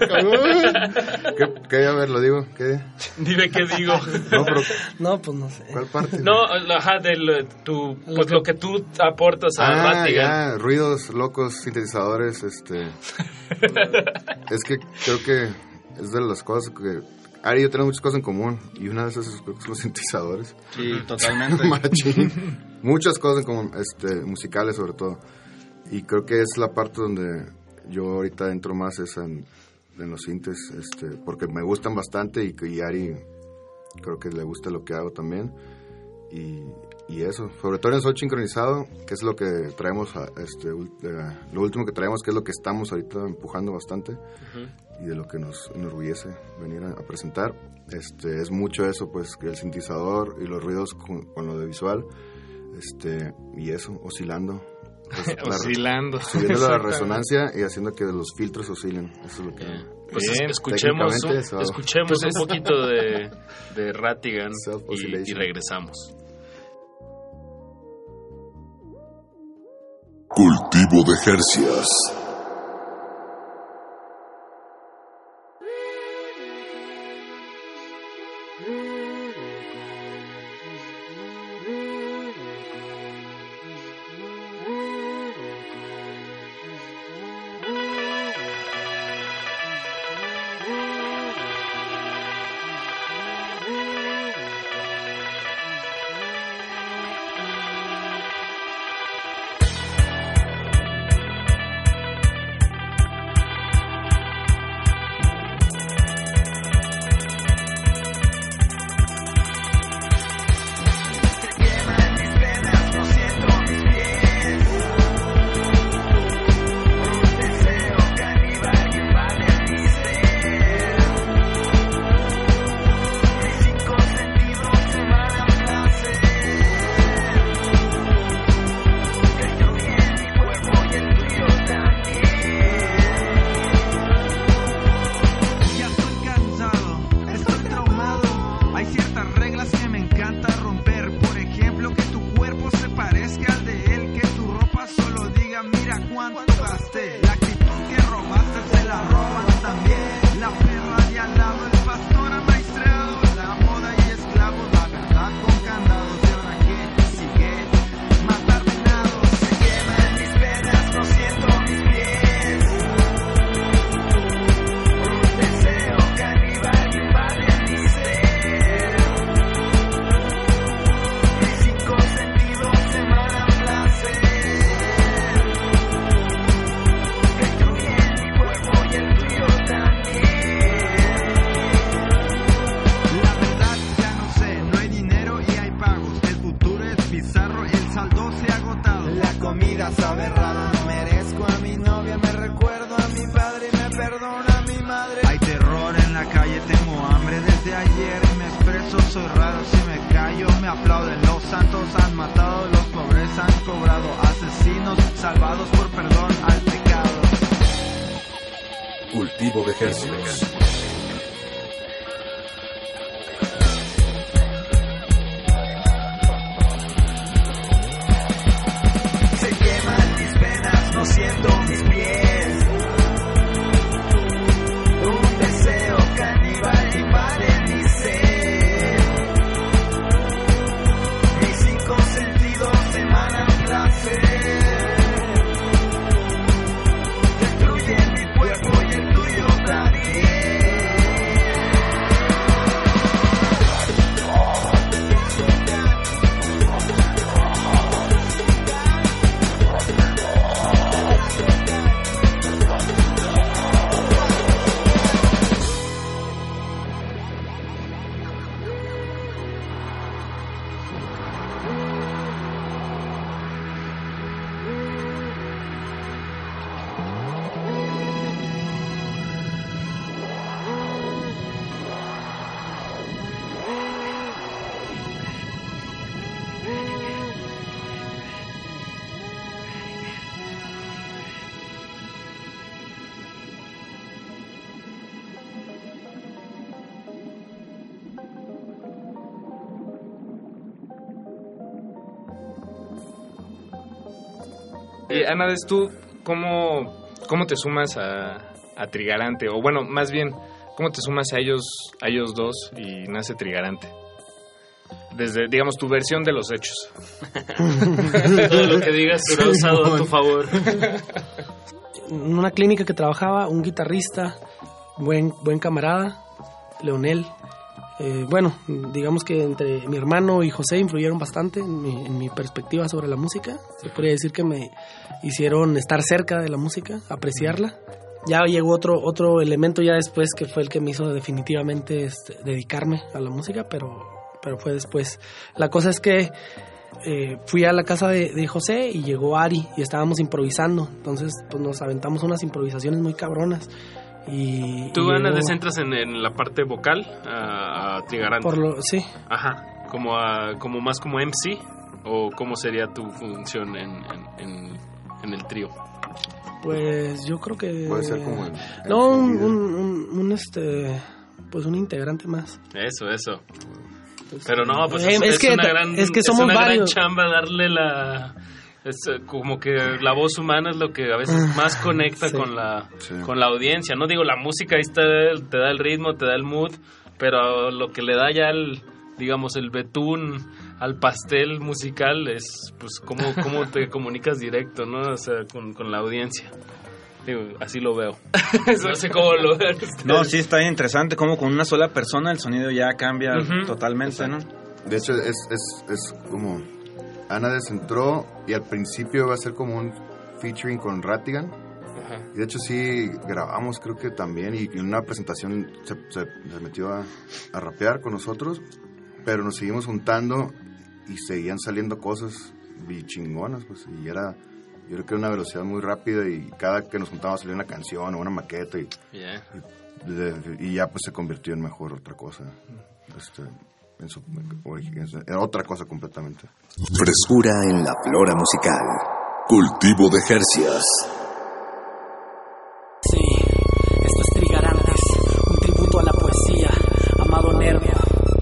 A ver, lo digo. ¿Qué? Dime qué digo. No, pues no sé. ¿Cuál parte? No, pues lo que tú aportas a Ratigan. Ya, ruidos locos, sintetizadores, Es que creo que es de las cosas que... Ari y yo tenemos muchas cosas en común, y una de esas creo que son los sintetizadores. Sí, totalmente. Machín. Muchas cosas en común, musicales sobre todo. Y creo que es la parte donde yo ahorita entro más en los sintes, porque me gustan bastante, y Ari creo que le gusta lo que hago también. Y eso, sobre todo en Soy Sincronizado, que es lo que traemos, lo último que traemos, que es lo que estamos ahorita empujando bastante, y de lo que nos enorgullece venir a presentar. Es mucho eso, pues, el sintetizador y los ruidos con lo de visual, y eso, oscilando. Oscilando. Subiendo la resonancia y haciendo que los filtros oscilen. Eso es lo que... Pues escuchemos un poquito de Ratigan y regresamos. Cultivo de Hercias. Cultivo de Hercios. Se queman mis venas, no siento mis pies. Un deseo caníbal invade mi ser. Mis 5 sentidos emanan placer. Destruyen mi cuerpo y el tuyo también. Anades, ¿tú cómo te sumas a Trigarante? O bueno, más bien, ¿cómo te sumas a ellos dos y nace Trigarante? Desde, digamos, tu versión de los hechos. Todo lo que digas será usado a tu favor. En una clínica que trabajaba, un guitarrista, buen camarada, Leonel. Bueno, digamos que entre mi hermano y José influyeron bastante en mi perspectiva sobre la música. Se podría decir que me hicieron estar cerca de la música, apreciarla. Ya llegó otro elemento ya después que fue el que me hizo definitivamente dedicarme a la música, pero fue después. La cosa es que fui a la casa de José y llegó Ari y estábamos improvisando. Entonces pues nos aventamos unas improvisaciones muy cabronas. ¿Tú, Ana, centras en la parte vocal a Trigarante? Sí. Ajá, como más como MC, ¿o cómo sería tu función en el trío? Pues yo creo que... Puede ser como pues un integrante más. Eso. Pero no, pues es que somos varios. Gran chamba darle es como que la voz humana es lo que a veces más conecta con la audiencia. No digo, la música ahí te da el ritmo, te da el mood, pero lo que le da ya el betún al pastel musical es pues cómo te comunicas directo, ¿no? O sea, con la audiencia. Digo, así lo veo. No sé cómo lo vean ustedes. No, sí, está bien interesante cómo con una sola persona el sonido ya cambia totalmente, ¿no? De hecho, es como... Anades entró y al principio iba a ser como un featuring con Ratigan. Ajá. Y de hecho sí grabamos, creo que también, y en una presentación se metió a rapear con nosotros, pero nos seguimos juntando y seguían saliendo cosas chingonas, pues, y yo creo que era una velocidad muy rápida y cada que nos juntábamos salía una canción o una maqueta y ya pues se convirtió en mejor otra cosa. En otra cosa completamente. Frescura en la flora musical. Cultivo de hercios. Sí, esto es Trigarantes, un tributo a la poesía, amado Nervio.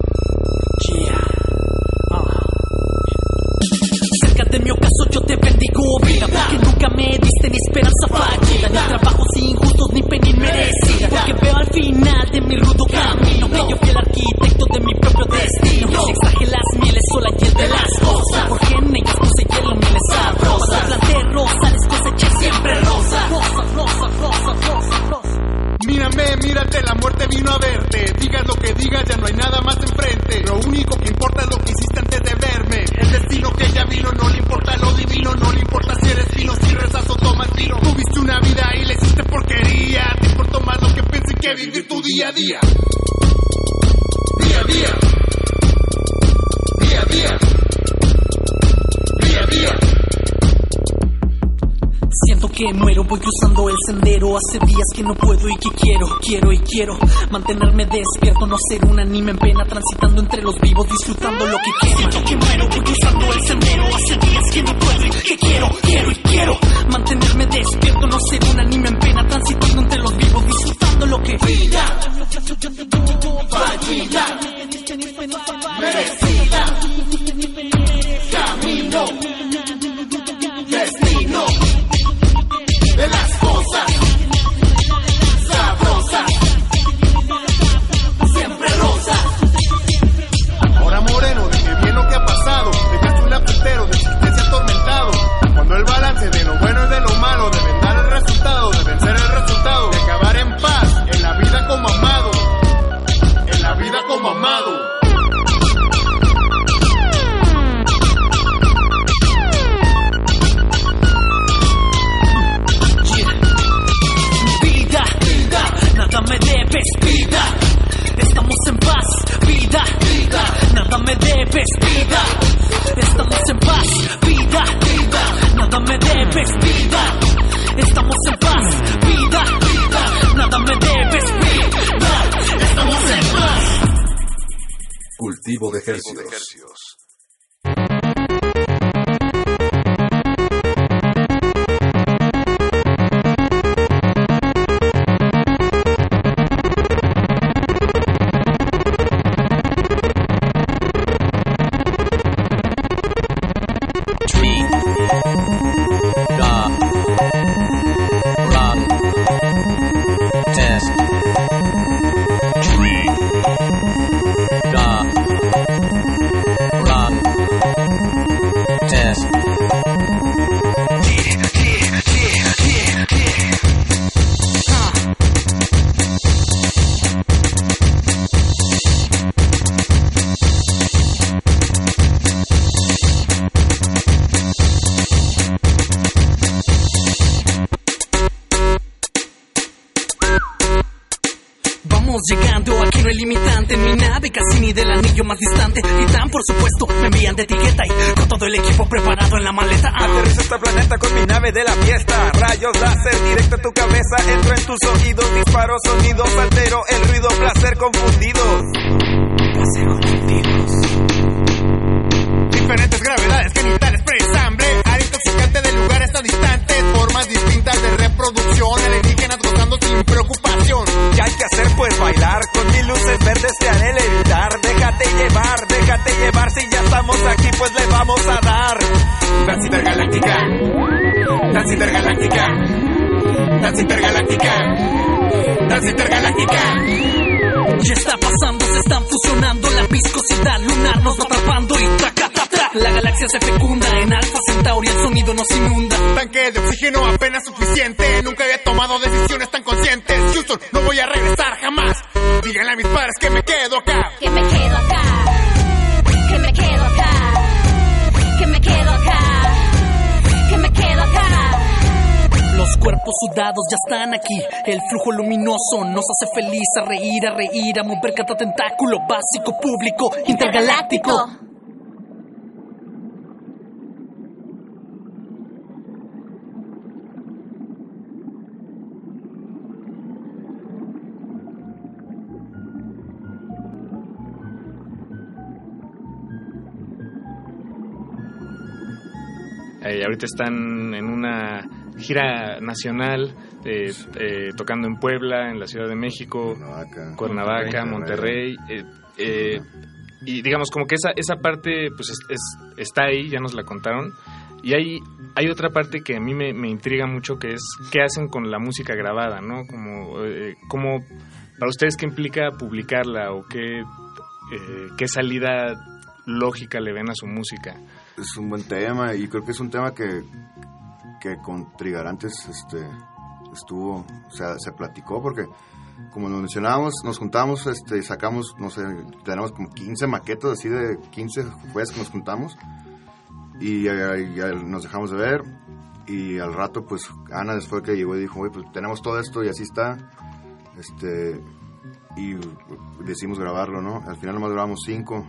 Cerca de mi ocaso yo te bendigo, vida, porque nunca me diste ni esperanza fallida, ni trabajos injustos ni pena inmerecida, porque veo al final de mi rudo camino que yo fui el arquitecto de mi propio destino. Si extraje las mieles sola y el de las cosas, porque en ellas puse hielo, mieles sabrosas. Planté rosas, coseché siempre rosa. Mírate, la muerte vino a verte. Digas lo que digas, ya no hay nada más enfrente. Lo único que importa es lo que hiciste antes de verme. El destino que ya vino, no le importa lo divino. No le importa si eres fino, si rezas o tomas vino. Tuviste una vida y le hiciste porquería. Te importó más lo que pensé que vivir tu día a día. Día a día. Día a día. Día a día. Siento que muero, voy cruzando el sendero. Hace días que no puedo y que quiero mantenerme despierto, no ser un anime en pena, transitando entre los vivos, disfrutando lo que quiero. Siento que muero, voy cruzando el sendero. Hace días que no puedo y que quiero mantenerme despierto, no ser un anime en pena, transitando entre los vivos, disfrutando lo que vida, fallida, merecida, camino, destino de las cosas sabrosas, siempre rosas. Ahora moreno, dime bien lo que ha pasado. Dejaste un apretero de existencia atormentado. Cuando el balance de lo bueno y de lo malo deben dar el resultado, deben ser el resultado de acabar en paz, en la vida como amado, en la vida como amado. Nada me debes, vida. Estamos en paz, vida. Nada me debes, vida. Estamos en paz, vida. Nada me debes, vida. Estamos en paz, vida. Nada me debes, vida. Estamos en paz. Cultivo de hercios. God. llegando, aquí no hay limitante. En mi nave casi ni del anillo más distante. Titán, por supuesto, me envían de etiqueta y con todo el equipo preparado en la maleta. Aterrizo este planeta con mi nave de la fiesta. Rayos láser directo a tu cabeza, entro en tus oídos, disparo sonidos, altero el ruido, placer confundidos. Placer confundidos. Diferentes gravedades genitales presambre, área intoxicante de lugares tan distantes, formas distintas de reproducción, alienígenas gozando sin preocupación. ¿Qué hay que hacer? Pues bailar, con mis luces verdes te haré levitar. Déjate llevar, si ya estamos aquí pues le vamos a dar. Danza intergaláctica, danza intergaláctica, danza intergaláctica, danza intergaláctica. Ya está pasando, se están fusionando, la viscosidad lunar nos va atrapando y traca. La galaxia se fecunda en Alpha Centauri, el sonido nos inunda. Tanque de oxígeno apenas suficiente, nunca había tomado decisiones tan conscientes. Houston, no voy a regresar jamás. Díganle a mis padres que me quedo acá. Que me quedo acá. Que me quedo acá. Que me quedo acá. Que me quedo acá. Los cuerpos sudados ya están aquí. El flujo luminoso nos hace feliz a reír, a mover cada tentáculo básico, público, intergaláctico. Ahorita están en una gira nacional, tocando en Puebla, en la Ciudad de México, Cuernavaca, Monterrey. Y digamos como que esa parte pues está ahí, ya nos la contaron. Y hay otra parte que a mí me intriga mucho, que es qué hacen con la música grabada, ¿no? Como para ustedes, ¿qué implica publicarla o qué salida lógica le ven a su música? Es un buen tema y creo que es un tema que con Trigarantes estuvo, o sea, se platicó porque como nos mencionábamos, nos juntamos, sacamos, no sé, tenemos como 15 maquetas así de 15 jueves que nos juntamos y ya nos dejamos de ver y al rato pues Ana después que llegó y dijo, oye, pues tenemos todo esto y así está, y decidimos grabarlo, ¿no? Al final nomás grabamos 5,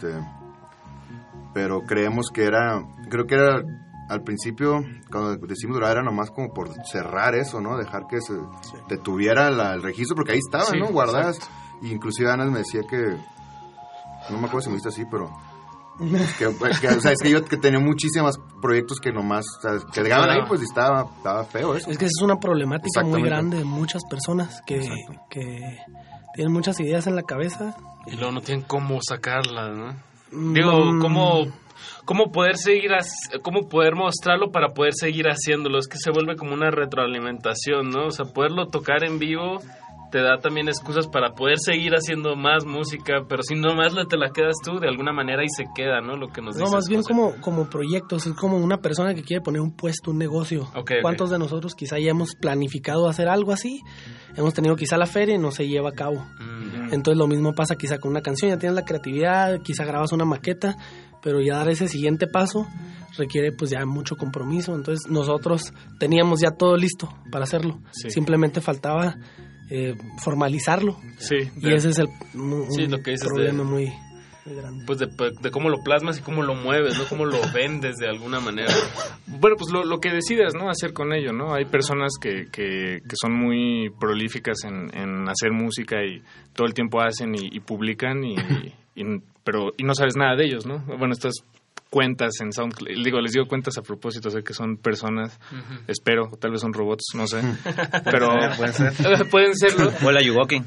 pero creo que era al principio cuando decimos grabar era nomás como por cerrar eso, ¿no? Dejar que se detuviera el registro porque ahí estaban, sí, ¿no? Guardadas. Y inclusive Ana me decía que no me acuerdo si me viste así, pero o sea, es que yo que tenía muchísimos proyectos que nomás, o sea, que llegaban ahí pues estaba feo eso. Es que es una problemática muy grande de muchas personas que tienen muchas ideas en la cabeza y luego no tienen cómo sacarlas, ¿no? Digo, ¿cómo poder cómo poder mostrarlo para poder seguir haciéndolo? Es que se vuelve como una retroalimentación, ¿no? O sea, poderlo tocar en vivo te da también excusas para poder seguir haciendo más música, pero si nomás te la quedas tú, de alguna manera y se queda, ¿no? Lo que nos dices. No, más bien como proyectos, es como una persona que quiere poner un puesto, un negocio. ¿Cuántos de nosotros quizá ya hemos planificado hacer algo así? Hemos tenido quizá la feria y no se lleva a cabo. Entonces lo mismo pasa quizá con una canción, ya tienes la creatividad, quizá grabas una maqueta, pero ya dar ese siguiente paso requiere pues ya mucho compromiso. Entonces nosotros teníamos ya todo listo para hacerlo, simplemente faltaba formalizarlo, y ese es lo que dices problema muy grande. Pues de cómo lo plasmas y cómo lo mueves, ¿no? Cómo lo vendes de alguna manera. Bueno, pues lo que decidas, ¿no? Hacer con ello, ¿no? Hay personas que son muy prolíficas en hacer música y todo el tiempo hacen y publican pero no sabes nada de ellos, ¿no? Bueno, estas cuentas en SoundCloud, les digo cuentas a propósito, sé que son personas, espero, o tal vez son robots, no sé, pero pueden serlo. Hola, you walking.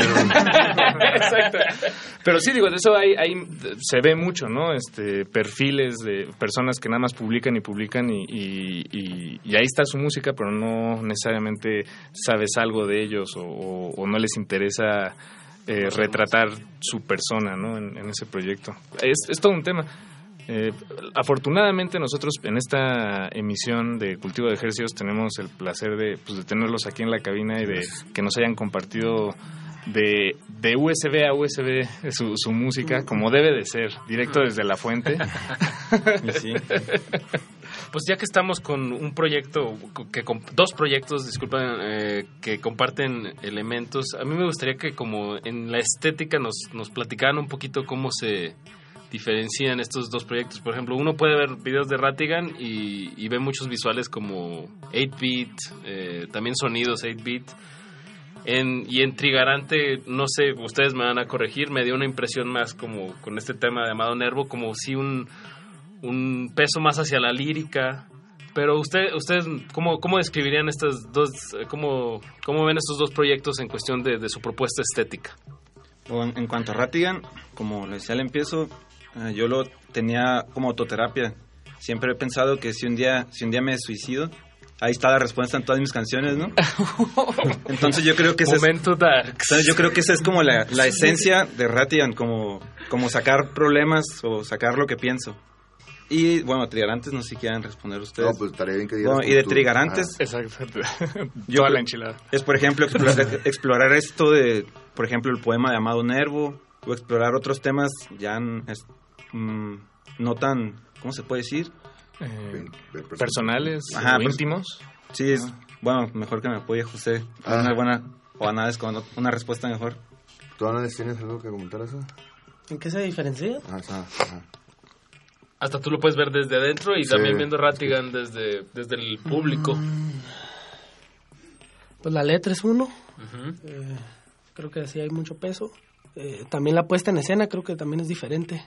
Exacto. Pero sí, digo, de eso hay se ve mucho, ¿no? Perfiles de personas que nada más publican y ahí está su música, pero no necesariamente sabes algo de ellos o no les interesa retratar su persona, ¿no? En ese proyecto. Es todo un tema. Afortunadamente nosotros en esta emisión de Cultivo de Ejercicios tenemos el placer de tenerlos aquí en la cabina y de que nos hayan compartido de USB a USB su música como debe de ser, directo desde la fuente. Sí. Pues ya que estamos con un proyecto, dos proyectos, disculpen, que comparten elementos, a mí me gustaría que como en la estética nos platicaran un poquito cómo se diferencian estos dos proyectos. Por ejemplo, uno puede ver videos de Rattigan y ve muchos visuales como 8-bit, también sonidos 8-bit. Y en Trigarante, no sé, ustedes me van a corregir, me dio una impresión más como con este tema de Amado Nervo, como si un peso más hacia la lírica. Pero ustedes ¿cómo describirían estas dos, cómo ven estos dos proyectos en cuestión de su propuesta estética? En cuanto a Rattigan, como le decía al empiezo, yo lo tenía como autoterapia. Siempre he pensado que si un día me suicido, ahí está la respuesta en todas mis canciones, ¿no? Entonces yo creo que yo creo que esa es como la esencia de Rattigan, como sacar problemas o sacar lo que pienso. Y bueno, Trigarantes, no sé si quieran responder ustedes. No, pues estaría bien que digas. Bueno, y de Trigarantes, exacto. Toda la enchilada. Es, por ejemplo, explorar esto de, por ejemplo, el poema de Amado Nervo, o explorar otros temas ya no tan, ¿cómo se puede decir? Personales, íntimos. Sí, bueno, mejor que me apoye José. Una buena, o Anades con una respuesta mejor. ¿Tú, Anades, tienes algo que comentar eso? ¿En qué se diferencia? Hasta tú lo puedes ver desde adentro y también viendo Rattigan desde el público. Pues la letra es uno. Creo que sí hay mucho peso. También la puesta en escena creo que también es diferente.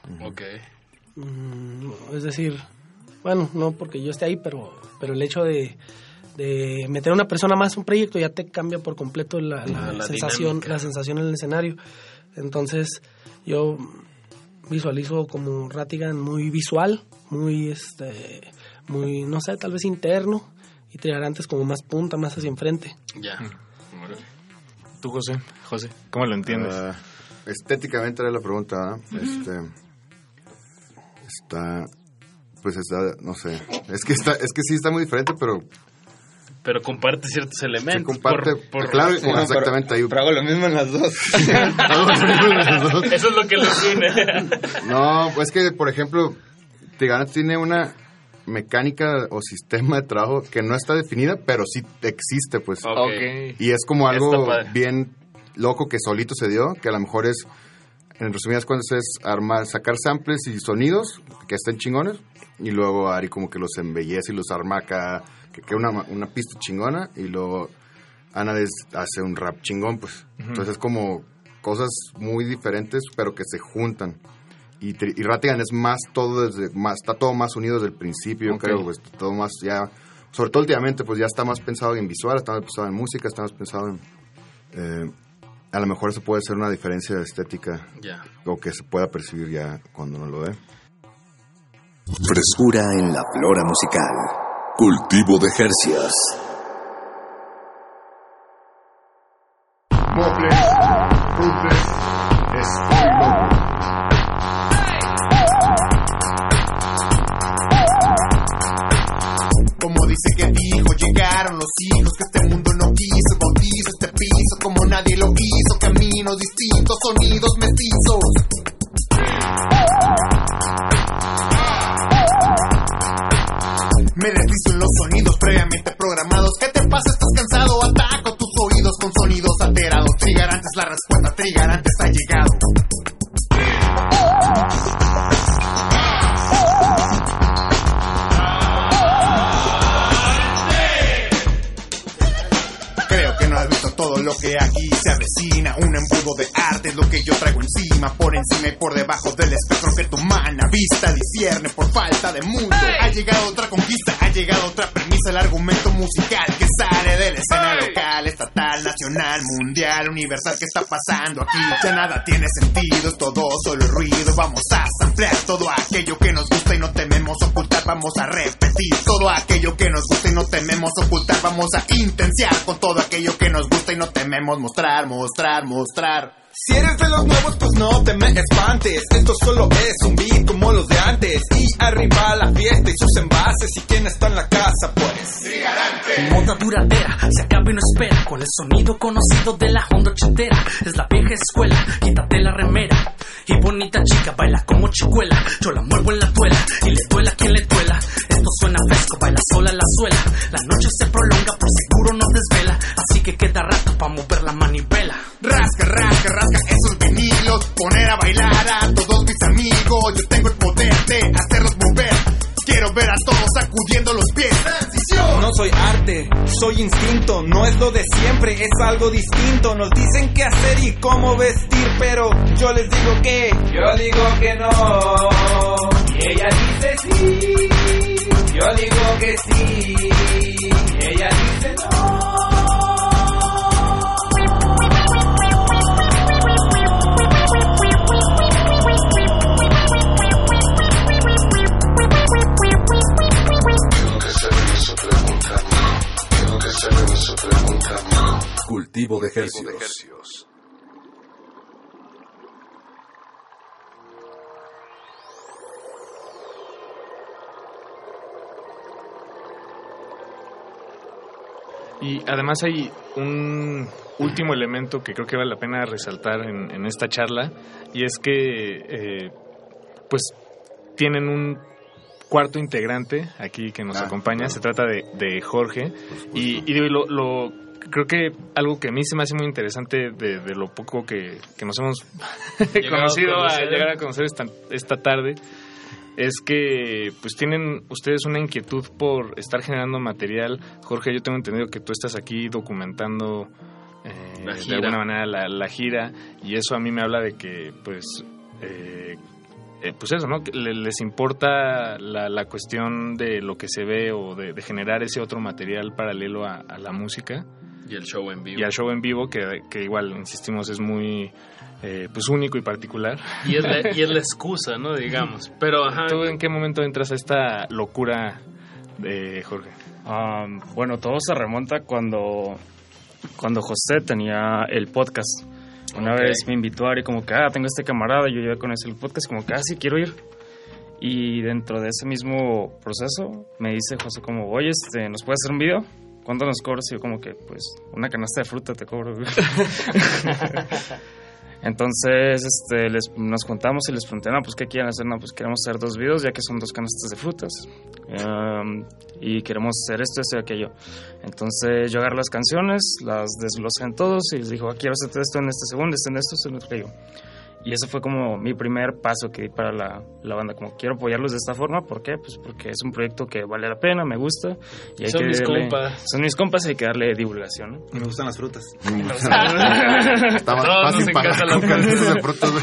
Es decir, bueno, no porque yo esté ahí, pero el hecho de meter a una persona más en un proyecto ya te cambia por completo la sensación en el escenario. Entonces yo visualizo como Rattigan muy visual, muy no sé, tal vez interno, y Trigarantes como más punta, más hacia enfrente. Ya. ¿Tú, José, cómo lo entiendes? Estéticamente era la pregunta, ¿no? No sé, es que sí está muy diferente, pero comparte ciertos elementos. Sí, comparte, claro, exactamente. Pero hago lo mismo en las dos. Eso es lo que los une. No, pues que, por ejemplo, Trigarantes tiene una mecánica o sistema de trabajo que no está definida, pero sí existe, pues. Okay. Y es como algo bien loco que solito se dio, que a lo mejor es, en resumidas cuentas, es sacar samples y sonidos que estén chingones, y luego Ari como que los embellece y los arma acá, que queda una pista chingona, y luego Ana hace un rap chingón, pues. Entonces es como cosas muy diferentes, pero que se juntan. Y Rattigan es está todo más unido desde el principio, creo, pues, todo más ya, sobre todo últimamente, pues ya está más pensado en visual, está más pensado en música, está más pensado en, a lo mejor eso puede ser una diferencia de estética, o que se pueda percibir ya cuando uno lo ve. Frescura en la flora musical. Cultivo de hercios. Como dice que dijo, llegaron los hijos que este mundo no quiso. Bautizo este piso como nadie lo hizo. Caminos distintos, sonidos mestizos. Me deslizo en los sonidos previamente programados. ¿Qué te pasa? ¿Estás cansado? Ataco tus oídos con sonidos alterados. Trigarantes la respuesta, Trigarantes ha llegado. Creo que no has visto todo lo que aquí se avecina. Un embudo de arte es lo que yo traigo encima. Por encima y por debajo del espectro que tu humana vista discierne por falta de mundo. Ha llegado otra conquista, ha llegado otra premisa. El argumento musical que sale de la escena local, estatal, nacional, mundial, universal. ¿Qué está pasando aquí? Ya nada tiene sentido, es todo solo ruido. Vamos a samplear todo aquello que nos gusta y no tememos ocultar. Vamos a repetir todo aquello que nos gusta y no tememos ocultar. Vamos a intenciar con todo aquello que nos gusta y no tememos mostrar. Si eres de los nuevos, pues no te me espantes. Esto solo es un beat como los de antes. Y arriba la fiesta y sus envases. Y quien está en la casa, pues Trigarante. Moda duradera, se acaba y no espera. Con el sonido conocido de la onda ochentera. Es la vieja escuela, quítate la remera. Y bonita chica baila como chicuela. Yo la muevo en la tuela y le duela a quien le duela. Esto suena fresco, baila sola la suela. La noche se prolonga, por seguro nos desvela. Así que queda rato pa' mover la manivela. Rasca, rasca, rasca esos vinilos. Poner a bailar a todos mis amigos. Yo tengo el poder de hacerlos mover. Quiero ver a todos sacudiendo los pies. ¡Transición! No soy arte, soy instinto. No es lo de siempre, es algo distinto. Nos dicen qué hacer y cómo vestir, pero yo les digo que yo digo que no. Y ella dice sí. Yo digo que sí. Y ella dice no. Cultivo de ejercicios. Y además hay un último elemento que creo que vale la pena resaltar en esta charla, y es que pues tienen un cuarto integrante aquí que nos acompaña. Claro. Se trata de Jorge, y creo que algo que a mí se me hace muy interesante de lo poco que nos hemos conocido a llegar a conocer esta tarde, es que pues tienen ustedes una inquietud por estar generando material. Jorge, yo tengo entendido que tú estás aquí documentando de alguna manera la gira, y eso a mí me habla de que pues eso, ¿no? Que les importa la cuestión de lo que se ve, o de generar ese otro material paralelo a la música. Y el show en vivo. Y al show en vivo, que igual, insistimos, es muy pues único y particular. Y es la excusa, ¿no? Digamos. Pero, ajá. ¿Tú en qué momento entras a esta locura de Jorge? Bueno, todo se remonta cuando José tenía el podcast. Una vez me invitó a ir, como que, tengo este camarada, yo llevé con ese el podcast, como que, sí, quiero ir. Y dentro de ese mismo proceso, me dice José como, oye, ¿nos puedes hacer un video? ¿Cuánto nos cobras? Y yo como que, pues, una canasta de fruta te cobro. Entonces, nos juntamos y les pregunté, pues, ¿qué quieren hacer? Pues, queremos hacer 2 videos, ya que son 2 canastas de frutas. Y queremos hacer esto y aquello. Entonces, yo agarré las canciones, las desglosé en todos y les digo, quiero hacer esto en este segundo, en esto, en aquello. Y ese fue como mi primer paso que di para la banda, como quiero apoyarlos de esta forma. ¿Por qué? Pues porque es un proyecto que vale la pena, me gusta. Y son mis compas. Son mis compas y hay que darle divulgación, ¿no? Me gustan las frutas. Está más fácil pagar con canastas de frutas.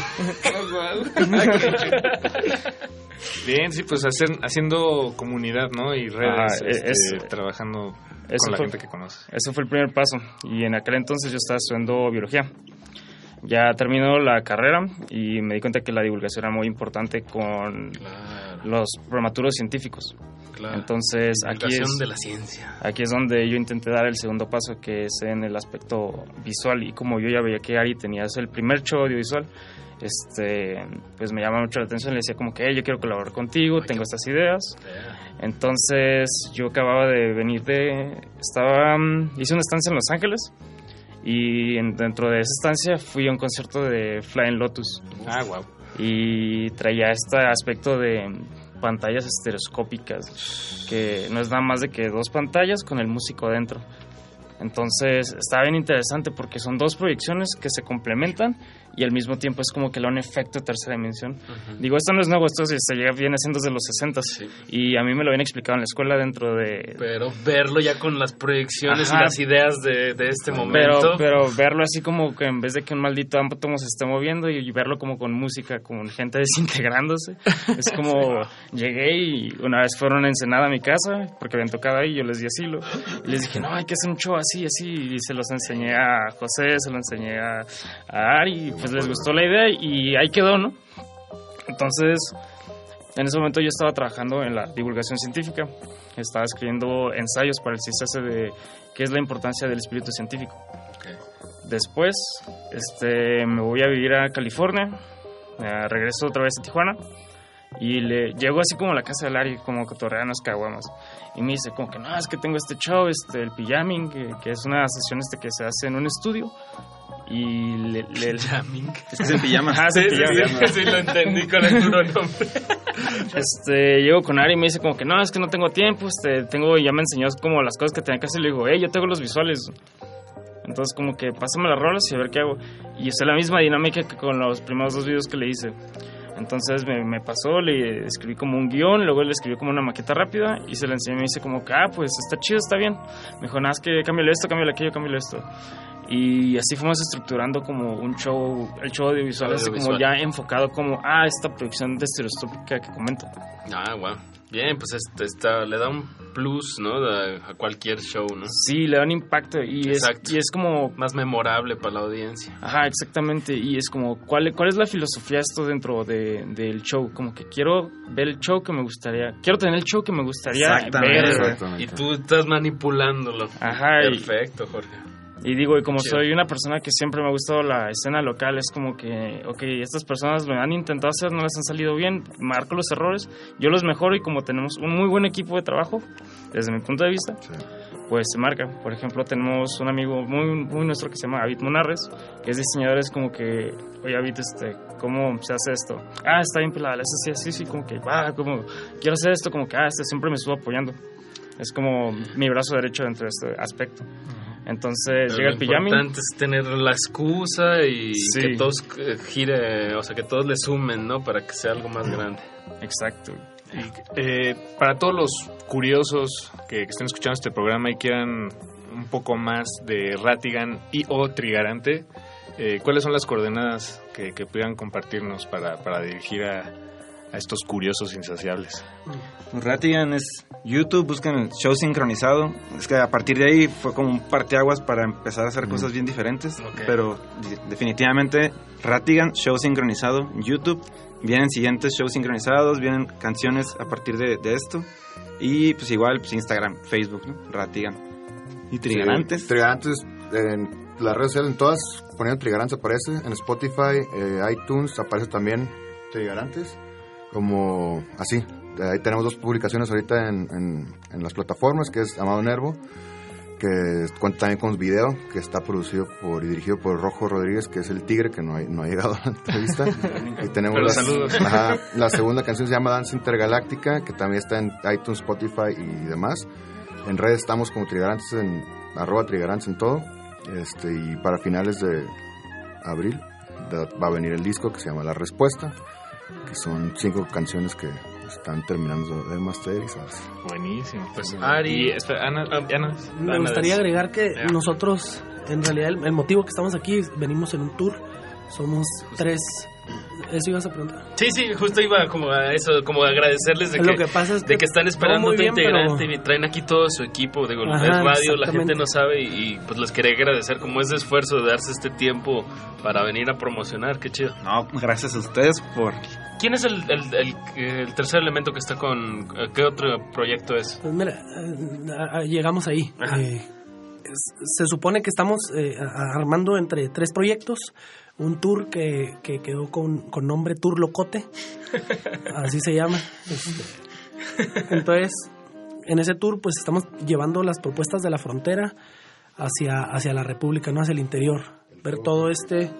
Bien, sí, pues haciendo comunidad, ¿no? Y redes, trabajando con la gente que conoces. Ese fue el primer paso. Y en aquel entonces yo estaba estudiando biología. Ya terminó la carrera y me di cuenta que la divulgación era muy importante con los prematuros científicos. Claro. Entonces de la ciencia. Aquí es donde yo intenté dar el segundo paso, que es en el aspecto visual. Y como yo ya veía que Ari tenía el primer show audiovisual, pues me llama mucho la atención. Le decía como que yo quiero colaborar contigo, tengo estas ideas. Entonces yo acababa de venir hice una estancia en Los Ángeles. Y dentro de esa estancia fui a un concierto de Flying Lotus. Wow. Y traía este aspecto de pantallas estereoscópicas, que no es nada más de que 2 pantallas con el músico adentro. Entonces está bien interesante porque son 2 proyecciones que se complementan y al mismo tiempo es como que le da un efecto de tercera dimensión. Digo, esto no es nuevo, esto viene siendo desde los 60s y a mí me lo habían explicado en la escuela dentro de... Pero verlo ya con las proyecciones y las ideas de este momento... Pero verlo así como que en vez de que un maldito átomo se esté moviendo y verlo como con música, como gente desintegrándose, es como llegué y una vez fueron a Ensenada a mi casa porque habían tocado ahí, yo les di asilo y les dije, no, hay que hacer un show así, y se los enseñé a José, se lo enseñé a Ari, pues les gustó la idea y ahí quedó, ¿no? Entonces, en ese momento yo estaba trabajando en la divulgación científica, estaba escribiendo ensayos para el CICESE de qué es la importancia del espíritu científico. Después, me voy a vivir a California, regreso otra vez a Tijuana y llego así como a la casa del Ari, como cotorreanos caguamas, y me dice como que no, es que tengo este show, el Pijamming, que es una sesión que se hace en un estudio y jamming. Es que es en pijama. Sí, sí, lo entendí con el puro nombre. Llego con Ari y me dice como que no, es que no tengo tiempo, ya me enseñó como las cosas que tenía que hacer. Le digo, yo tengo los visuales. Entonces como que pásame las rolas y a ver qué hago. Y es la misma dinámica que con los primeros 2 videos que le hice. Entonces me pasó, le escribí como un guión, luego le escribí como una maqueta rápida y se la enseñé y me dice como que, pues está chido, está bien. Me dijo, nada, es que cámbiale esto, cámbiale aquello, cámbiale esto. Y así fuimos estructurando como un show, el show audiovisual, así como ya enfocado como esta producción de estereostópica que comento. Wow. Bien, pues le da un plus, ¿no? A cualquier show, ¿no? Sí, le da un impacto y es como... más memorable para la audiencia. Ajá, exactamente. Y es como, ¿cuál es la filosofía de esto dentro del show? Como que quiero ver el show que me gustaría... Quiero tener el show que me gustaría ver. Exactamente. Y tú estás manipulándolo. Ajá. Perfecto, Jorge. Y digo, y como soy una persona que siempre me ha gustado la escena local, es como que, estas personas me han intentado hacer, no les han salido bien, marco los errores, yo los mejoro y como tenemos un muy buen equipo de trabajo, desde mi punto de vista, pues se marca. Por ejemplo, tenemos un amigo muy, muy nuestro que se llama David Munarres, que es diseñador, es como que, oye David, ¿cómo se hace esto? Está bien pelada, es así, como que, como, quiero hacer esto, como que, siempre me estuvo apoyando. Es como mi brazo derecho dentro de este aspecto. Entonces llega el pijaming. Lo importante es tener la excusa y que todos gire, o sea, que todos le sumen, ¿no? Para que sea algo más grande. Exacto. Y, para todos los curiosos que estén escuchando este programa y quieran un poco más de Ratigan y o Trigarante, ¿cuáles son las coordenadas que pudieran compartirnos para dirigir a estos curiosos insaciables? Ratigan es YouTube, buscan el show sincronizado. Es que a partir de ahí fue como un parteaguas para empezar a hacer cosas bien diferentes. Pero definitivamente Ratigan, show sincronizado, YouTube. Vienen siguientes shows sincronizados, vienen canciones a partir de esto. Y pues igual Instagram, Facebook, ¿no? Ratigan. Y Trigarantes. Trigarantes en las redes sociales, en todas poniendo Trigarantes aparece. En Spotify, iTunes aparece también Trigarantes. Como así, ahí tenemos 2 publicaciones ahorita en las plataformas, que es Amado Nervo, que cuenta también con video, que está producido y dirigido por Rojo Rodríguez, que es el tigre, que no ha llegado a la entrevista. Y tenemos la segunda canción se llama Danza Intergaláctica, que también está en iTunes, Spotify y demás. En redes estamos como Trigarantes, en @Trigarantes en todo. Y para finales de abril va a venir el disco que se llama La Respuesta, que son 5 canciones que están terminando de masterizarse. Buenísimo. Pues Ari, Ana. Me gustaría agregar que nosotros, en realidad, el motivo que estamos aquí, venimos en un tour. Somos 3. ¿Eso ibas a preguntar? Sí, justo iba como a eso, como a agradecerles de que pasa es que están esperando otro integrante y traen aquí todo su equipo. Digo, es radio, la gente no sabe y pues les quería agradecer como ese esfuerzo de darse este tiempo para venir a promocionar. Qué chido. No, gracias a ustedes por... ¿Quién es el tercer elemento que está con... ¿Qué otro proyecto es? Pues mira, llegamos ahí. Se supone que estamos armando entre 3 proyectos. Un tour que quedó con nombre Tour Locote. Así se llama. Entonces, en ese tour pues estamos llevando las propuestas de la frontera hacia la República, no hacia el interior. Ver todo este,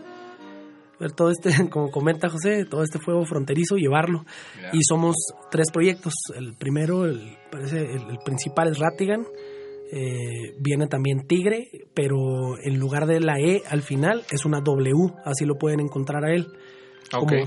como comenta José, todo este fuego fronterizo, llevarlo. Yeah. Y somos 3 proyectos. El primero, el principal es Ratigan. Viene también Tigre, pero en lugar de la E al final es una W, así lo pueden encontrar a él. Okay.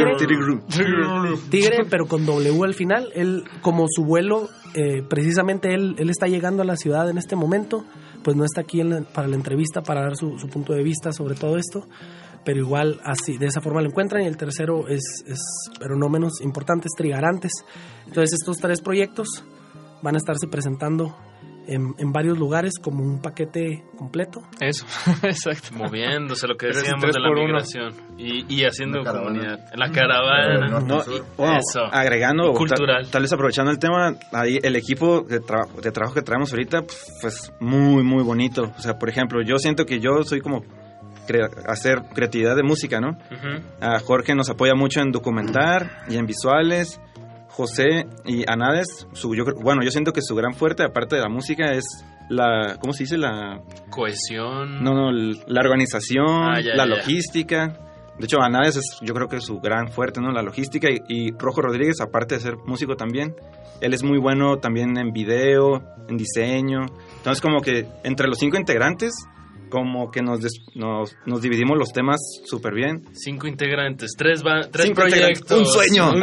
Tigre, pero con W al final. Él, como su vuelo, precisamente él está llegando a la ciudad en este momento, pues no está aquí para la entrevista, para dar su punto de vista sobre todo esto, pero igual así, de esa forma lo encuentran. Y el tercero es pero no menos importante, es Trigarantes. Entonces estos 3 proyectos van a estarse presentando en varios lugares como un paquete completo. Eso, exacto. Moviéndose, lo que decíamos de la migración y haciendo comunidad. En la caravana. Eso. Agregando, cultural. Tal vez aprovechando el tema, ahí el equipo de trabajo que traemos ahorita, pues muy, muy bonito. O sea, por ejemplo, yo siento que yo soy como hacer creatividad de música, ¿no? Jorge nos apoya mucho en documentar y en visuales. José y Anades, yo siento que su gran fuerte, aparte de la música, es ¿cómo se dice? La cohesión. No, la organización, Ya. logística. De hecho, Anades yo creo que es su gran fuerte, ¿no? La logística. Y Rojo Rodríguez, aparte de ser músico también, él es muy bueno también en video, en diseño. Entonces, como que entre los 5 integrantes, como que nos dividimos los temas súper bien. 5 integrantes, 3 5 proyectos. Un sueño.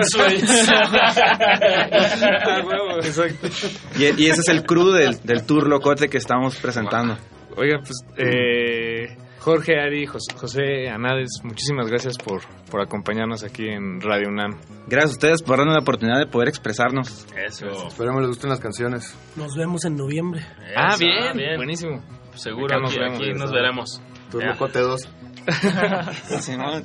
Exacto. Y ese es el crew del tour locote que estamos presentando. Oiga, pues Jorge, Ari, José, Anades, muchísimas gracias por acompañarnos aquí en Radio UNAM. Gracias a ustedes por darnos la oportunidad de poder expresarnos. Eso. Esperemos les gusten las canciones. Nos vemos en noviembre. Bien, buenísimo. Seguro aquí nos veremos. Tour Locote 2. Simón.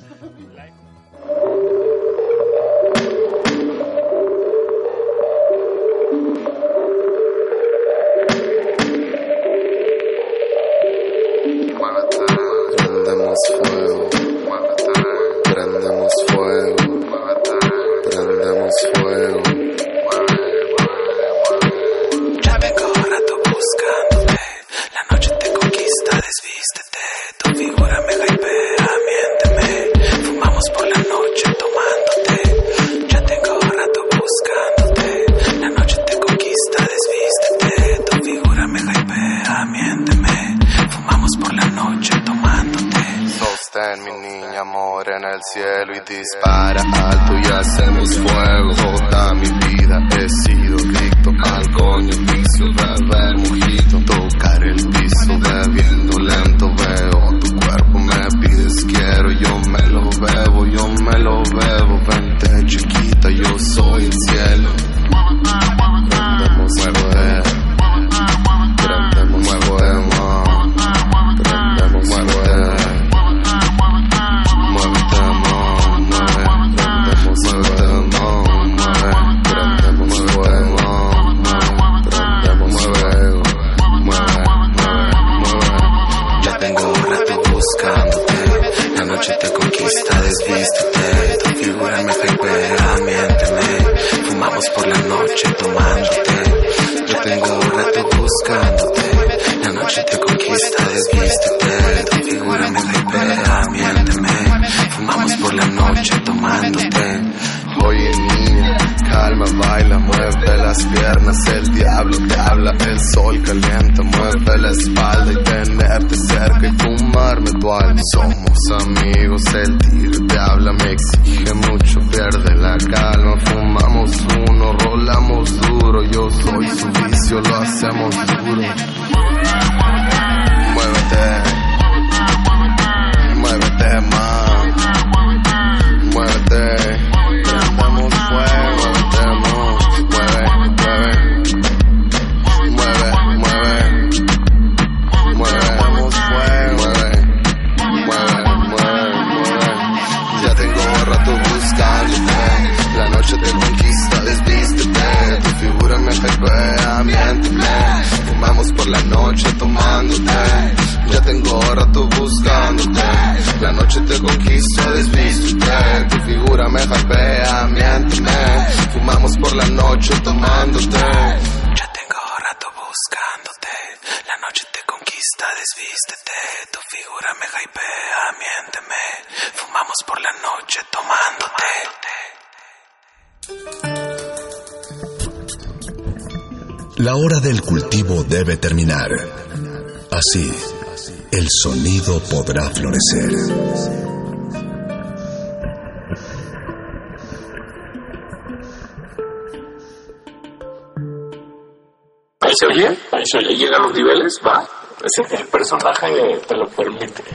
Prendemos fuego, prendemos fuego, prendemos fuego. Ya vengo rato buscándote, la noche te conquista, desvístete, tu figura me hypea, miénteme, fumamos por la noche tomándote. Ya tengo rato buscándote, la noche te conquista, desvístete, tu figura me hypea, miénteme, fumamos por la noche tomándote. Sostén mi niña morena en el cielo y dispara alto y hacemos fuego. Toda mi vida he sido adicto al coño, vicio, beber mojito, tocar el piso, bebiendo lento, veo tu cuerpo, me pides quiero, yo me lo bebo, vente chiquita, yo soy el cielo. Prendemos fuego, prendemos fuego, prendemos fuego. Ya tengo un rato buscándote, la noche te conquista, desvístete, tu figura me hypea, miénteme, fumamos por la noche tomándote. Ya tengo un rato buscándote, la noche te conquista, desvístete, tu figura me hypea, miénteme, fumamos por la noche tomándote. Oye niña, calma, baila, mueve las piernas, el diablo te habla, el sol calienta, mueve la espalda y tenerte cerca y fumarme tu alma. Somos amigos, el tiro te habla, me exige mucho, pierde la calma, fumamos uno, rolamos duro, yo soy su vicio, lo hacemos duro. Muévete más, muévete. Prendemos fuego, muevemos fuego, ya tengo rato buscándote, la noche te conquista, desvístete, tu figura me hypea, miénteme, fumamos por la noche tomándote. Ya tengo rato buscándote, la noche te conquista, desvístete, tu figura me hypea, miénteme, fumamos por la noche tomándote. Ya tengo rato buscándote, la noche te conquista, desvístete, tu figura me hypea, miénteme, fumamos por la noche tomándote. La hora del cultivo debe terminar. Así, el sonido podrá florecer. Ahí se oye, llega a los niveles, va. El personaje te lo permite.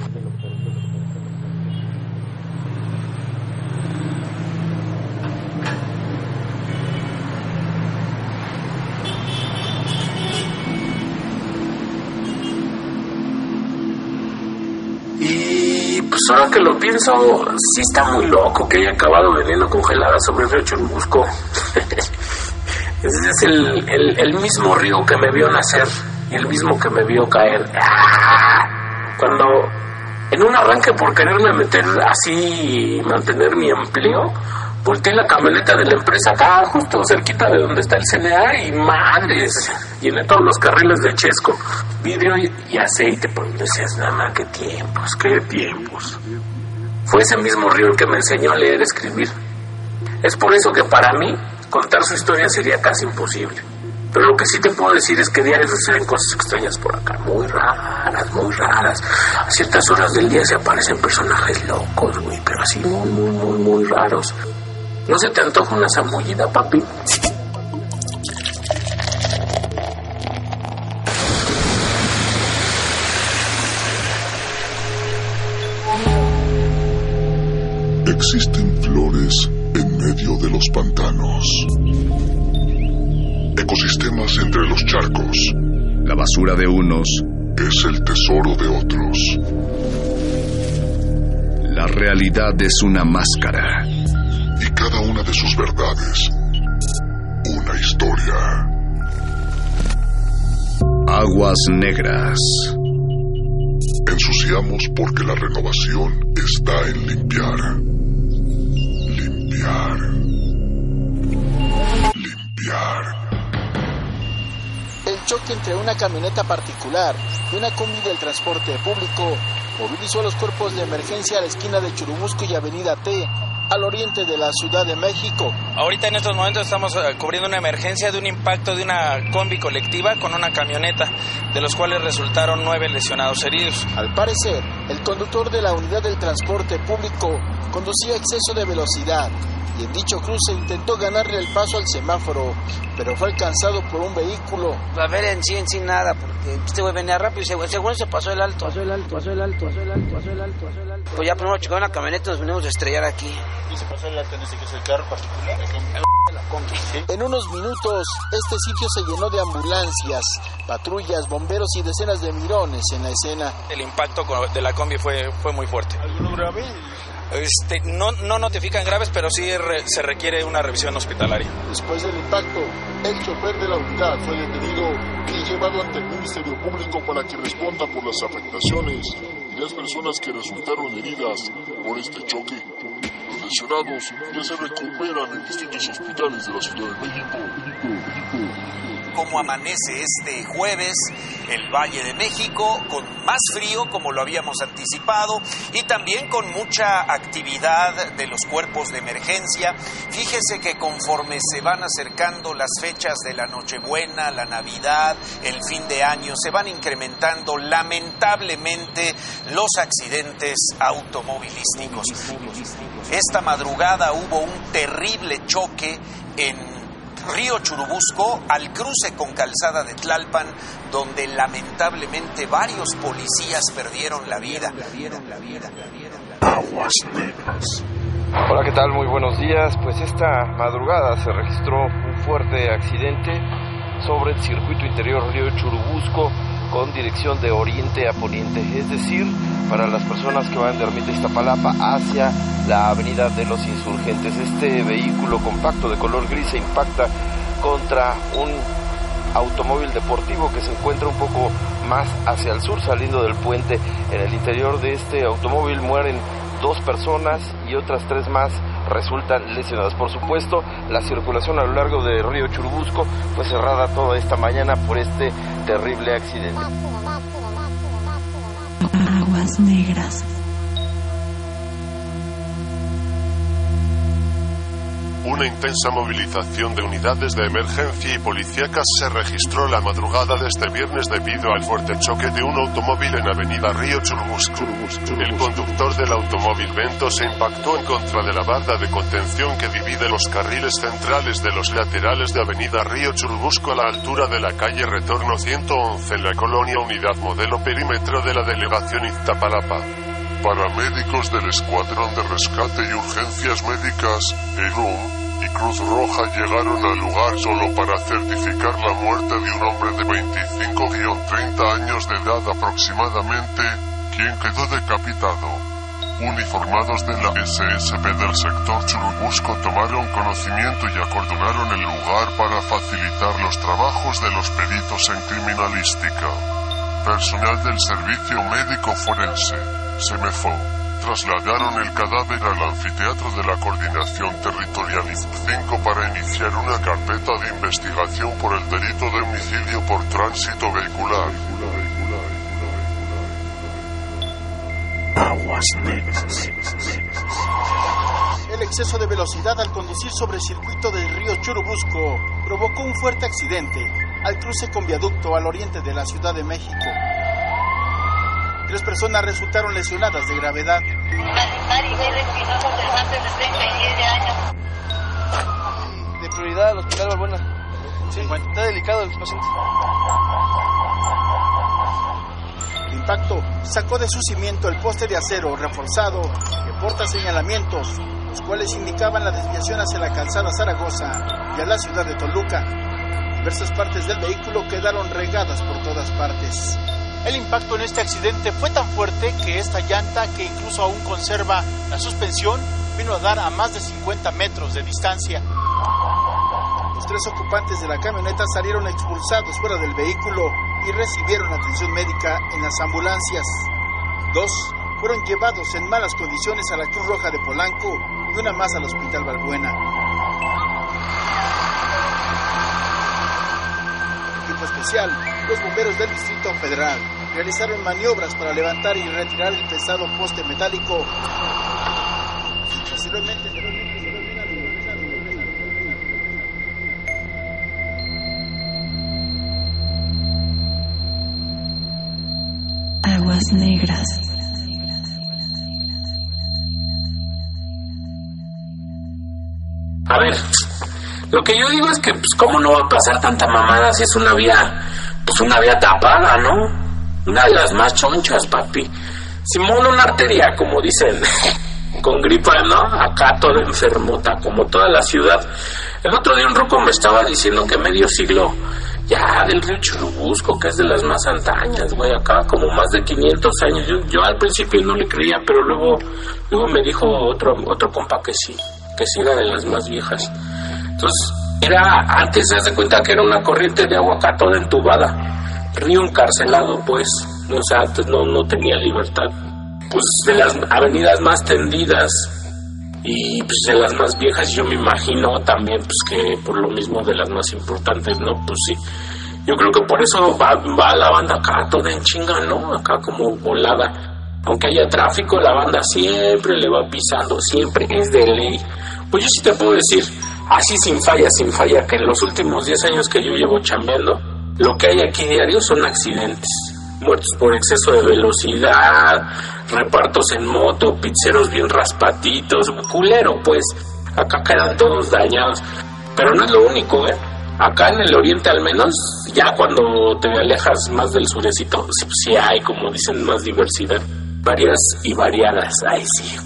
Y pues ahora que lo pienso, sí está muy loco que haya acabado veneno congelada sobre el río Churubusco. Ese es el mismo río que me vio nacer y el mismo que me vio caer. Cuando en un arranque por quererme meter así y mantener mi empleo, volteé la camioneta de la empresa acá, justo cerquita de donde está el CNA, y madres, y en todos los carriles de Chesco, vidrio y aceite. Pues decías, nada más, qué tiempos, qué tiempos. Fue ese mismo río el que me enseñó a leer y escribir. Es por eso que para mí contar su historia sería casi imposible. Pero lo que sí te puedo decir es que diario suceden cosas extrañas por acá, muy raras, muy raras. A ciertas horas del día se aparecen personajes locos, güey, pero así muy, muy, muy, muy raros. ¿No se te antoja una zambullida, papi? Existen flores en medio de los pantanos, ecosistemas entre los charcos. La basura de unos es el tesoro de otros. La realidad es una máscara. Y cada una de sus verdades, una historia. Aguas negras. Ensuciamos porque la renovación está en limpiar. Limpiar. Limpiar. El choque entre una camioneta particular y una combi del transporte público movilizó a los cuerpos de emergencia a la esquina de Churubusco y Avenida T, al oriente de la Ciudad de México. Ahorita en estos momentos estamos cubriendo una emergencia de un impacto de una combi colectiva con una camioneta, de los cuales resultaron 9 lesionados heridos. Al parecer, el conductor de la unidad del transporte público conducía a exceso de velocidad y en dicho cruce intentó ganarle el paso al semáforo, pero fue alcanzado por un vehículo. A ver, en sí nada, porque este güey venía rápido y según se pasó el alto. Pues ya primero chocó una camioneta y nos venimos a estrellar aquí. ¿Y se pasó el alto en este que es el carro particular? En unos minutos, este sitio se llenó de ambulancias, patrullas, bomberos y decenas de mirones en la escena. El impacto de la combi fue muy fuerte. ¿Alguno grave? No notifican graves, pero sí se requiere una revisión hospitalaria. Después del impacto, el chofer de la unidad fue detenido y llevado ante el Ministerio Público para que responda por las afectaciones y las personas que resultaron heridas por este choque. Los lesionados ya se recuperan en distintos hospitales de la Ciudad de México. Cómo amanece este jueves el Valle de México, con más frío como lo habíamos anticipado y también con mucha actividad de los cuerpos de emergencia. Fíjese que conforme se van acercando las fechas de la Nochebuena, la Navidad, el fin de año, se van incrementando lamentablemente los accidentes automovilísticos. Esta madrugada hubo un terrible choque en Río Churubusco, al cruce con Calzada de Tlalpan, donde lamentablemente varios policías perdieron la vida. Aguas negras. Hola, ¿qué tal? Muy buenos días. Pues esta madrugada se registró un fuerte accidente sobre el circuito interior Río Churubusco con dirección de oriente a poniente, es decir, para las personas que van de Ermita Iztapalapa hacia la avenida de los Insurgentes. Este vehículo compacto de color gris se impacta contra un automóvil deportivo que se encuentra un poco más hacia el sur, saliendo del puente. En el interior de este automóvil mueren 2 personas y otras 3 más resultan lesionadas. Por supuesto, la circulación a lo largo de Río Churubusco fue cerrada toda esta mañana por este terrible accidente. Aguas negras. Una intensa movilización de unidades de emergencia y policíacas se registró la madrugada de este viernes debido al fuerte choque de un automóvil en Avenida Río Churubusco. El conductor del automóvil Vento se impactó en contra de la barda de contención que divide los carriles centrales de los laterales de Avenida Río Churubusco a la altura de la calle Retorno 111 en la colonia Unidad Modelo Perímetro de la delegación Iztapalapa. Paramédicos del Escuadrón de Rescate y Urgencias Médicas, ERUM, y Cruz Roja llegaron al lugar solo para certificar la muerte de un hombre de 25-30 años de edad aproximadamente, quien quedó decapitado. Uniformados de la SSP del sector Churubusco tomaron conocimiento y acordonaron el lugar para facilitar los trabajos de los peritos en criminalística. Personal del Servicio Médico Forense, SEMEFO, trasladaron el cadáver al anfiteatro de la Coordinación Territorial ISP-5 para iniciar una carpeta de investigación por el delito de homicidio por tránsito vehicular. Aguas negras. El exceso de velocidad al conducir sobre el circuito del río Churubusco provocó un fuerte accidente al cruce con viaducto al oriente de la Ciudad de México. 3 personas resultaron lesionadas de gravedad. De prioridad al Hospital Balbuena. Sí, está delicado el paciente. El impacto sacó de su cimiento el poste de acero reforzado que porta señalamientos, los cuales indicaban la desviación hacia la calzada Zaragoza y a la ciudad de Toluca. Diversas partes del vehículo quedaron regadas por todas partes. El impacto en este accidente fue tan fuerte que esta llanta, que incluso aún conserva la suspensión, vino a dar a más de 50 metros de distancia. Los 3 ocupantes de la camioneta salieron expulsados fuera del vehículo y recibieron atención médica en las ambulancias. 2 fueron llevados en malas condiciones a la Cruz Roja de Polanco y una más al Hospital Balbuena. Equipo especial, los bomberos del Distrito Federal realizaron maniobras para levantar y retirar el pesado poste metálico. Posiblemente Aguas negras. A ver, lo que yo digo es que, pues, ¿cómo no va a pasar tanta mamada si es una vía, pues, una vía tapada, ¿no? Una de las más chonchas, papi. Simón, una arteria, como dicen, con gripa, ¿no? Acá toda enfermota, como toda la ciudad. El otro día un ruco me estaba diciendo que medio siglo ya del río Churubusco, que es de las más antañas, güey, acá como más de 500 años. Yo al principio no le creía, pero luego me dijo otro compa que sí era de las más viejas. Entonces, antes se hace cuenta que era una corriente de agua acá toda entubada, río encarcelado, pues, o sea, pues no tenía libertad, pues de las avenidas más tendidas y pues de las más viejas. Yo me imagino también, pues, que por lo mismo de las más importantes, ¿no? Pues sí, yo creo que por eso va la banda acá toda en chinga, ¿no? Acá como volada. Aunque haya tráfico, la banda siempre le va pisando, siempre, es de ley. Pues yo sí te puedo decir, así sin falla, que en los últimos 10 años que yo llevo chambeando, lo que hay aquí diario son accidentes. Muertos por exceso de velocidad, repartos en moto, pizzeros bien raspatitos, culero, pues. Acá quedan todos dañados. Pero no es lo único, ¿eh? Acá en el oriente al menos, ya cuando te alejas más del surecito, sí hay, como dicen, más diversidad. Varias y variadas. Ay, sí,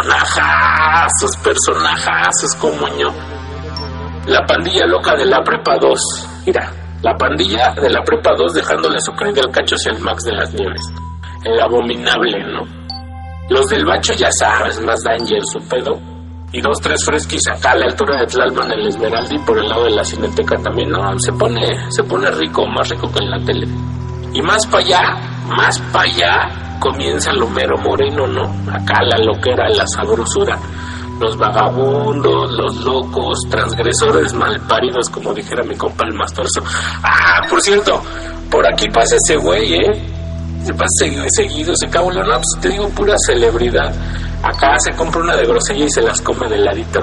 personajazos como yo. La pandilla loca de la Prepa 2. Mira, la pandilla de la Prepa 2 dejándole su crédito al Cacho y al Max de las Nieves. El abominable, ¿no? Los del Bacho, ya sabes, más danger su pedo. Y 2, 3 fresquis acá a la altura de Tlalpan, el Esmeralda, y por el lado de la Cineteca también, ¿no? Se pone rico, más rico que en la tele. Y más para allá, comienza lo mero moreno, ¿no? Acá la loquera, la sabrosura. Los vagabundos, los locos, transgresores malparidos, como dijera mi compa el Mastorzo. Ah, por cierto, por aquí pasa ese güey, Se pasa seguido, se cago en la nada, pues te digo, pura celebridad. Acá se compra una de grosella y se las come de ladito.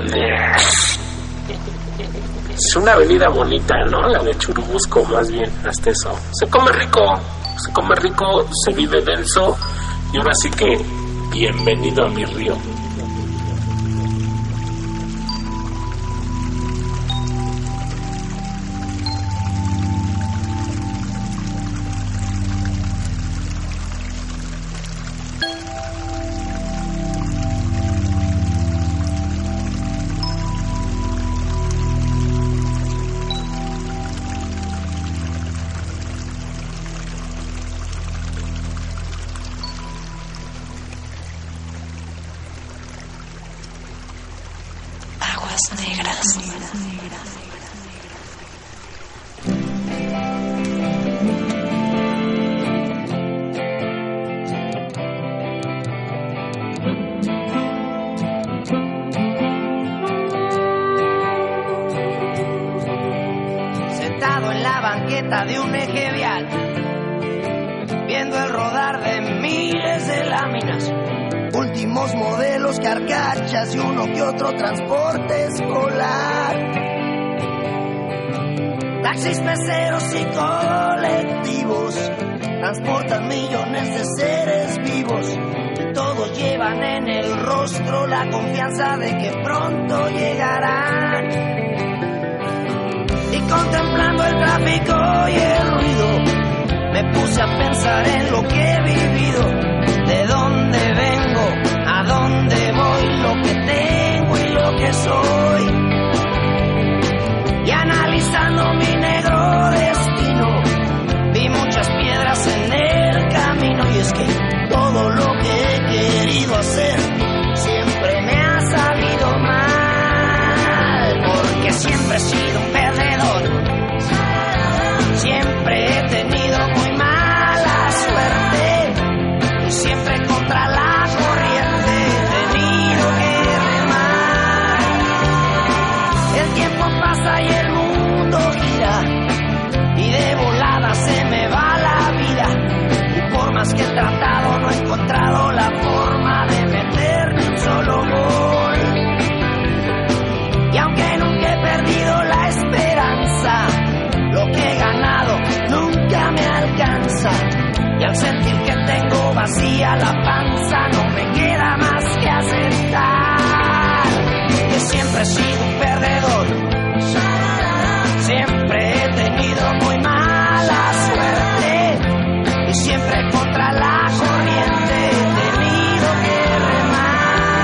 Es una avenida bonita, ¿no? La de Churubusco, más bien, hasta eso. Se come rico, se vive denso. Y ahora sí que, bienvenido a mi río. Negras. un eje vial, viendo el rodar de miles de láminas, últimos modelos, carcachas y uno que otro transporte escolar. Taxis, peceros y colectivos transportan millones de seres vivos y todos llevan en el rostro la confianza de que pronto llegarán. Y contemplando el tráfico y el ruido, me puse a pensar en lo que he vivido, de dónde vengo, a dónde voy, lo que tengo y lo que soy. Y analizando mi negro destino, vi muchas piedras en el camino. Y es que todo lo que he querido hacer siempre me ha sabido mal, porque siempre he sido un perdedor. Siempre he tenido muy mala suerte y siempre contra la corriente he tenido que remar. El tiempo pasa y el mundo gira y de volada se me va la vida, y por más que he tratado no he encontrado la forma de meter ni un solo gol. Y aunque nunca he perdido la esperanza, lo que he ganado nunca me alcanza, y al sentir que tengo vacía la panza no me queda más que aceptar que siempre he sido un perdedor. Siempre he tenido muy mala suerte y siempre contra la corriente he tenido que remar.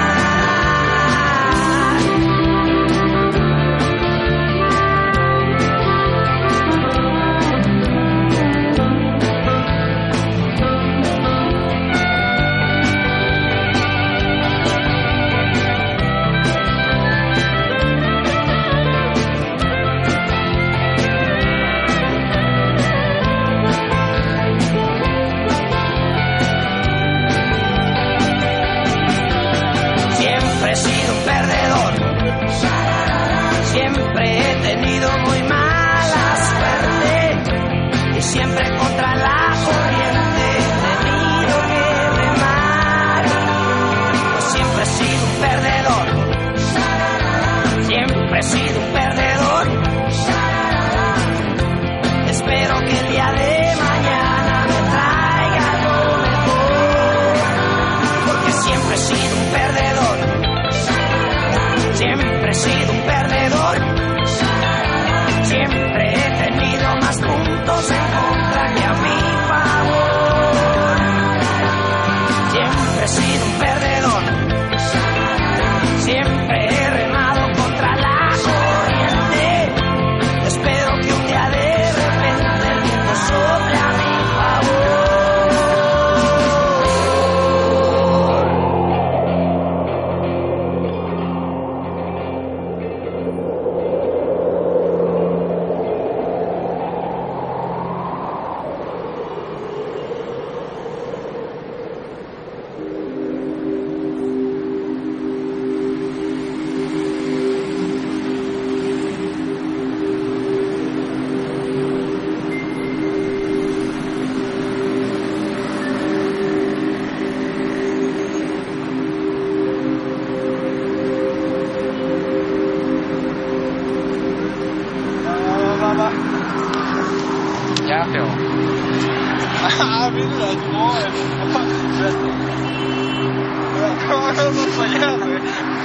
Siempre he sido un perdedor, siempre he tenido muy mala suerte y siempre contra la corriente he tenido que remar. Yo siempre he sido un perdedor, siempre he sido un perdedor. Espero que el día de mañana me traiga algo mejor, porque siempre he sido un perdedor. Siempre he sido un perdedor, siempre he tenido más puntos en contra que a mi favor. Siempre he sido un perdedor, siempre he remado contra la corriente. Espero que un día de repente el viento sople a mi favor. Ya, feo. Ah, mira las bolas. Vamos para allá, güey.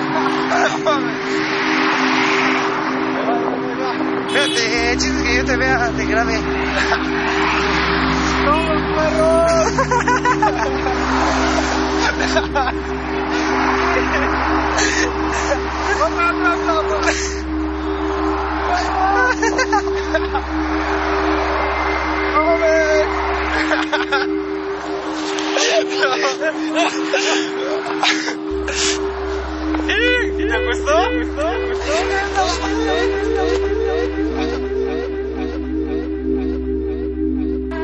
Espérate, chiste que yo te vea, te grabe. ¡No, perro! ¿Te gustó?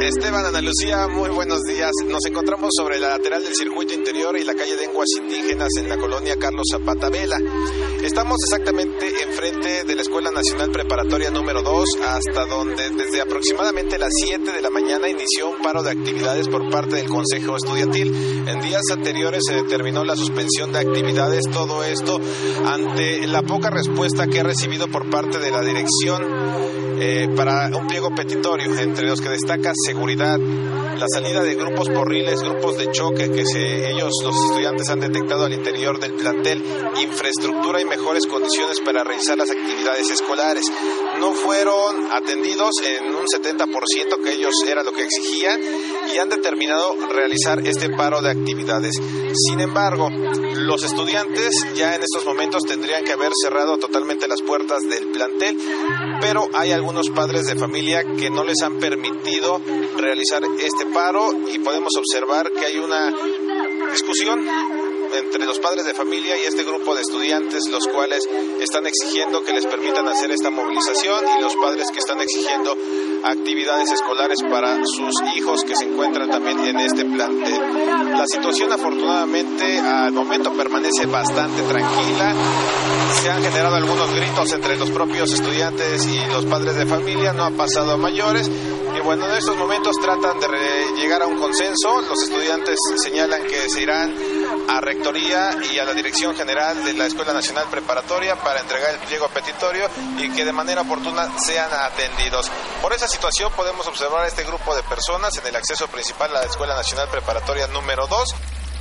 Esteban, Ana Lucía, muy buenos días. Nos encontramos sobre la lateral del circuito interior y la calle de lenguas indígenas en la colonia Carlos Zapata Vela. Estamos exactamente enfrente de la Escuela Nacional Preparatoria número 2, hasta donde desde aproximadamente las 7 de la mañana inició un paro de actividades por parte del Consejo Estudiantil. En días anteriores se determinó la suspensión de actividades, todo esto ante la poca respuesta que ha recibido por parte de la dirección para un pliego petitorio, entre los que destaca seguridad, la salida de grupos porriles, grupos de choque que ellos, los estudiantes, han detectado al interior del plantel, infraestructura y mejores condiciones para realizar las actividades escolares. No fueron atendidos en un 70%, que ellos era lo que exigían, y han determinado realizar este paro de actividades. Sin embargo, los estudiantes ya en estos momentos tendrían que haber cerrado totalmente las puertas del plantel, pero hay algunos padres de familia que no les han permitido realizar este paro y podemos observar que hay una discusión entre los padres de familia y este grupo de estudiantes, los cuales están exigiendo que les permitan hacer esta movilización, y los padres que están exigiendo actividades escolares para sus hijos que se encuentran también en este plantel. La situación, afortunadamente, al momento permanece bastante tranquila. Se han generado algunos gritos entre los propios estudiantes y los padres de familia, no ha pasado a mayores. Y bueno, en estos momentos tratan de llegar a un consenso. Los estudiantes señalan que se irán a Rectoría y a la Dirección General de la Escuela Nacional Preparatoria para entregar el pliego petitorio y que de manera oportuna sean atendidos. Por esa situación podemos observar a este grupo de personas en el acceso principal a la Escuela Nacional Preparatoria número 2.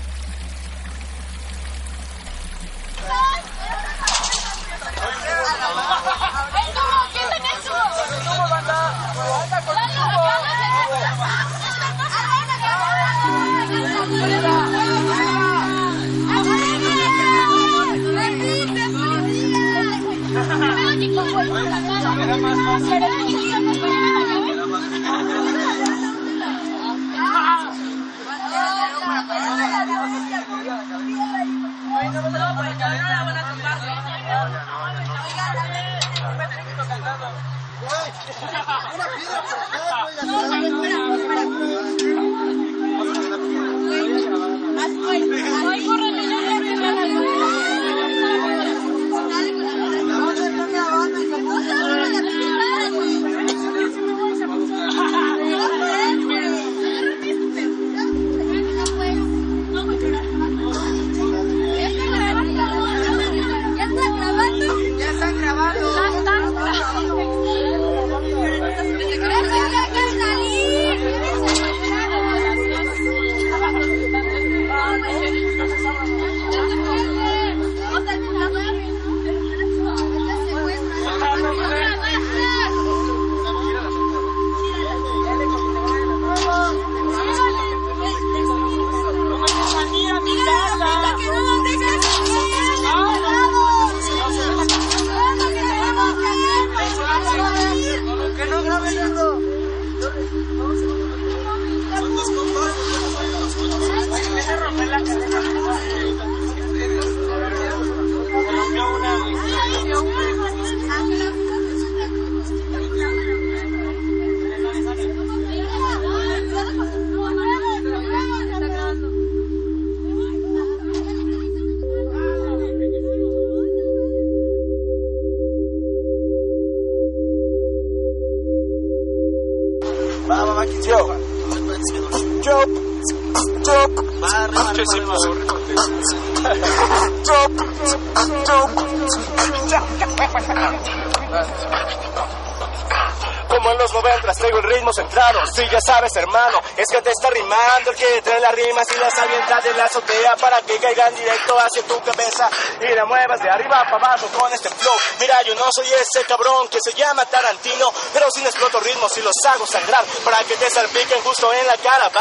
Como en los 90 traigo el ritmo centrado. Sí, ya sabes, hermano, es que te está rimando el que trae las rimas y las avienta de la azotea para que caigan directo hacia tu cabeza y la muevas de arriba para abajo con este flow. Mira, yo no soy ese cabrón que se llama Tarantino, pero sin exploto ritmos y los hago sangrar para que te salpiquen justo en la cara. Va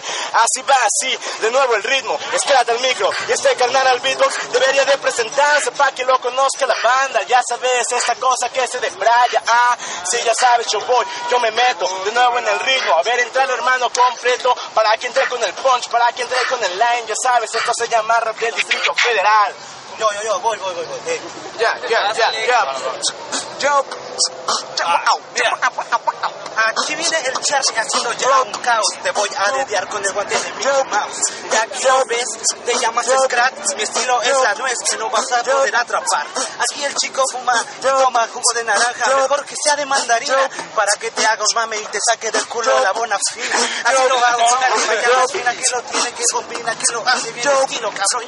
así va así, de nuevo el ritmo, espérate el micro y este carnal al beatbox debería de presentarse para que lo conozca la banda. Ya sabes, esta cosa que se desbraya. Sí, ya sabes, yo me meto de nuevo en el ritmo. A ver, entra el hermano completo para que entre con el punch, para que entre con el line. Ya sabes, esto se llama rap del Distrito Federal. Yo, voy. Ya. Aquí viene el Charlie haciendo ya un caos. Te voy a dediar con el guante de Mickey Mouse. Y aquí lo ves, te llamas Scratch. Mi estilo es la nuez que no vas a poder atrapar. Aquí el chico fuma y toma jugo de naranja. Mejor que sea de mandarina, para que te haga un mame y te saque del culo la bona fina. Así lo hago con la lima ya más fina, que lo tiene, que combina, que lo hace bien estilo, cabrón.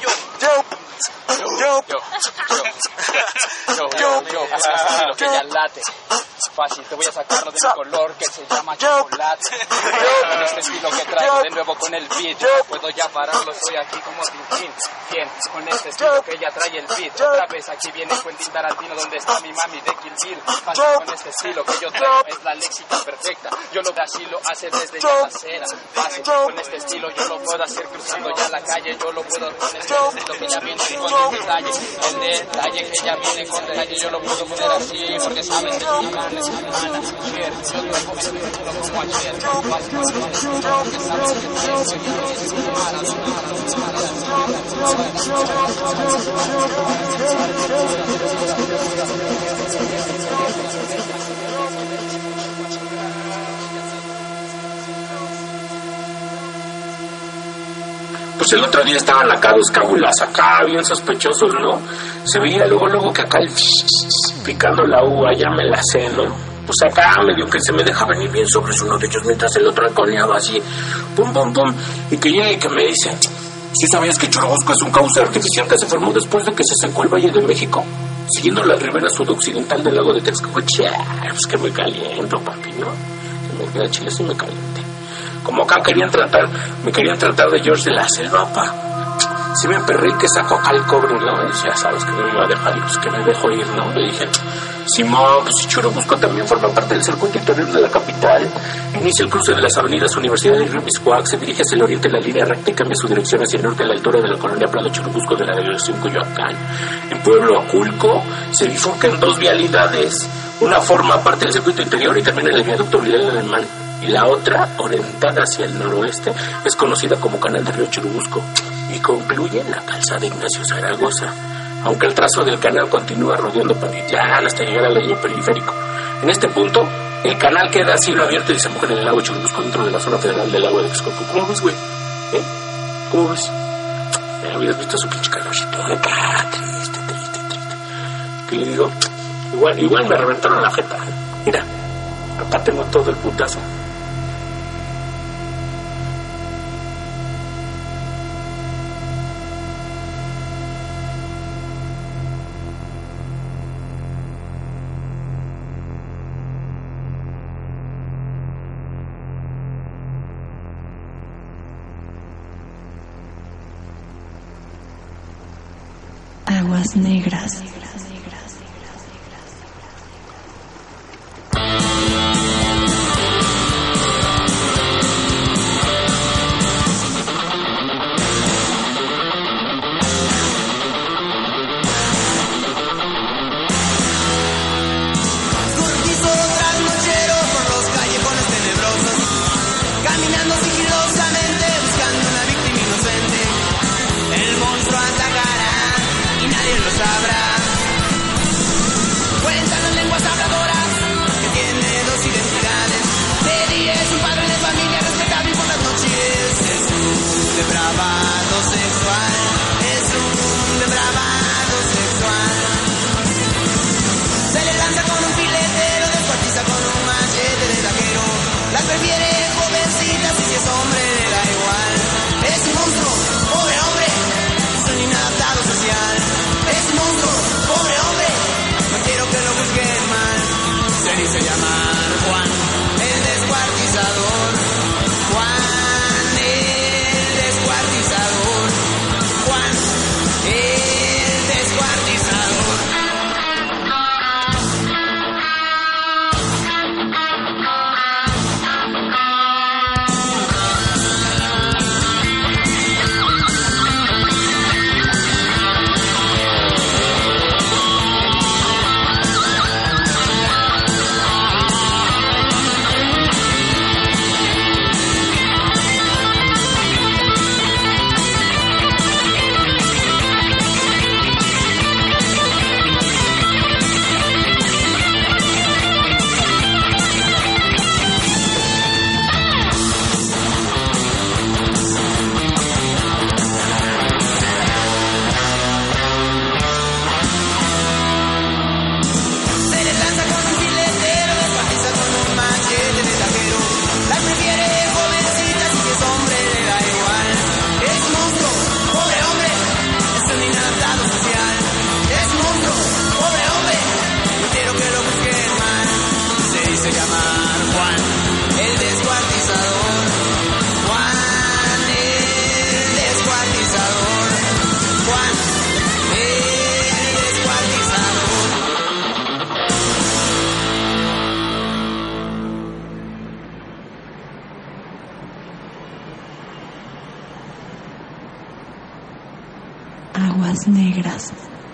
Así estilo que ya late. Fácil, te voy a sacarlo de mi color que se llama chocolate. Con este estilo que traigo de nuevo con el beat, yo no puedo ya pararlo, estoy aquí como Tintín. Bien, con este estilo que ya trae el beat. Otra vez aquí viene Quentin Tarantino, donde está mi mami de Kill Bill. Fácil, con este estilo que yo traigo es la léxica perfecta. Yo lo de así lo hace desde ya la acera. Fácil, con este estilo yo lo puedo hacer cruzando ya la calle. Yo lo puedo con este estilo que ya viene con el detalle. El detalle que ya viene con detalle, yo lo puedo poner así porque saben de mi plan. Yo traigo este estilo como ayer. Fácil, con este estilo que saben que Pues el otro día estaban acá dos cábulas, acá bien sospechosos, ¿no? Se veía luego que acá el picando la uva, ya me la sé, ¿no? Pues acá medio que se me deja venir bien sobre uno de ellos mientras el otro alcoholeaba así, pum, pum, pum, y que llegue y que me dice, ¿sí sabías que Churubusco es un cauce artificial que se formó después de que se secó el Valle de México? Siguiendo la ribera sudoccidental del lago de Texcoco. Pues que me caliento, papi, ¿no? Que me queda chile, sí me caliente. Como acá me querían tratar de George de la Selva, pa. Si me emperré que saco acá el cobre, ¿no? Y ya sabes que no me iba a dejar, pues que me dejo ir, ¿no? Le dije, Simón, pues si Churubusco también forma parte del circuito interior de la capital. Inicia el cruce de las avenidas Universidad y Río Miscuac, se dirige hacia el oriente en la línea recta y cambia su dirección hacia el norte a la altura de la colonia Prado Churubusco de la delegación Coyoacán. En Pueblo Aculco se bifurcan dos vialidades. Una forma parte del circuito interior y termina en el viaducto Vidal Alemán. Y la otra, orientada hacia el noroeste, es conocida como Canal de Río Churubusco y concluye en la calzada Ignacio Zaragoza, aunque el trazo del canal continúa rodeando Pantitlán hasta llegar al eje periférico. En este punto, el canal queda a cielo abierto y desemboca en el lago Churubusco dentro de la zona federal del lago de Texcoco. ¿Cómo ves, güey? ¿Cómo ves? Habías visto su pinche calorcito. Triste. ¿Qué le digo? Igual me reventaron la jeta. Mira, acá tengo todo el putazo. Aguas negras. Caminando sigilosamente buscando una víctima inocente. El monstruo atacará y nadie lo sabrá. Cuentan las lenguas habladoras que tiene dos identidades. Teddy es un padre de familia respetable y por las noches es un depravado sexual. Es un depravado sexual. Se le lanza con un filete, lo descuartiza con un machete de taquero. Las prefiere jovencitas y si es hombre le da igual. Es un monstruo, pobre hombre, es un inadaptado social. Es un monstruo, pobre hombre, no quiero que lo busquen mal. Se dice llamar Juan, el descuartizador. Juan, el descuartizador. Aguas negras.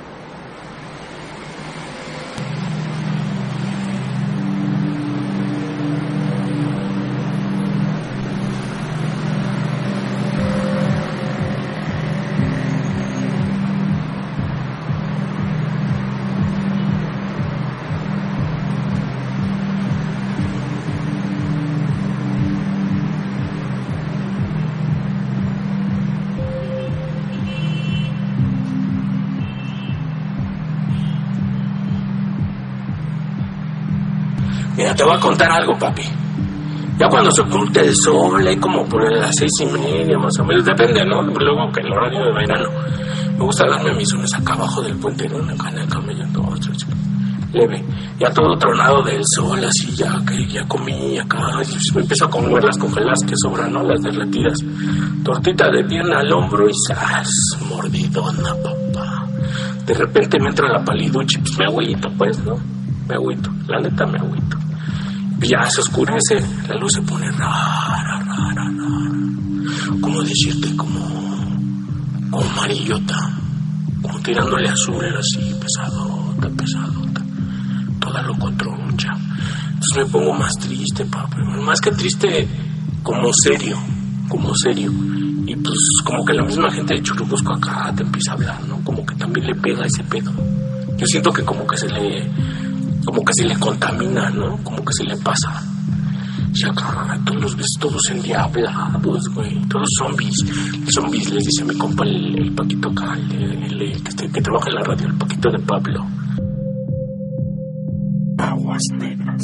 Mira, te voy a contar algo, papi. Ya cuando se oculte el sol, hay como por las 6:30, más o menos, depende, ¿no? Luego que el horario de verano. Me gusta darme mis zonas acá abajo del puente, ¿no? Acá en el camello, todo leve. Ya todo tronado del sol, así ya, que ya comí acá. Y me empiezo a comer las congeladas que sobran, ¿no? Las derretidas. Tortita de pierna al hombro y ¡zas! Mordidona, papá. De repente me entra la paliducha y pues me agüito, pues, ¿no? Me agüito, la neta me agüito. Ya se oscurece, la luz se pone rara. ¿Cómo decirte? Como amarillota, como tirándole azul, así, pesadota, toda locotrocha. Entonces me pongo más triste, papi, más que triste, como serio. Y pues como que la misma gente de Churubusco acá te empieza a hablar, ¿no? Como que también le pega ese pedo. Yo siento que como que se le contamina, ¿no? Como que se le pasa. Y acá todos los ves todos endiablados, güey. Todos zombies. Zombies les dice mi compa el Paquito acá, el que trabaja en la radio, el Paquito de Pablo. Aguas negras.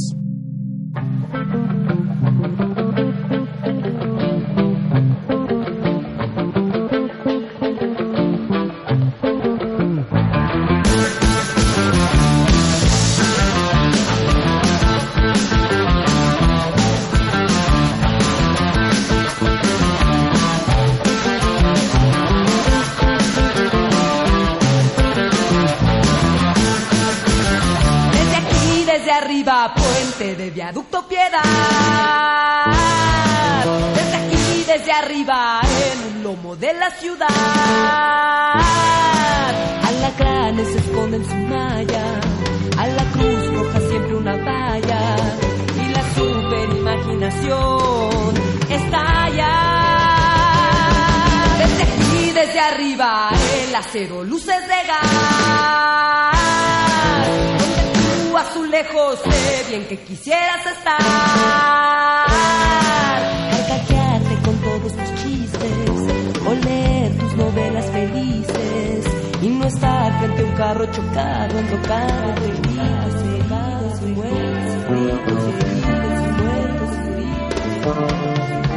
Arriba, puente de Viaducto Piedad. Desde aquí, desde arriba, en un lomo de la ciudad. Alacranes se esconden en su malla. A la Cruz Roja siempre una valla. Y la superimaginación estalla. Desde aquí, desde arriba, el acero luces de gas. Azulejos, sé bien que quisieras estar, carcajearte con todos tus chistes, oler tus novelas felices y no estar frente a un carro chocado, endocado, heridos y muertos, heridos y muertos.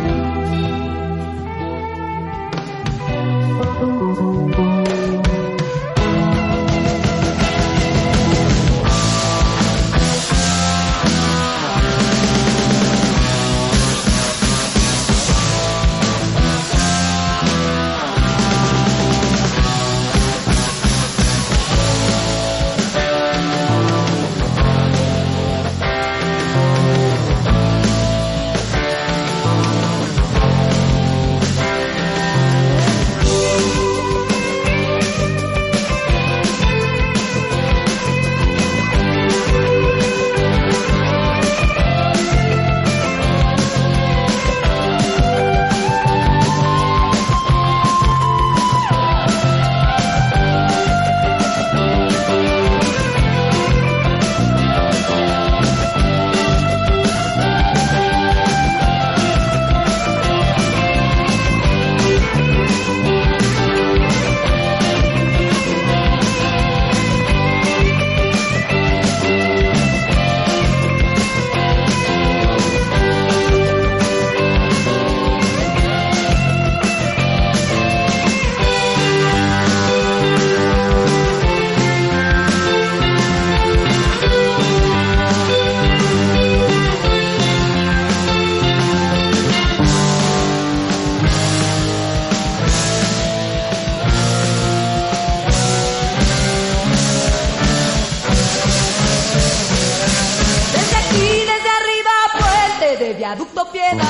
Viaducto Piedad.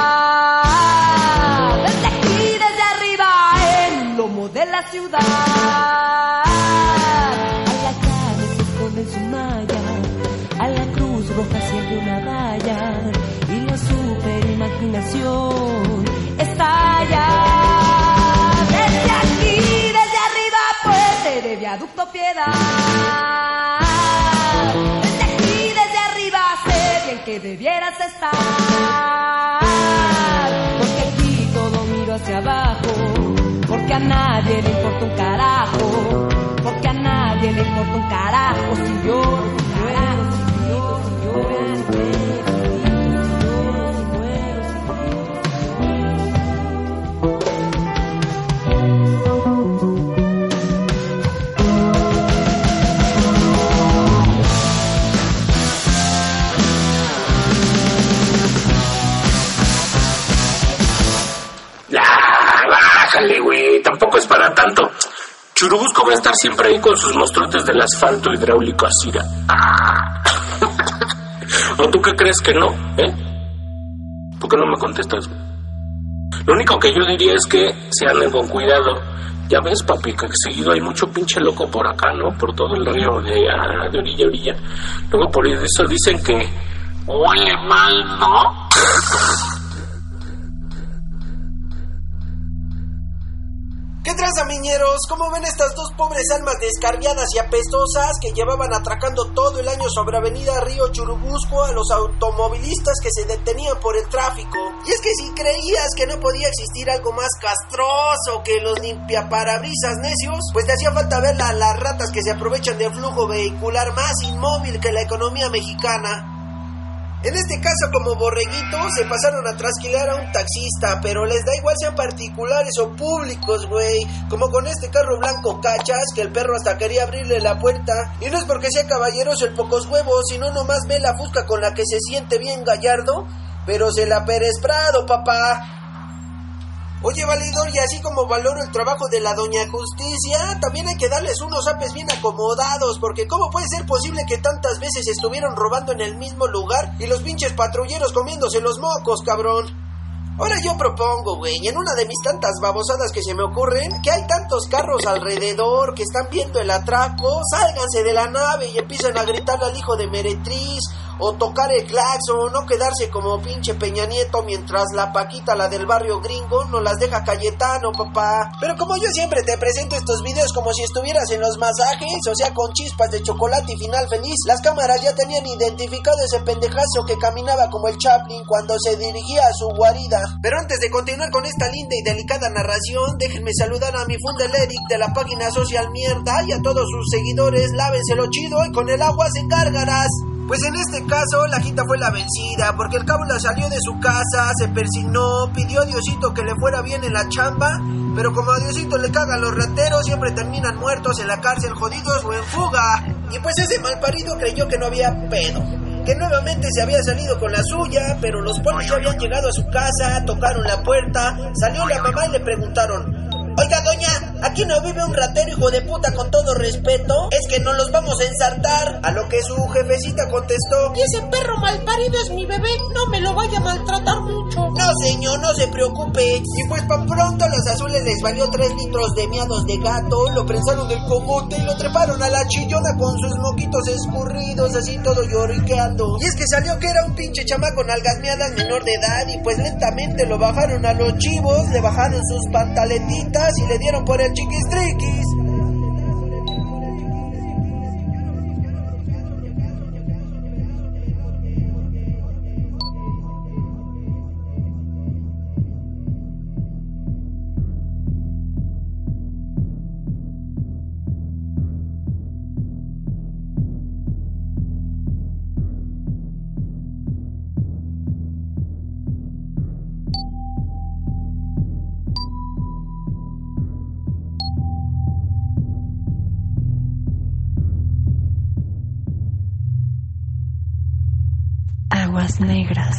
Desde aquí, desde arriba, en un lomo de la ciudad. de una valla y la superimaginación estalla. Desde aquí, desde arriba, puente de viaducto Piedad. Desde aquí, desde arriba, sé bien que debieras estar. Porque aquí todo miro hacia abajo, porque a nadie le importa un carajo. Porque a nadie le importa un carajo si yo, si muero, si grito, si lloro, si muero, si Ya, bájale, güey, tampoco es para tanto. Churubusco va a estar siempre ahí con sus monstruotes del asfalto hidráulico así. ¿O tú qué crees que no? ¿Por qué no me contestas? Lo único que yo diría es que se anden con cuidado. Ya ves, papi, que seguido hay mucho pinche loco por acá, ¿no? Por todo el río de orilla a orilla. Luego por eso dicen que huele mal, ¿no? ¿Qué tranza, miñeros? ¿Cómo ven estas dos pobres almas descarriadas y apestosas que llevaban atracando todo el año sobre Avenida Río Churubusco a los automovilistas que se detenían por el tráfico? Y es que si creías que no podía existir algo más castroso que los limpiaparabrisas necios, pues te hacía falta ver a las ratas que se aprovechan del flujo vehicular más inmóvil que la economía mexicana. En este caso, como borreguitos, se pasaron a trasquilar a un taxista, pero les da igual sean particulares o públicos, güey. Como con este carro blanco cachas, que el perro hasta quería abrirle la puerta. Y no es porque sea caballeroso el pocos huevos, sino nomás ve la fusca con la que se siente bien gallardo, pero se la Pérez Prado, papá. Oye, valedor, y así como valoro el trabajo de la doña Justicia, también hay que darles unos apes bien acomodados, porque ¿cómo puede ser posible que tantas veces estuvieron robando en el mismo lugar y los pinches patrulleros comiéndose los mocos, cabrón? Ahora yo propongo, güey, en una de mis tantas babosadas que se me ocurren, que hay tantos carros alrededor que están viendo el atraco, sálganse de la nave y empiezan a gritarle al hijo de Meretriz, o tocar el claxon, no quedarse como pinche Peña Nieto mientras la Paquita, la del barrio gringo, no las deja Cayetano, papá. Pero como yo siempre te presento estos videos como si estuvieras en los masajes, o sea, con chispas de chocolate y final feliz, las cámaras ya tenían identificado ese pendejazo que caminaba como el Chaplin cuando se dirigía a su guarida. Pero antes de continuar con esta linda y delicada narración, déjenme saludar a mi Fundel Eric de la página Social Mierda y a todos sus seguidores. Lávenselo chido y con el agua se gárgaras. Pues en este caso la Quinta fue la vencida, porque el Cábula salió de su casa, se persignó, pidió a Diosito que le fuera bien en la chamba, pero como a Diosito le cagan los rateros, siempre terminan muertos en la cárcel, jodidos o en fuga. Y pues ese malparido creyó que no había pedo, que nuevamente se había salido con la suya, pero los polis ya habían llegado a su casa, tocaron la puerta, salió la mamá y le preguntaron: oiga, doña, ¿aquí no vive un ratero hijo de puta con todo respeto? Es que no los vamos a ensartar. A lo que su jefecita contestó: y ese perro malparido es mi bebé, no me lo vaya a maltratar mucho. No, señor, no se preocupe. Y pues pa' pronto a los azules les valió 3 litros de miados de gato, lo prensaron del comote y lo treparon a la chillona con sus moquitos escurridos, así todo lloriqueando. Y es que salió que era un pinche chamaco nalgas miadas menor de edad, y pues lentamente lo bajaron a los chivos, le bajaron sus pantaletitas y le dieron por el chiquistriquis. Aguas negras.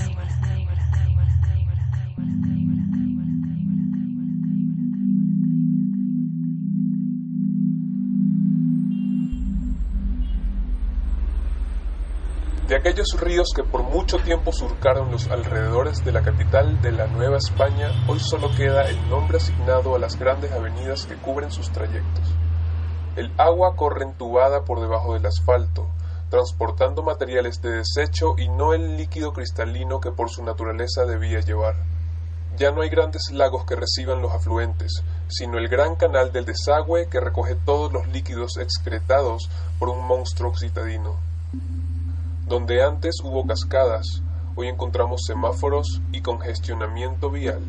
De aquellos ríos que por mucho tiempo surcaron los alrededores de la capital de la Nueva España, hoy solo queda el nombre asignado a las grandes avenidas que cubren sus trayectos. El agua corre entubada por debajo del asfalto, transportando materiales de desecho y no el líquido cristalino que por su naturaleza debía llevar. Ya no hay grandes lagos que reciban los afluentes, sino el gran canal del desagüe que recoge todos los líquidos excretados por un monstruo citadino. Donde antes hubo cascadas, hoy encontramos semáforos y congestionamiento vial.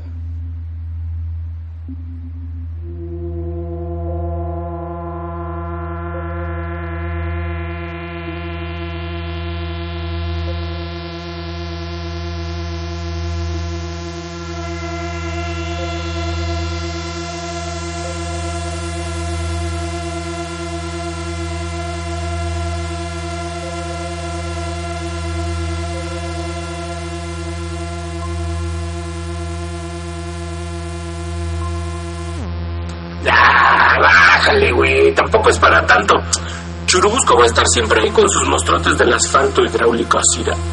Bájale, güey, tampoco es para tanto. Churubusco va a estar siempre ahí con sus monstruotes del asfalto hidráulico así de...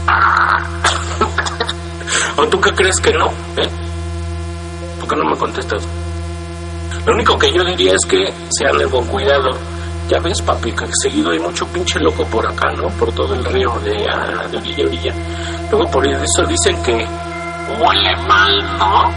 ¿O tú qué crees que no? ¿Por qué no me contestas? Lo único que yo diría es que sean de buen cuidado. Ya ves, papi, que seguido hay mucho pinche loco por acá, ¿no? Por todo el río de orilla a orilla. Luego por eso dicen que huele mal, ¿no?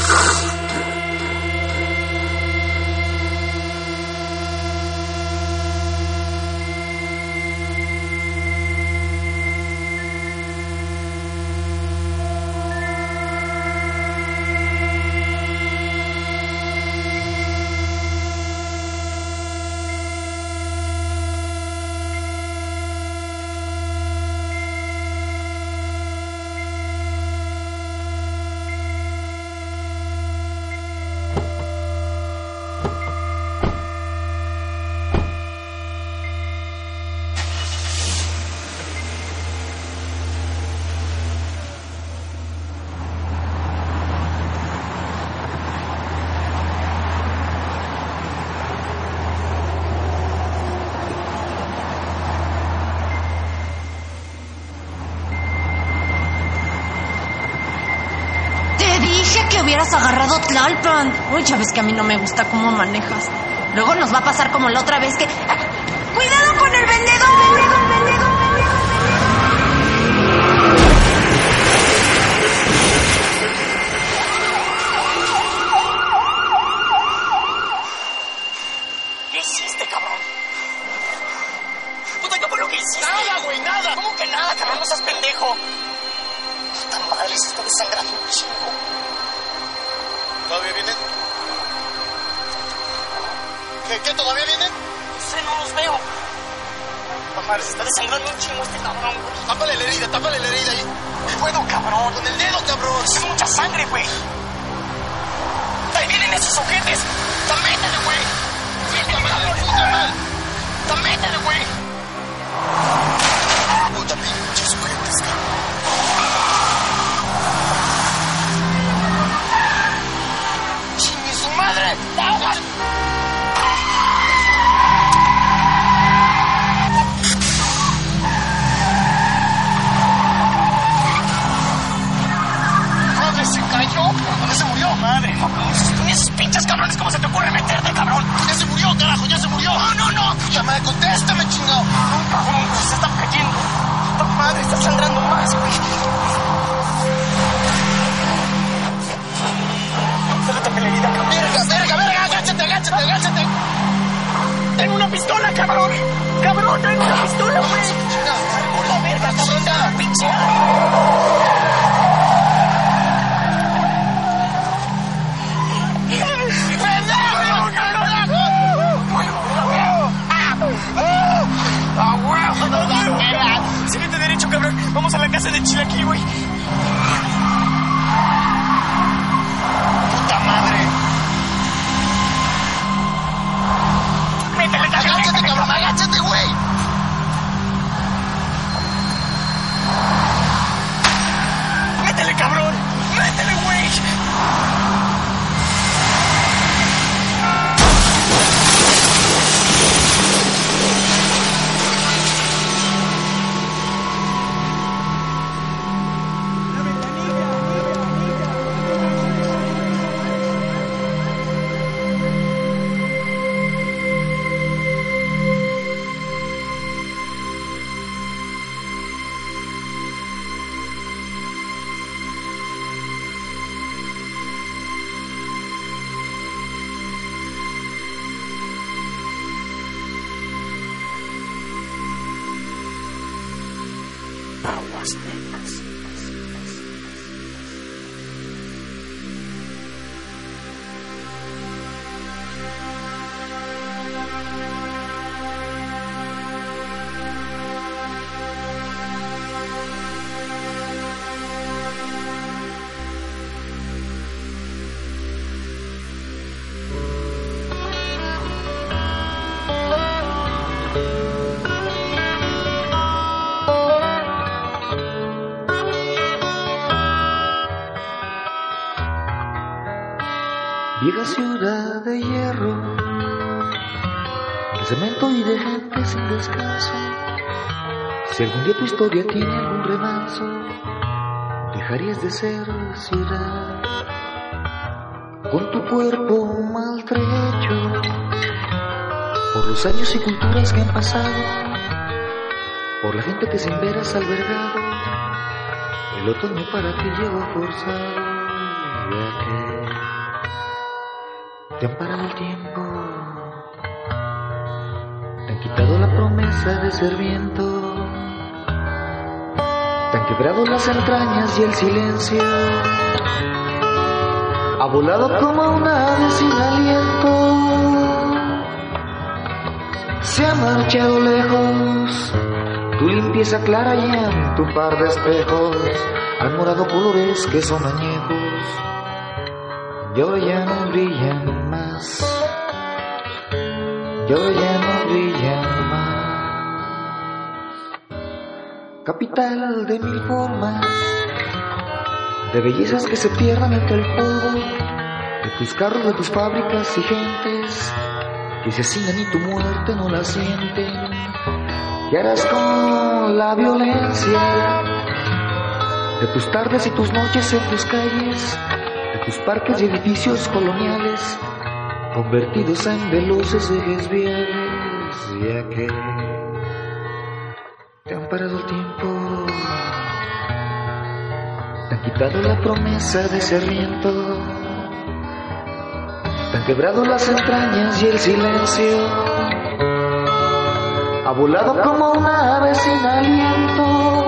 Que hubieras agarrado Tlalpan. Uy, ya ves que a mí no me gusta cómo manejas. Luego nos va a pasar como la otra vez que... ¡Cuidado con el vendedor! ¿Qué hiciste, cabrón? Puta, ¿cómo lo que hiciste? Nada, güey, nada. ¿Cómo que nada, cabrón? No seas pendejo. Puta madre, se está desangrando un chingo. ¿Todavía vienen? ¿Qué? ¿Todavía vienen? No sé, no los veo. Mamá, se está desangrando un chingo este cabrón, güey. Tápale la herida ahí. No puedo, cabrón. Con el dedo, cabrón. Es mucha sangre, güey. Ahí vienen esos ojetes. ¡Métele, güey! ¡Métele, güey! Puta pinches ojetes, cabrón. ¡Madre! ¡Agua! ¿Dónde se cayó? ¿Dónde se murió? Madre, con esos pinches cabrones, ¿cómo se te ocurre meterte, cabrón? Ya se murió, carajo, ya se murió. No. Llama, contéstame, chingado. No, cabrón, se está cayendo. Puta madre, está sangrando más, güey. Déjate la herida, cabrón. Verga, agáchate. Tengo una pistola, cabrón. Cabrón, traigo una pistola, güey. Por la verga, cabrón, ya, pinche. Síguete derecho, cabrón. Vamos a la casa de Chilaquil, güey. Puta madre. Métele, agáchate, cabrón, agáchate, güey. Métele, cabrón. Métele, güey. Aguas Negras. Vieja ciudad de hierro, de cemento y de gente sin descanso. Si algún día tu historia tiene algún remanso, dejarías de ser ciudad. Con tu cuerpo maltrecho por los años y culturas que han pasado, por la gente que sin ver has albergado, el otoño para ti llegó forzado, ya que te han parado el tiempo, te han quitado la promesa de ser viento, te han quebrado las entrañas y el silencio ha volado como una ave sin aliento, se ha marchado lejos tu limpieza clara y en tu par de espejos han morado colores que son añejos y ahora ya no brillan más, y ahora ya no brillan más. Capital de mil formas, de bellezas que se pierdan entre el polvo, de tus carros, de tus fábricas y gentes que se hacinan y tu muerte no la sienten. ¿Qué harás con la violencia de tus tardes y tus noches en tus calles, de tus parques y edificios coloniales convertidos en veloces ejes viales, ya que te han parado el tiempo, te han quitado la promesa de ser viento, te han quebrado las entrañas y el silencio ha volado como una ave sin aliento,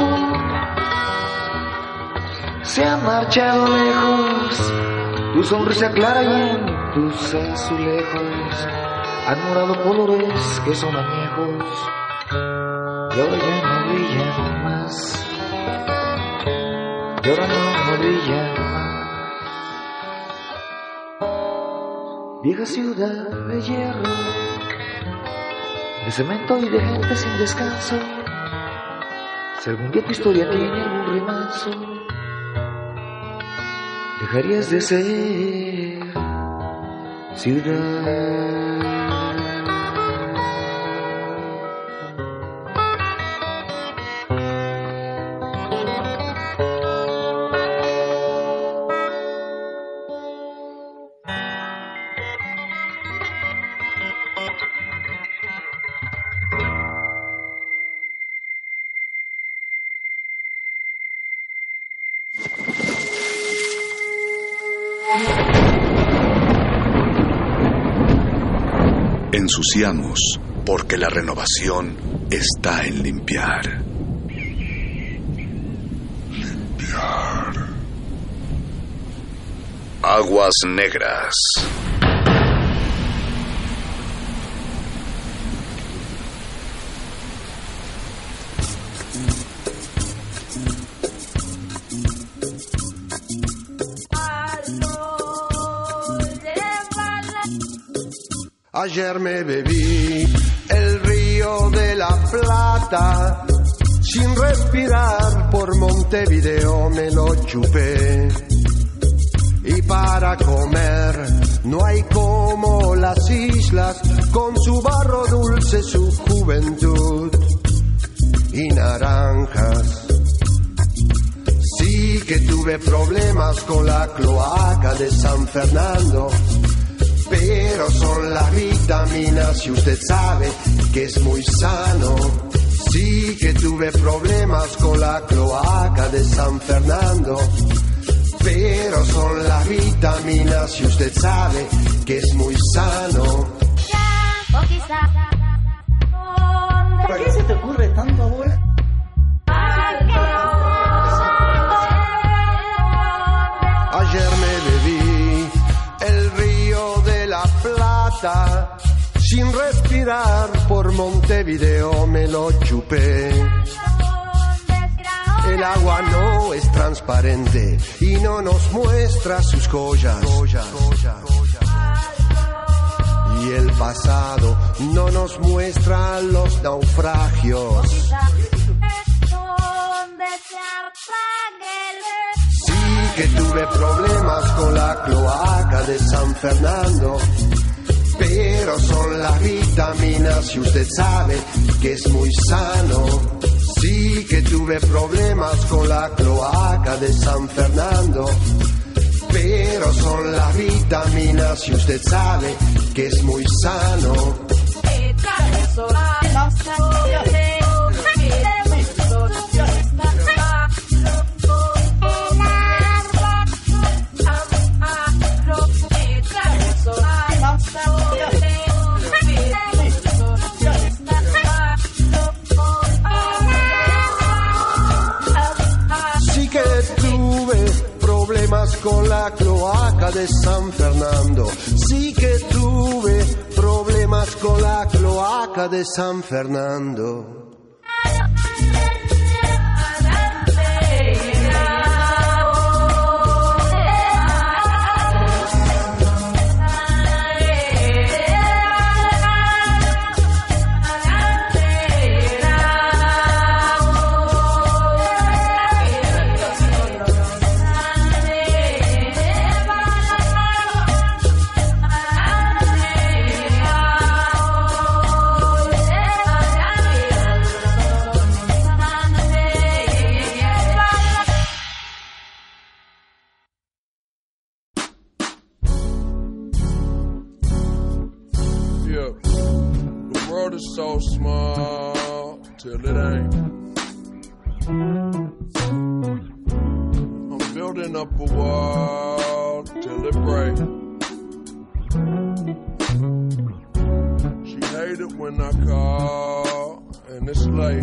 se ha marchado lejos tu sonrisa clara y en tus azulejos han morado colores que son añejos y ahora ya no brillan más, y ahora no brillan más. Vieja ciudad de hierro, de cemento y de gente sin descanso, si algún día tu historia tiene algún remanso, dejarías de ser ciudad. Ensuciamos porque la renovación está en limpiar. Limpiar. Aguas Negras. Ayer me bebí el río de la Plata, sin respirar por Montevideo me lo chupé. Y para comer no hay como las islas, con su barro dulce, su juventud y naranjas. Sí que tuve problemas con la cloaca de San Fernando, pero son las vitaminas y usted sabe que es muy sano. Sí que tuve problemas con la cloaca de San Fernando, pero son las vitaminas y usted sabe que es muy sano. Ya, o quizá. ¿Por qué se te ocurre tanto, abuela? basta. Sin respirar por Montevideo me lo chupé. El agua no es transparente y no nos muestra sus joyas. Y el pasado no nos muestra los naufragios. Sí que tuve problemas con la cloaca de San Fernando, pero son las vitaminas y usted sabe que es muy sano. Sí que tuve problemas con la cloaca de San Fernando, pero son las vitaminas y usted sabe que es muy sano. Con la cloaca de San Fernando, sí que tuve problemas con la cloaca de San Fernando. So small till it ain't. I'm building up a wall till it breaks. She hated when I call and it's late.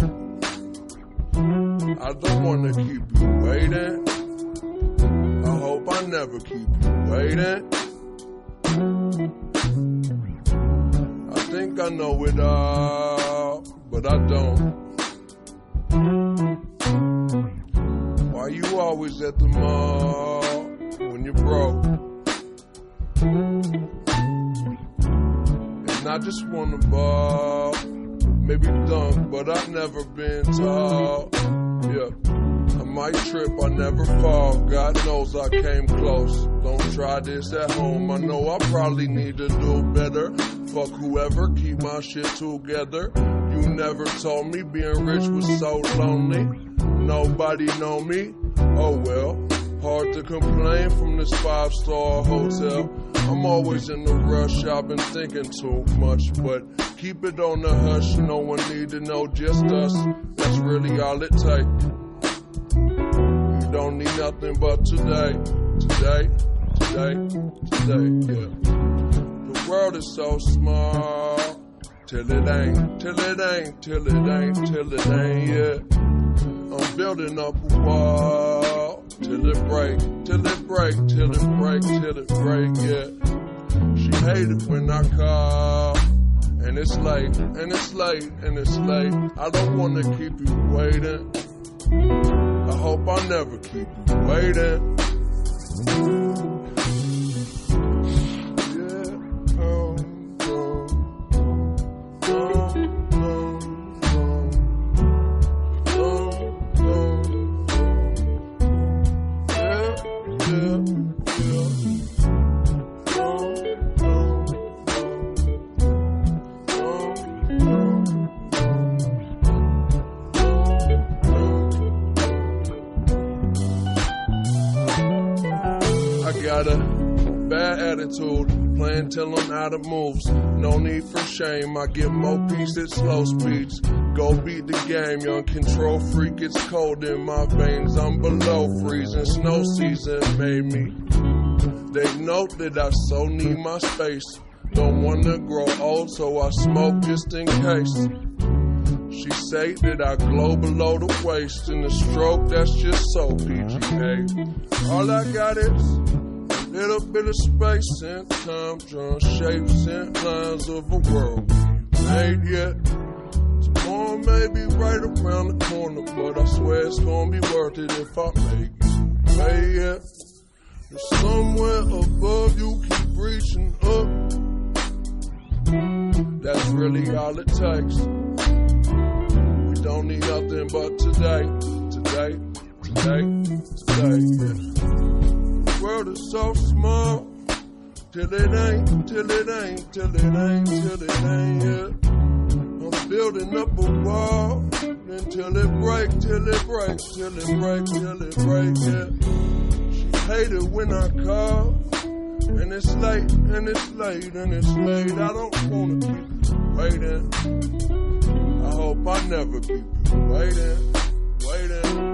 I don't wanna keep you waiting. I hope I never keep you waiting. I think I know it all, but I don't. Why you always at the mall when you're broke? And I just wanna ball, maybe dunk, but I've never been tall. Yeah, I might trip, I never fall. God knows I came close. Don't try this at home, I know I probably need to do better. Fuck whoever, keep my shit together. You never told me being rich was so lonely. Nobody know me, oh well. Hard to complain from this 5-star hotel. I'm always in a rush, I've been thinking too much. But keep it on the hush, no one need to know, just us. That's really all it takes. You don't need nothing but today, today, yeah. The world is so small, till it ain't, till it ain't, till it ain't, till it ain't, yeah. I'm building up a wall, till it break, till it break, till it break, till it break, yeah. She hated when I call, and it's late, and it's late, and it's late. I don't wanna keep you waiting. I hope I never keep you waiting. Got a bad attitude, playing till I'm out of moves. No need for shame, I get more peace at slow speeds. Go beat the game, young control freak, it's cold in my veins. I'm below freezing, snow season made me. They know that I so need my space. Don't wanna grow old, so I smoke just in case. She say that I glow below the waist. In the stroke, that's just so PGA. All I got is Lit up in the space and time, drawing shapes and lines of a world we ain't made yet. Tomorrow may be right around the corner, but I swear it's gonna be worth it if I make it. Hey, yeah. There's somewhere above you, keep reaching up. That's really all it takes. We don't need nothing but today, today, today, today, yeah. The world is so small, till it ain't, till it ain't, till it ain't, till it ain't, yeah. I'm building up a wall, until it break, till it break, till it break, till it break, yeah. She hated when I call, and it's late, and it's late, and it's late. I don't wanna keep you waiting. I hope I never keep you waiting, waiting.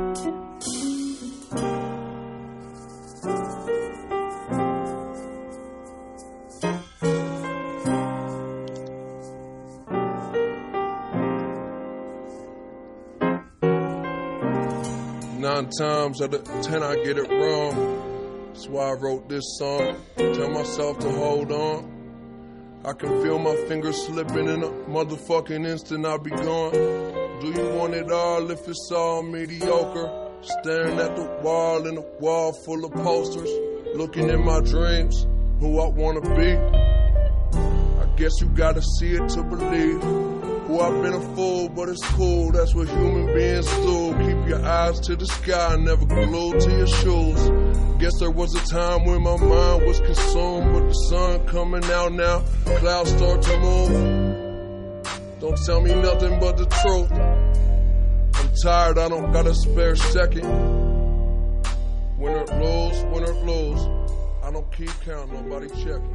Nine times out of 10 I get it wrong. That's why I wrote this song. Tell myself to hold on. I can feel my fingers slipping in a motherfucking instant I'll be gone. Do you want it all if it's all mediocre? Staring at the wall in a wall full of posters. Looking in my dreams, who I wanna be. I guess you gotta see it to believe. Well, I've been a fool, but it's cool. That's what human beings do. Keep your eyes to the sky, never glued to your shoes. Guess there was a time when my mind was consumed, but the sun coming out now, clouds start to move. Don't tell me nothing but the truth. I'm tired, I don't got a spare second. Win or lose, I don't keep count, nobody checking.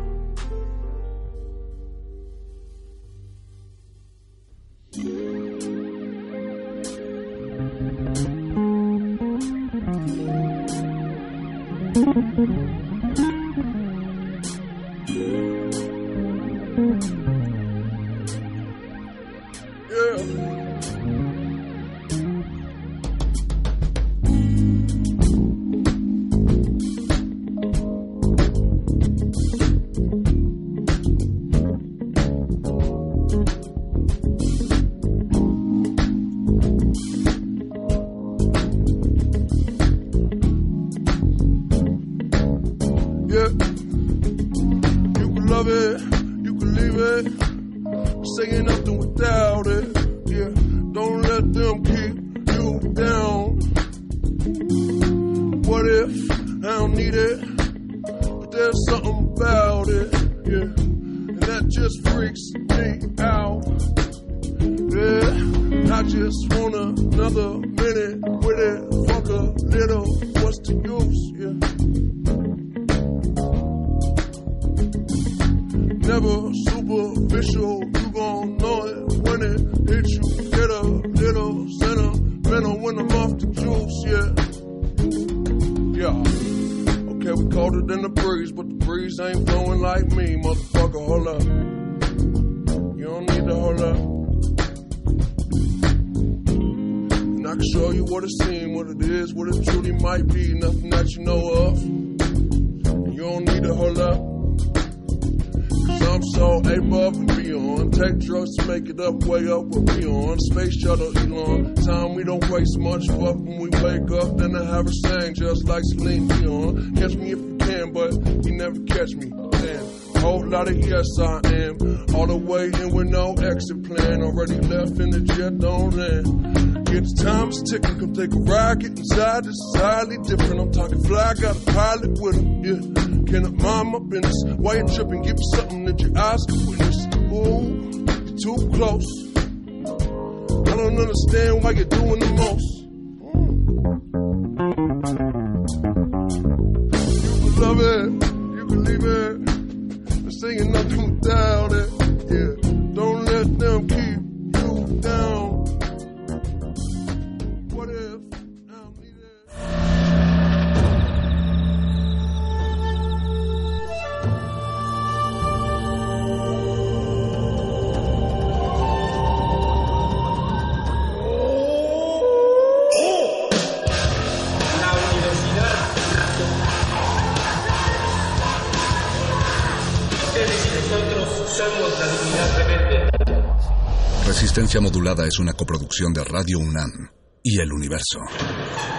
Way up where we on space shuttle Elon. Time we don't waste much. Fuck when we wake up, then I have her sang just like Celine Dion. Catch me if you can, but you never catch me. Damn, whole lot of yes I am. All the way in with no exit plan. Already left in the jet, don't land. Get the time's ticking, come take a ride, get inside. This is highly different. I'm talking fly, got a pilot with him. Yeah, cannot mind my business. Why you tripping? Give me something that your eyes can witness. Ooh. Too close. I don't understand why you're doing the most. You can love it, you can leave it. I'm saying nothing without it. Yeah, don't let them keep you down. What if I'm needed? usamos la dignidad rebelde. Resistencia Modulada es una coproducción de Radio UNAM y El Universo.